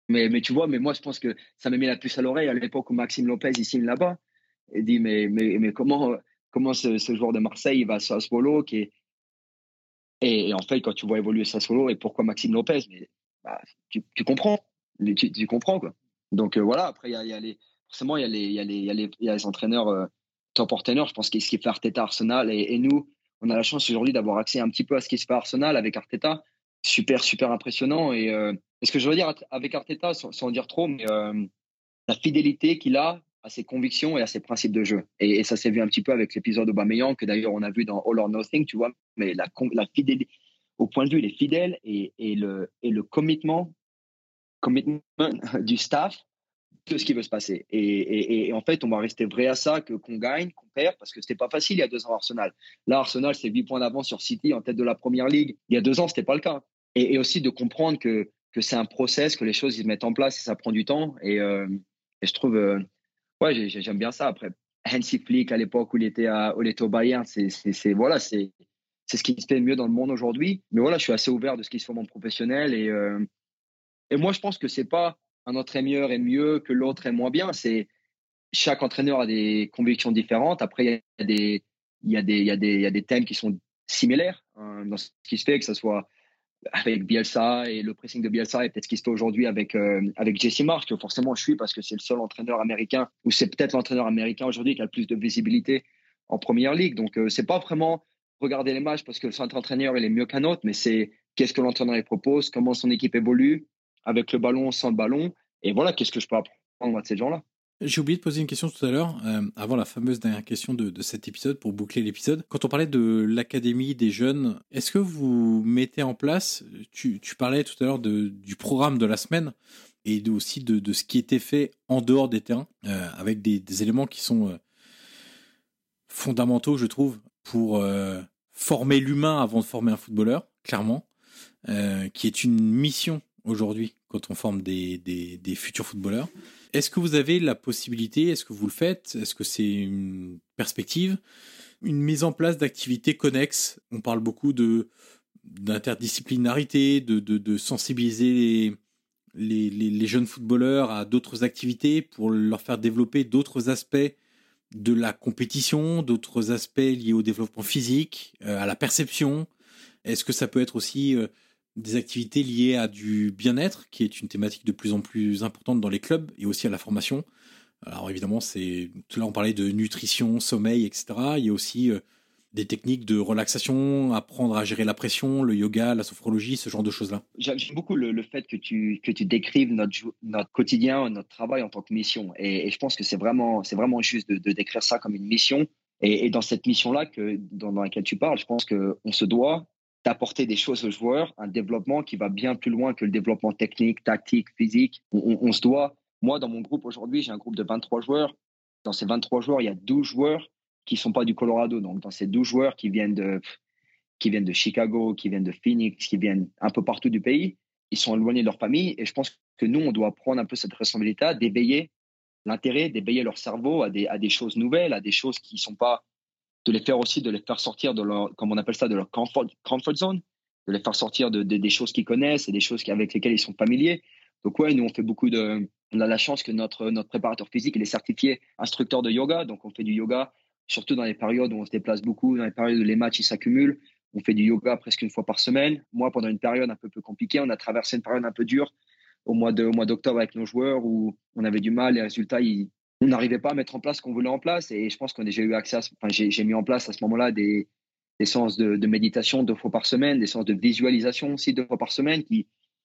Mais, mais tu vois, mais moi, je pense que ça m'a mis la puce à l'oreille à l'époque où Maxime Lopez, il signe là-bas. Et dit, mais, mais, mais comment, comment ce, ce joueur de Marseille, il va à Sassuolo qui est... et, et en fait, quand tu vois évoluer Sassuolo et pourquoi Maxime Lopez, mais, bah, tu, tu comprends. Tu, tu comprends, quoi. Donc euh, voilà, après, il y a, y a les, forcément, il y a les, il y a les, il y a les, il y a les entraîneurs euh, top entraîneurs. Je pense qu'est-ce qui fait Arteta Arsenal. Et, et nous, on a la chance aujourd'hui d'avoir accès un petit peu à ce qui se fait à Arsenal avec Arteta. Super, super impressionnant. Et, euh, et ce que je veux dire avec Arteta, sans, sans en dire trop, mais euh, la fidélité qu'il a à ses convictions et à ses principes de jeu. Et, et ça s'est vu un petit peu avec l'épisode Aubameyang, que d'ailleurs on a vu dans All or Nothing, tu vois. Mais la, la fidélité, au point de vue, il est fidèle et, et, le, et le commitment, commitment du staff de ce qui veut se passer. Et, et, et en fait, on va rester vrai à ça, que qu'on gagne, qu'on perd, parce que c'était pas facile il y a deux ans à Arsenal. Là, Arsenal, c'est huit points d'avance sur City en tête de la Première Ligue. Il y a deux ans, c'était pas le cas. Et, et aussi de comprendre que, que c'est un process, que les choses, ils se mettent en place et ça prend du temps. Et, euh, et je trouve, euh, ouais, j'ai, j'aime bien ça. Après, Hansi Flick, à l'époque où il était, à, où il était au Bayern, c'est, c'est, c'est, voilà, c'est, c'est ce qui se fait le mieux dans le monde aujourd'hui. Mais voilà, je suis assez ouvert de ce qui se fait dans le monde professionnel. Et, euh, et moi, je pense que c'est pas un entraîneur est mieux que l'autre est moins bien. C'est chaque entraîneur a des convictions différentes. Après, il y a des, il y a des, il y a des, il y a des thèmes qui sont similaires hein, dans ce qui se fait, que ce soit avec Bielsa et le pressing de Bielsa et peut-être ce qui se fait aujourd'hui avec euh, avec Jesse Marsch, que forcément je suis parce que c'est le seul entraîneur américain ou c'est peut-être l'entraîneur américain aujourd'hui qui a le plus de visibilité en première ligue. Donc euh, c'est pas vraiment regarder les matchs parce que cet entraîneur il est mieux qu'un autre, mais c'est qu'est-ce que l'entraîneur il propose, comment son équipe évolue avec le ballon, sans le ballon, et voilà qu'est-ce que je peux apprendre de ces gens-là. J'ai oublié de poser une question tout à l'heure, euh, avant la fameuse dernière question de, de cet épisode, pour boucler l'épisode. Quand on parlait de l'académie des jeunes, est-ce que vous mettez en place, tu, tu parlais tout à l'heure de, du programme de la semaine, et de, aussi de, de ce qui était fait en dehors des terrains, euh, avec des, des éléments qui sont euh, fondamentaux, je trouve, pour euh, former l'humain avant de former un footballeur, clairement, euh, qui est une mission aujourd'hui quand on forme des, des, des futurs footballeurs. Est-ce que vous avez la possibilité, est-ce que vous le faites, est-ce que c'est une perspective, une mise en place d'activités connexes? On parle beaucoup de, d'interdisciplinarité, de, de, de sensibiliser les, les, les, les jeunes footballeurs à d'autres activités pour leur faire développer d'autres aspects de la compétition, d'autres aspects liés au développement physique, euh, à la perception. Est-ce que ça peut être aussi euh, des activités liées à du bien-être, qui est une thématique de plus en plus importante dans les clubs, et aussi à la formation? Alors évidemment, c'est là on parlait de nutrition, sommeil, et cetera. Il y a aussi euh, des techniques de relaxation, apprendre à gérer la pression, le yoga, la sophrologie, ce genre de choses-là. J'aime beaucoup le, le fait que tu, que tu décrives notre, notre quotidien, notre travail en tant que mission. Et, et je pense que c'est vraiment, c'est vraiment juste de, de décrire ça comme une mission. Et, et dans cette mission-là que, dans, dans laquelle tu parles, je pense qu'on se doit d'apporter des choses aux joueurs, un développement qui va bien plus loin que le développement technique, tactique, physique. On, on, on se doit, moi dans mon groupe aujourd'hui, j'ai un groupe de vingt-trois joueurs. Dans ces vingt-trois joueurs, il y a douze joueurs qui ne sont pas du Colorado. Donc dans ces douze joueurs qui viennent de, qui viennent de Chicago, qui viennent de Phoenix, qui viennent un peu partout du pays, ils sont éloignés de leur famille. Et je pense que nous, on doit prendre un peu cette responsabilité d'éveiller l'intérêt, d'éveiller leur cerveau à des, à des choses nouvelles, à des choses qui ne sont pas, de les faire aussi, de les faire sortir de leur, comme on appelle ça, de leur comfort, comfort zone, de les faire sortir de, de, des choses qu'ils connaissent et des choses avec lesquelles ils sont familiers. Donc ouais, nous on fait beaucoup de, on a la chance que notre, notre préparateur physique, il est certifié instructeur de yoga, donc on fait du yoga, surtout dans les périodes où on se déplace beaucoup, dans les périodes où les matchs ils s'accumulent, on fait du yoga presque une fois par semaine. Moi, pendant une période un peu plus compliquée, on a traversé une période un peu dure au mois de, au mois d'octobre avec nos joueurs où on avait du mal, les résultats, ils, on n'arrivait pas à mettre en place ce qu'on voulait en place. Et je pense qu'on a déjà eu accès à, enfin, j'ai, j'ai mis en place à ce moment-là des, des séances de, de méditation deux fois par semaine, des séances de visualisation aussi deux fois par semaine qui,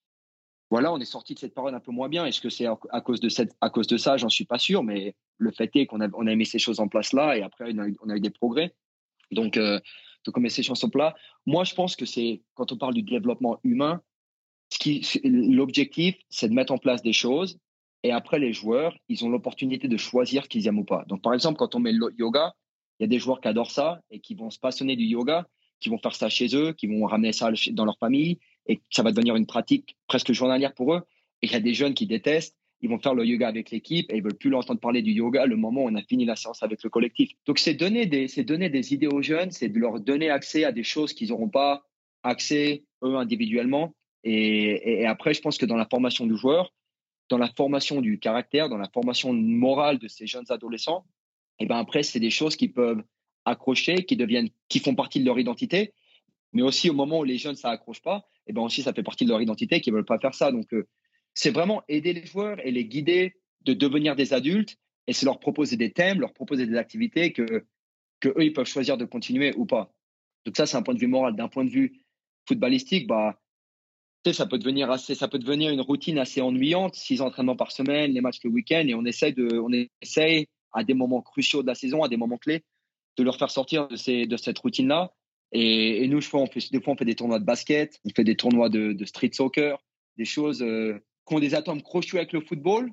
voilà, on est sorti de cette période un peu moins bien. Est-ce que c'est à, à cause de cette, à cause de ça? J'en suis pas sûr, mais le fait est qu'on a, on a mis ces choses en place là et après, on a, on a eu des progrès. Donc, euh, donc on met ces choses en place. Moi, je pense que c'est, quand on parle du développement humain, ce qui, l'objectif, c'est de mettre en place des choses. Et après, les joueurs, ils ont l'opportunité de choisir ce qu'ils aiment ou pas. Donc, par exemple, quand on met le yoga, il y a des joueurs qui adorent ça et qui vont se passionner du yoga, qui vont faire ça chez eux, qui vont ramener ça dans leur famille et ça va devenir une pratique presque journalière pour eux. Et il y a des jeunes qui détestent, ils vont faire le yoga avec l'équipe et ils veulent plus l'entendre parler du yoga le moment où on a fini la séance avec le collectif. Donc, c'est donner des, c'est donner des idées aux jeunes, c'est de leur donner accès à des choses qu'ils n'auront pas accès eux individuellement. Et, et, et après, je pense que dans la formation du joueur, dans la formation du caractère, dans la formation morale de ces jeunes adolescents, et ben après, c'est des choses qui peuvent accrocher, qui deviennent, qui font partie de leur identité. Mais aussi, au moment où les jeunes, ça accroche pas, et ben aussi, ça fait partie de leur identité, qu'ils veulent pas faire ça. Donc, euh, c'est vraiment aider les joueurs et les guider de devenir des adultes. Et c'est leur proposer des thèmes, leur proposer des activités que, que eux, ils peuvent choisir de continuer ou pas. Donc ça, c'est un point de vue moral. D'un point de vue footballistique, bah, tu sais, ça peut devenir assez, ça peut devenir une routine assez ennuyante. Six entraînements par semaine, les matchs le week-end, et on essaye de, on essaye à des moments cruciaux de la saison, à des moments clés, de leur faire sortir de ces, de cette routine-là. Et, et nous, je fais, on fait, des fois, on fait des tournois de basket, on fait des tournois de, de street soccer, des choses euh, qui ont des atomes crochus avec le football,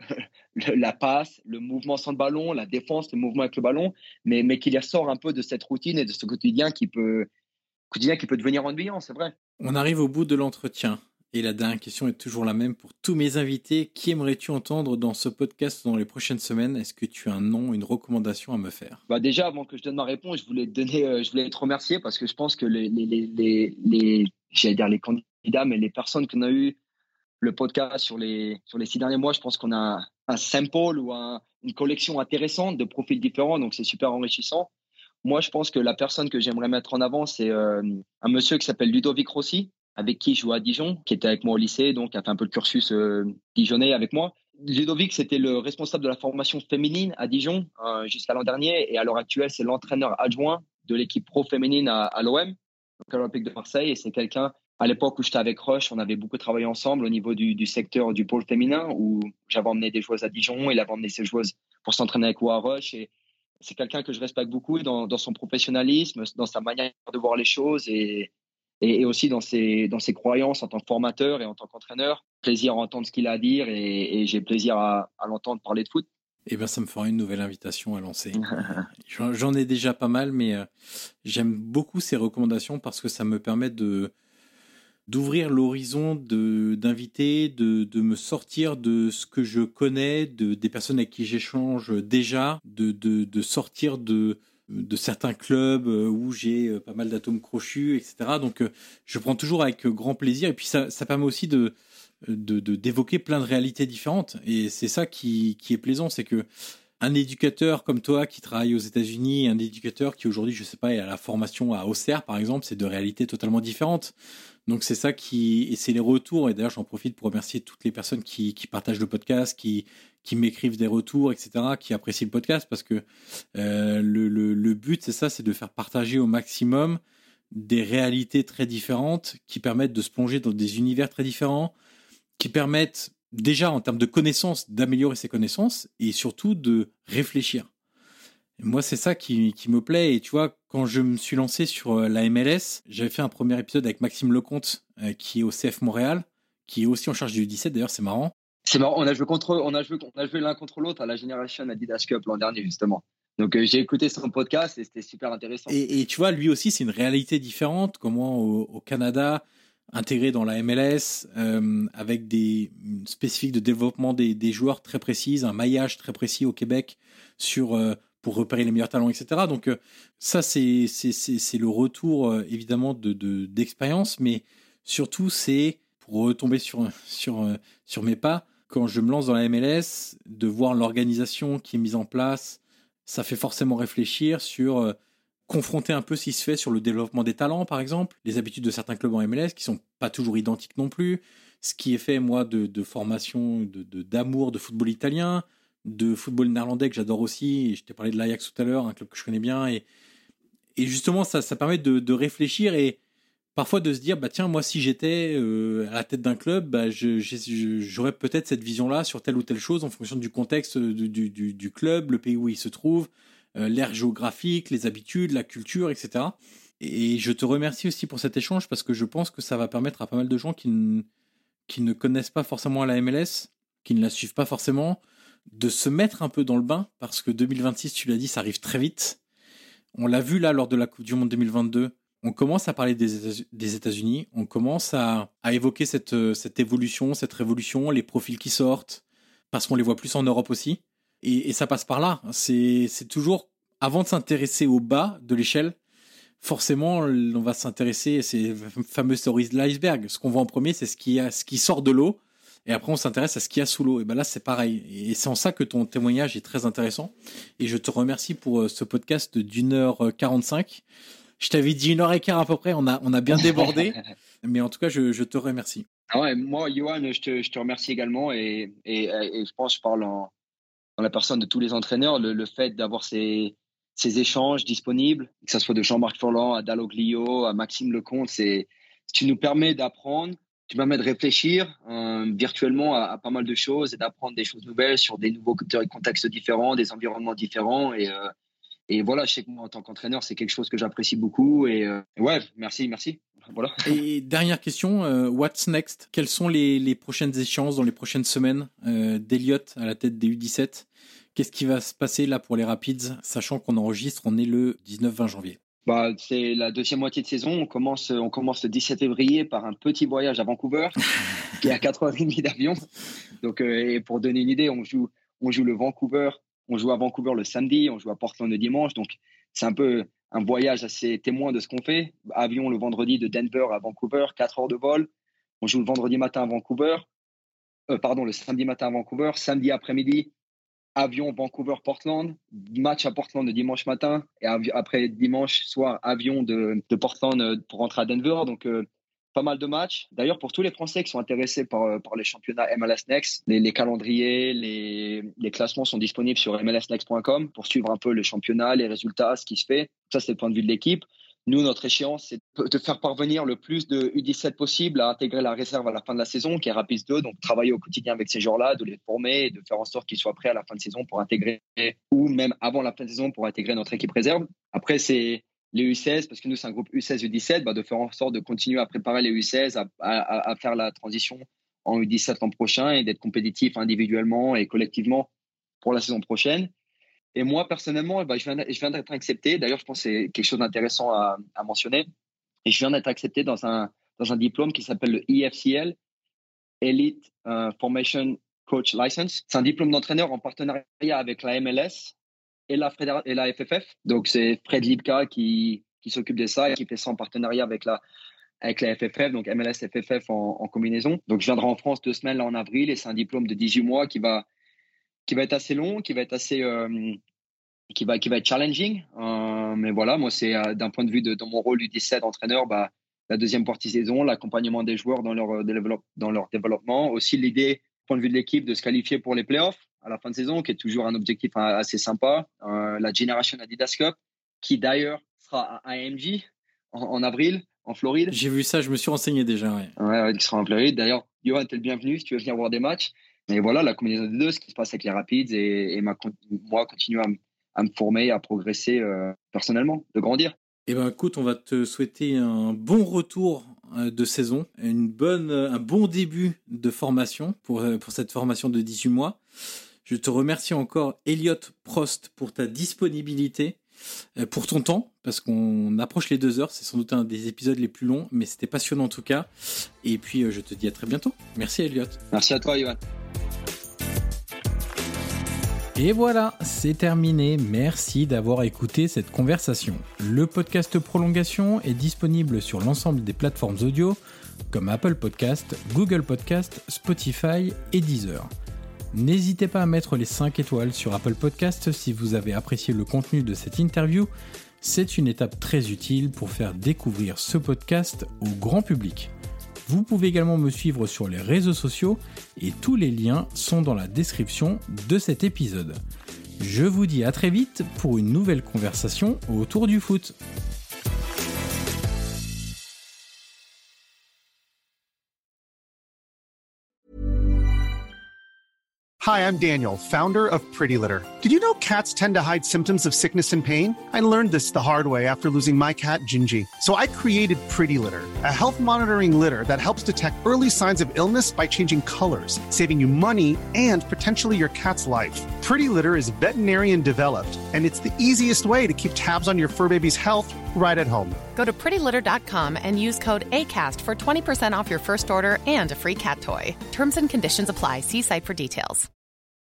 le, la passe, le mouvement sans le ballon, la défense, le mouvement avec le ballon, mais, mais qui les sort un peu de cette routine et de ce quotidien qui peut, quotidien qui peut devenir ennuyant, c'est vrai. On arrive au bout de l'entretien. Et la dernière question est toujours la même pour tous mes invités. Qui aimerais-tu entendre dans ce podcast dans les prochaines semaines? Est-ce que tu as un nom, une recommandation à me faire? Bah déjà, avant que je donne ma réponse, je voulais te donner, euh, je voulais te remercier parce que je pense que les, les, les, les, les j'allais dire les candidats, mais les personnes qu'on a eu le podcast sur les sur les six derniers mois, je pense qu'on a un sample ou un, une collection intéressante de profils différents, donc c'est super enrichissant. Moi, je pense que la personne que j'aimerais mettre en avant, c'est euh, un monsieur qui s'appelle Ludovic Rossi, avec qui je joue à Dijon, qui était avec moi au lycée, donc qui a fait un peu le cursus euh, dijonnais avec moi. Ludovic, c'était le responsable de la formation féminine à Dijon euh, jusqu'à l'an dernier, et à l'heure actuelle, c'est l'entraîneur adjoint de l'équipe pro féminine à, à l'O M, donc à l'Olympique de Marseille, et c'est quelqu'un, à l'époque où j'étais avec Rush, on avait beaucoup travaillé ensemble au niveau du, du secteur du pôle féminin, où j'avais emmené des joueuses à Dijon, il avait emmené ses joueuses pour s'entraîner avec moi à Rush, et c'est quelqu'un que je respecte beaucoup dans, dans son professionnalisme, dans sa manière de voir les choses et, et, et aussi dans ses, dans ses croyances en tant que formateur et en tant qu'entraîneur. Plaisir à entendre ce qu'il a à dire et, et j'ai plaisir à, à l'entendre parler de foot. Eh bien, ça me fera une nouvelle invitation à lancer. j'en, j'en ai déjà pas mal, mais euh, j'aime beaucoup ces recommandations parce que ça me permet de d'ouvrir l'horizon de, d'inviter, de, de me sortir de ce que je connais, de, des personnes avec qui j'échange déjà, de, de, de sortir de, de certains clubs où j'ai pas mal d'atomes crochus, et cetera. Donc, je prends toujours avec grand plaisir. Et puis, ça, ça permet aussi de, de, de, d'évoquer plein de réalités différentes. Et c'est ça qui, qui est plaisant, c'est que un éducateur comme toi qui travaille aux États-Unis, un éducateur qui aujourd'hui, je sais pas, est à la formation à Auxerre, par exemple, c'est deux réalités totalement différentes. Donc c'est ça qui, et c'est les retours, et d'ailleurs j'en profite pour remercier toutes les personnes qui, qui partagent le podcast, qui, qui m'écrivent des retours, et cetera, qui apprécient le podcast, parce que euh, le, le, le but c'est ça, c'est de faire partager au maximum des réalités très différentes, qui permettent de se plonger dans des univers très différents, qui permettent déjà en termes de connaissances, d'améliorer ses connaissances, et surtout de réfléchir. Moi, c'est ça qui, qui me plaît. Et tu vois, quand je me suis lancé sur la M L S, j'avais fait un premier épisode avec Maxime Lecomte, euh, qui est au C F Montréal, qui est aussi en charge du U dix-sept. D'ailleurs, c'est marrant. C'est marrant. On a joué contre, on a joué, on a joué l'un contre l'autre à la Generation Adidas Cup l'an dernier, justement. Donc, euh, j'ai écouté son podcast et c'était super intéressant. Et, et tu vois, lui aussi, c'est une réalité différente. Comment au, au Canada, intégré dans la M L S, euh, avec des spécifiques de développement des, des joueurs très précises, un maillage très précis au Québec sur euh, pour repérer les meilleurs talents, et cetera. Donc euh, ça, c'est, c'est, c'est, c'est le retour, euh, évidemment, de, de, d'expérience, mais surtout, c'est, pour retomber sur, sur, euh, sur mes pas, quand je me lance dans la M L S, de voir l'organisation qui est mise en place, ça fait forcément réfléchir sur euh, confronter un peu ce qui se fait sur le développement des talents, par exemple, les habitudes de certains clubs en M L S qui sont pas toujours identiques non plus, ce qui est fait, moi, de, de formation, de, de, d'amour de football italien, de football néerlandais que j'adore aussi, et je t'ai parlé de l'Ajax tout à l'heure, un club que je connais bien, et, et justement ça, ça permet de, de réfléchir et parfois de se dire, bah tiens, moi si j'étais euh, à la tête d'un club, bah, je, je, j'aurais peut-être cette vision-là sur telle ou telle chose en fonction du contexte du, du, du club, le pays où il se trouve, euh, l'ère géographique, les habitudes, la culture, et cetera. Et je te remercie aussi pour cet échange parce que je pense que ça va permettre à pas mal de gens qui ne, qui ne connaissent pas forcément la M L S, qui ne la suivent pas forcément, de se mettre un peu dans le bain, parce que deux mille vingt-six, tu l'as dit, ça arrive très vite. On l'a vu là lors de la Coupe du Monde deux mille vingt-deux, on commence à parler des, États- des États-Unis, on commence à, à évoquer cette, cette évolution, cette révolution, les profils qui sortent, parce qu'on les voit plus en Europe aussi. Et, et ça passe par là. C'est, c'est toujours, avant de s'intéresser au bas de l'échelle, forcément, on va s'intéresser à ces fameuses théories de l'iceberg. Ce qu'on voit en premier, c'est ce qui, a, ce qui sort de l'eau. Et après, on s'intéresse à ce qu'il y a sous l'eau. Et ben là, c'est pareil. Et c'est en ça que ton témoignage est très intéressant. Et je te remercie pour ce podcast d'une heure quarante-cinq. Je t'avais dit une heure et quart à peu près. On a, on a bien débordé. Mais en tout cas, je, je te remercie. Ah ouais, moi, Johan, je te, je te remercie également. Et, et, et je pense que je parle en, en la personne de tous les entraîneurs. Le, le fait d'avoir ces, ces échanges disponibles, que ce soit de Jean-Marc Furlan à Dalloglio, à Maxime Lecomte, c'est, tu nous permets d'apprendre. Tu permets de réfléchir euh, virtuellement à, à pas mal de choses et d'apprendre des choses nouvelles sur des nouveaux contextes différents, des environnements différents. Et, euh, et voilà, je sais que moi, en tant qu'entraîneur, c'est quelque chose que j'apprécie beaucoup. Et euh, ouais, merci, merci. Voilà. Et dernière question, euh, what's next? Quelles sont les, les prochaines échéances dans les prochaines semaines euh, d'Eliott à la tête des U dix-sept? Qu'est-ce qui va se passer là pour les Rapids, sachant qu'on enregistre, on est le dix-neuf vingt janvier? Bah, c'est la deuxième moitié de saison. On commence, on commence le dix-sept février par un petit voyage à Vancouver, qui est à quatre heures trente d'avion. Donc, euh, et pour donner une idée, on joue, on joue le Vancouver, on joue à Vancouver le samedi, on joue à Portland le dimanche. Donc, c'est un peu un voyage assez témoin de ce qu'on fait. Avion le vendredi de Denver à Vancouver, quatre heures de vol. On joue le vendredi matin à Vancouver, euh, pardon, le samedi matin à Vancouver, samedi après-midi. Avion Vancouver-Portland, match à Portland le dimanche matin et av- après dimanche soir, avion de, de Portland pour rentrer à Denver. Donc, euh, pas mal de matchs. D'ailleurs, pour tous les Français qui sont intéressés par, par les championnats M L S Next, les, les calendriers, les, les classements sont disponibles sur M L S next point com pour suivre un peu les championnats, les résultats, ce qui se fait. Ça, c'est le point de vue de l'équipe. Nous, notre échéance, c'est de faire parvenir le plus de U dix-sept possible à intégrer la réserve à la fin de la saison, qui est Rapids deux. Donc, travailler au quotidien avec ces joueurs-là, de les former et de faire en sorte qu'ils soient prêts à la fin de saison pour intégrer, ou même avant la fin de saison pour intégrer notre équipe réserve. Après, c'est les U seize, parce que nous, c'est un groupe U seize U dix-sept, bah, de faire en sorte de continuer à préparer les U seize, à, à, à faire la transition en U dix-sept l'an prochain et d'être compétitif individuellement et collectivement pour la saison prochaine. Et moi, personnellement, bah, je viens, je viens d'être accepté. D'ailleurs, je pense que c'est quelque chose d'intéressant à, à mentionner. Et je viens d'être accepté dans un, dans un diplôme qui s'appelle le E F C L, Elite uh, Formation Coach License. C'est un diplôme d'entraîneur en partenariat avec la M L S et la, Fédéra- et la F F F. Donc, c'est Fred Lipka qui, qui s'occupe de ça et qui fait ça en partenariat avec la, avec la F F F, donc M L S F F F en, en combinaison. Donc, je viendrai en France deux semaines là en avril et c'est un diplôme de dix-huit mois qui va qui va être assez long, qui va être assez, euh, qui va, qui va être challenging. Euh, mais voilà, moi, c'est euh, d'un point de vue de dans mon rôle du dix-sept entraîneur, bah, la deuxième partie saison, l'accompagnement des joueurs dans leur, développe, dans leur développement. Aussi l'idée, du point de vue de l'équipe, de se qualifier pour les playoffs à la fin de saison, qui est toujours un objectif assez sympa. Euh, la Generation Adidas Cup, qui d'ailleurs sera à I M G en, en avril, en Floride. J'ai vu ça, je me suis renseigné déjà. Ouais, ouais, ouais qui sera en Floride. D'ailleurs, Johan, t'es le bienvenu si tu veux venir voir des matchs. Et voilà, la combinaison des deux, ce qui se passe avec les Rapids et, et ma, moi, continuer à, m- à me former, à progresser euh, personnellement, de grandir. Eh ben, écoute, on va te souhaiter un bon retour euh, de saison, une bonne, un bon début de formation pour, pour cette formation de dix-huit mois. Je te remercie encore, Eliott Prost, pour ta disponibilité, euh, pour ton temps, parce qu'on approche les deux heures. C'est sans doute un des épisodes les plus longs, mais c'était passionnant en tout cas. Et puis, euh, je te dis à très bientôt. Merci, Eliott. Merci à toi, Johan. Et voilà, c'est terminé. Merci d'avoir écouté cette conversation. Le podcast Prolongation est disponible sur l'ensemble des plateformes audio comme Apple Podcast, Google Podcast, Spotify et Deezer. N'hésitez pas à mettre les cinq étoiles sur Apple Podcast si vous avez apprécié le contenu de cette interview. C'est une étape très utile pour faire découvrir ce podcast au grand public. Vous pouvez également me suivre sur les réseaux sociaux et tous les liens sont dans la description de cet épisode. Je vous dis à très vite pour une nouvelle conversation autour du foot. Hi, I'm Daniel, founder of Pretty Litter. Did you know cats tend to hide symptoms of sickness and pain? I learned this the hard way after losing my cat, Gingy. So I created Pretty Litter, a health monitoring litter that helps detect early signs of illness by changing colors, saving you money and potentially your cat's life. Pretty Litter is veterinarian developed, and it's the easiest way to keep tabs on your fur baby's health right at home. Go to pretty litter dot com and use code ACAST for twenty percent off your first order and a free cat toy. Terms and conditions apply. See site for details.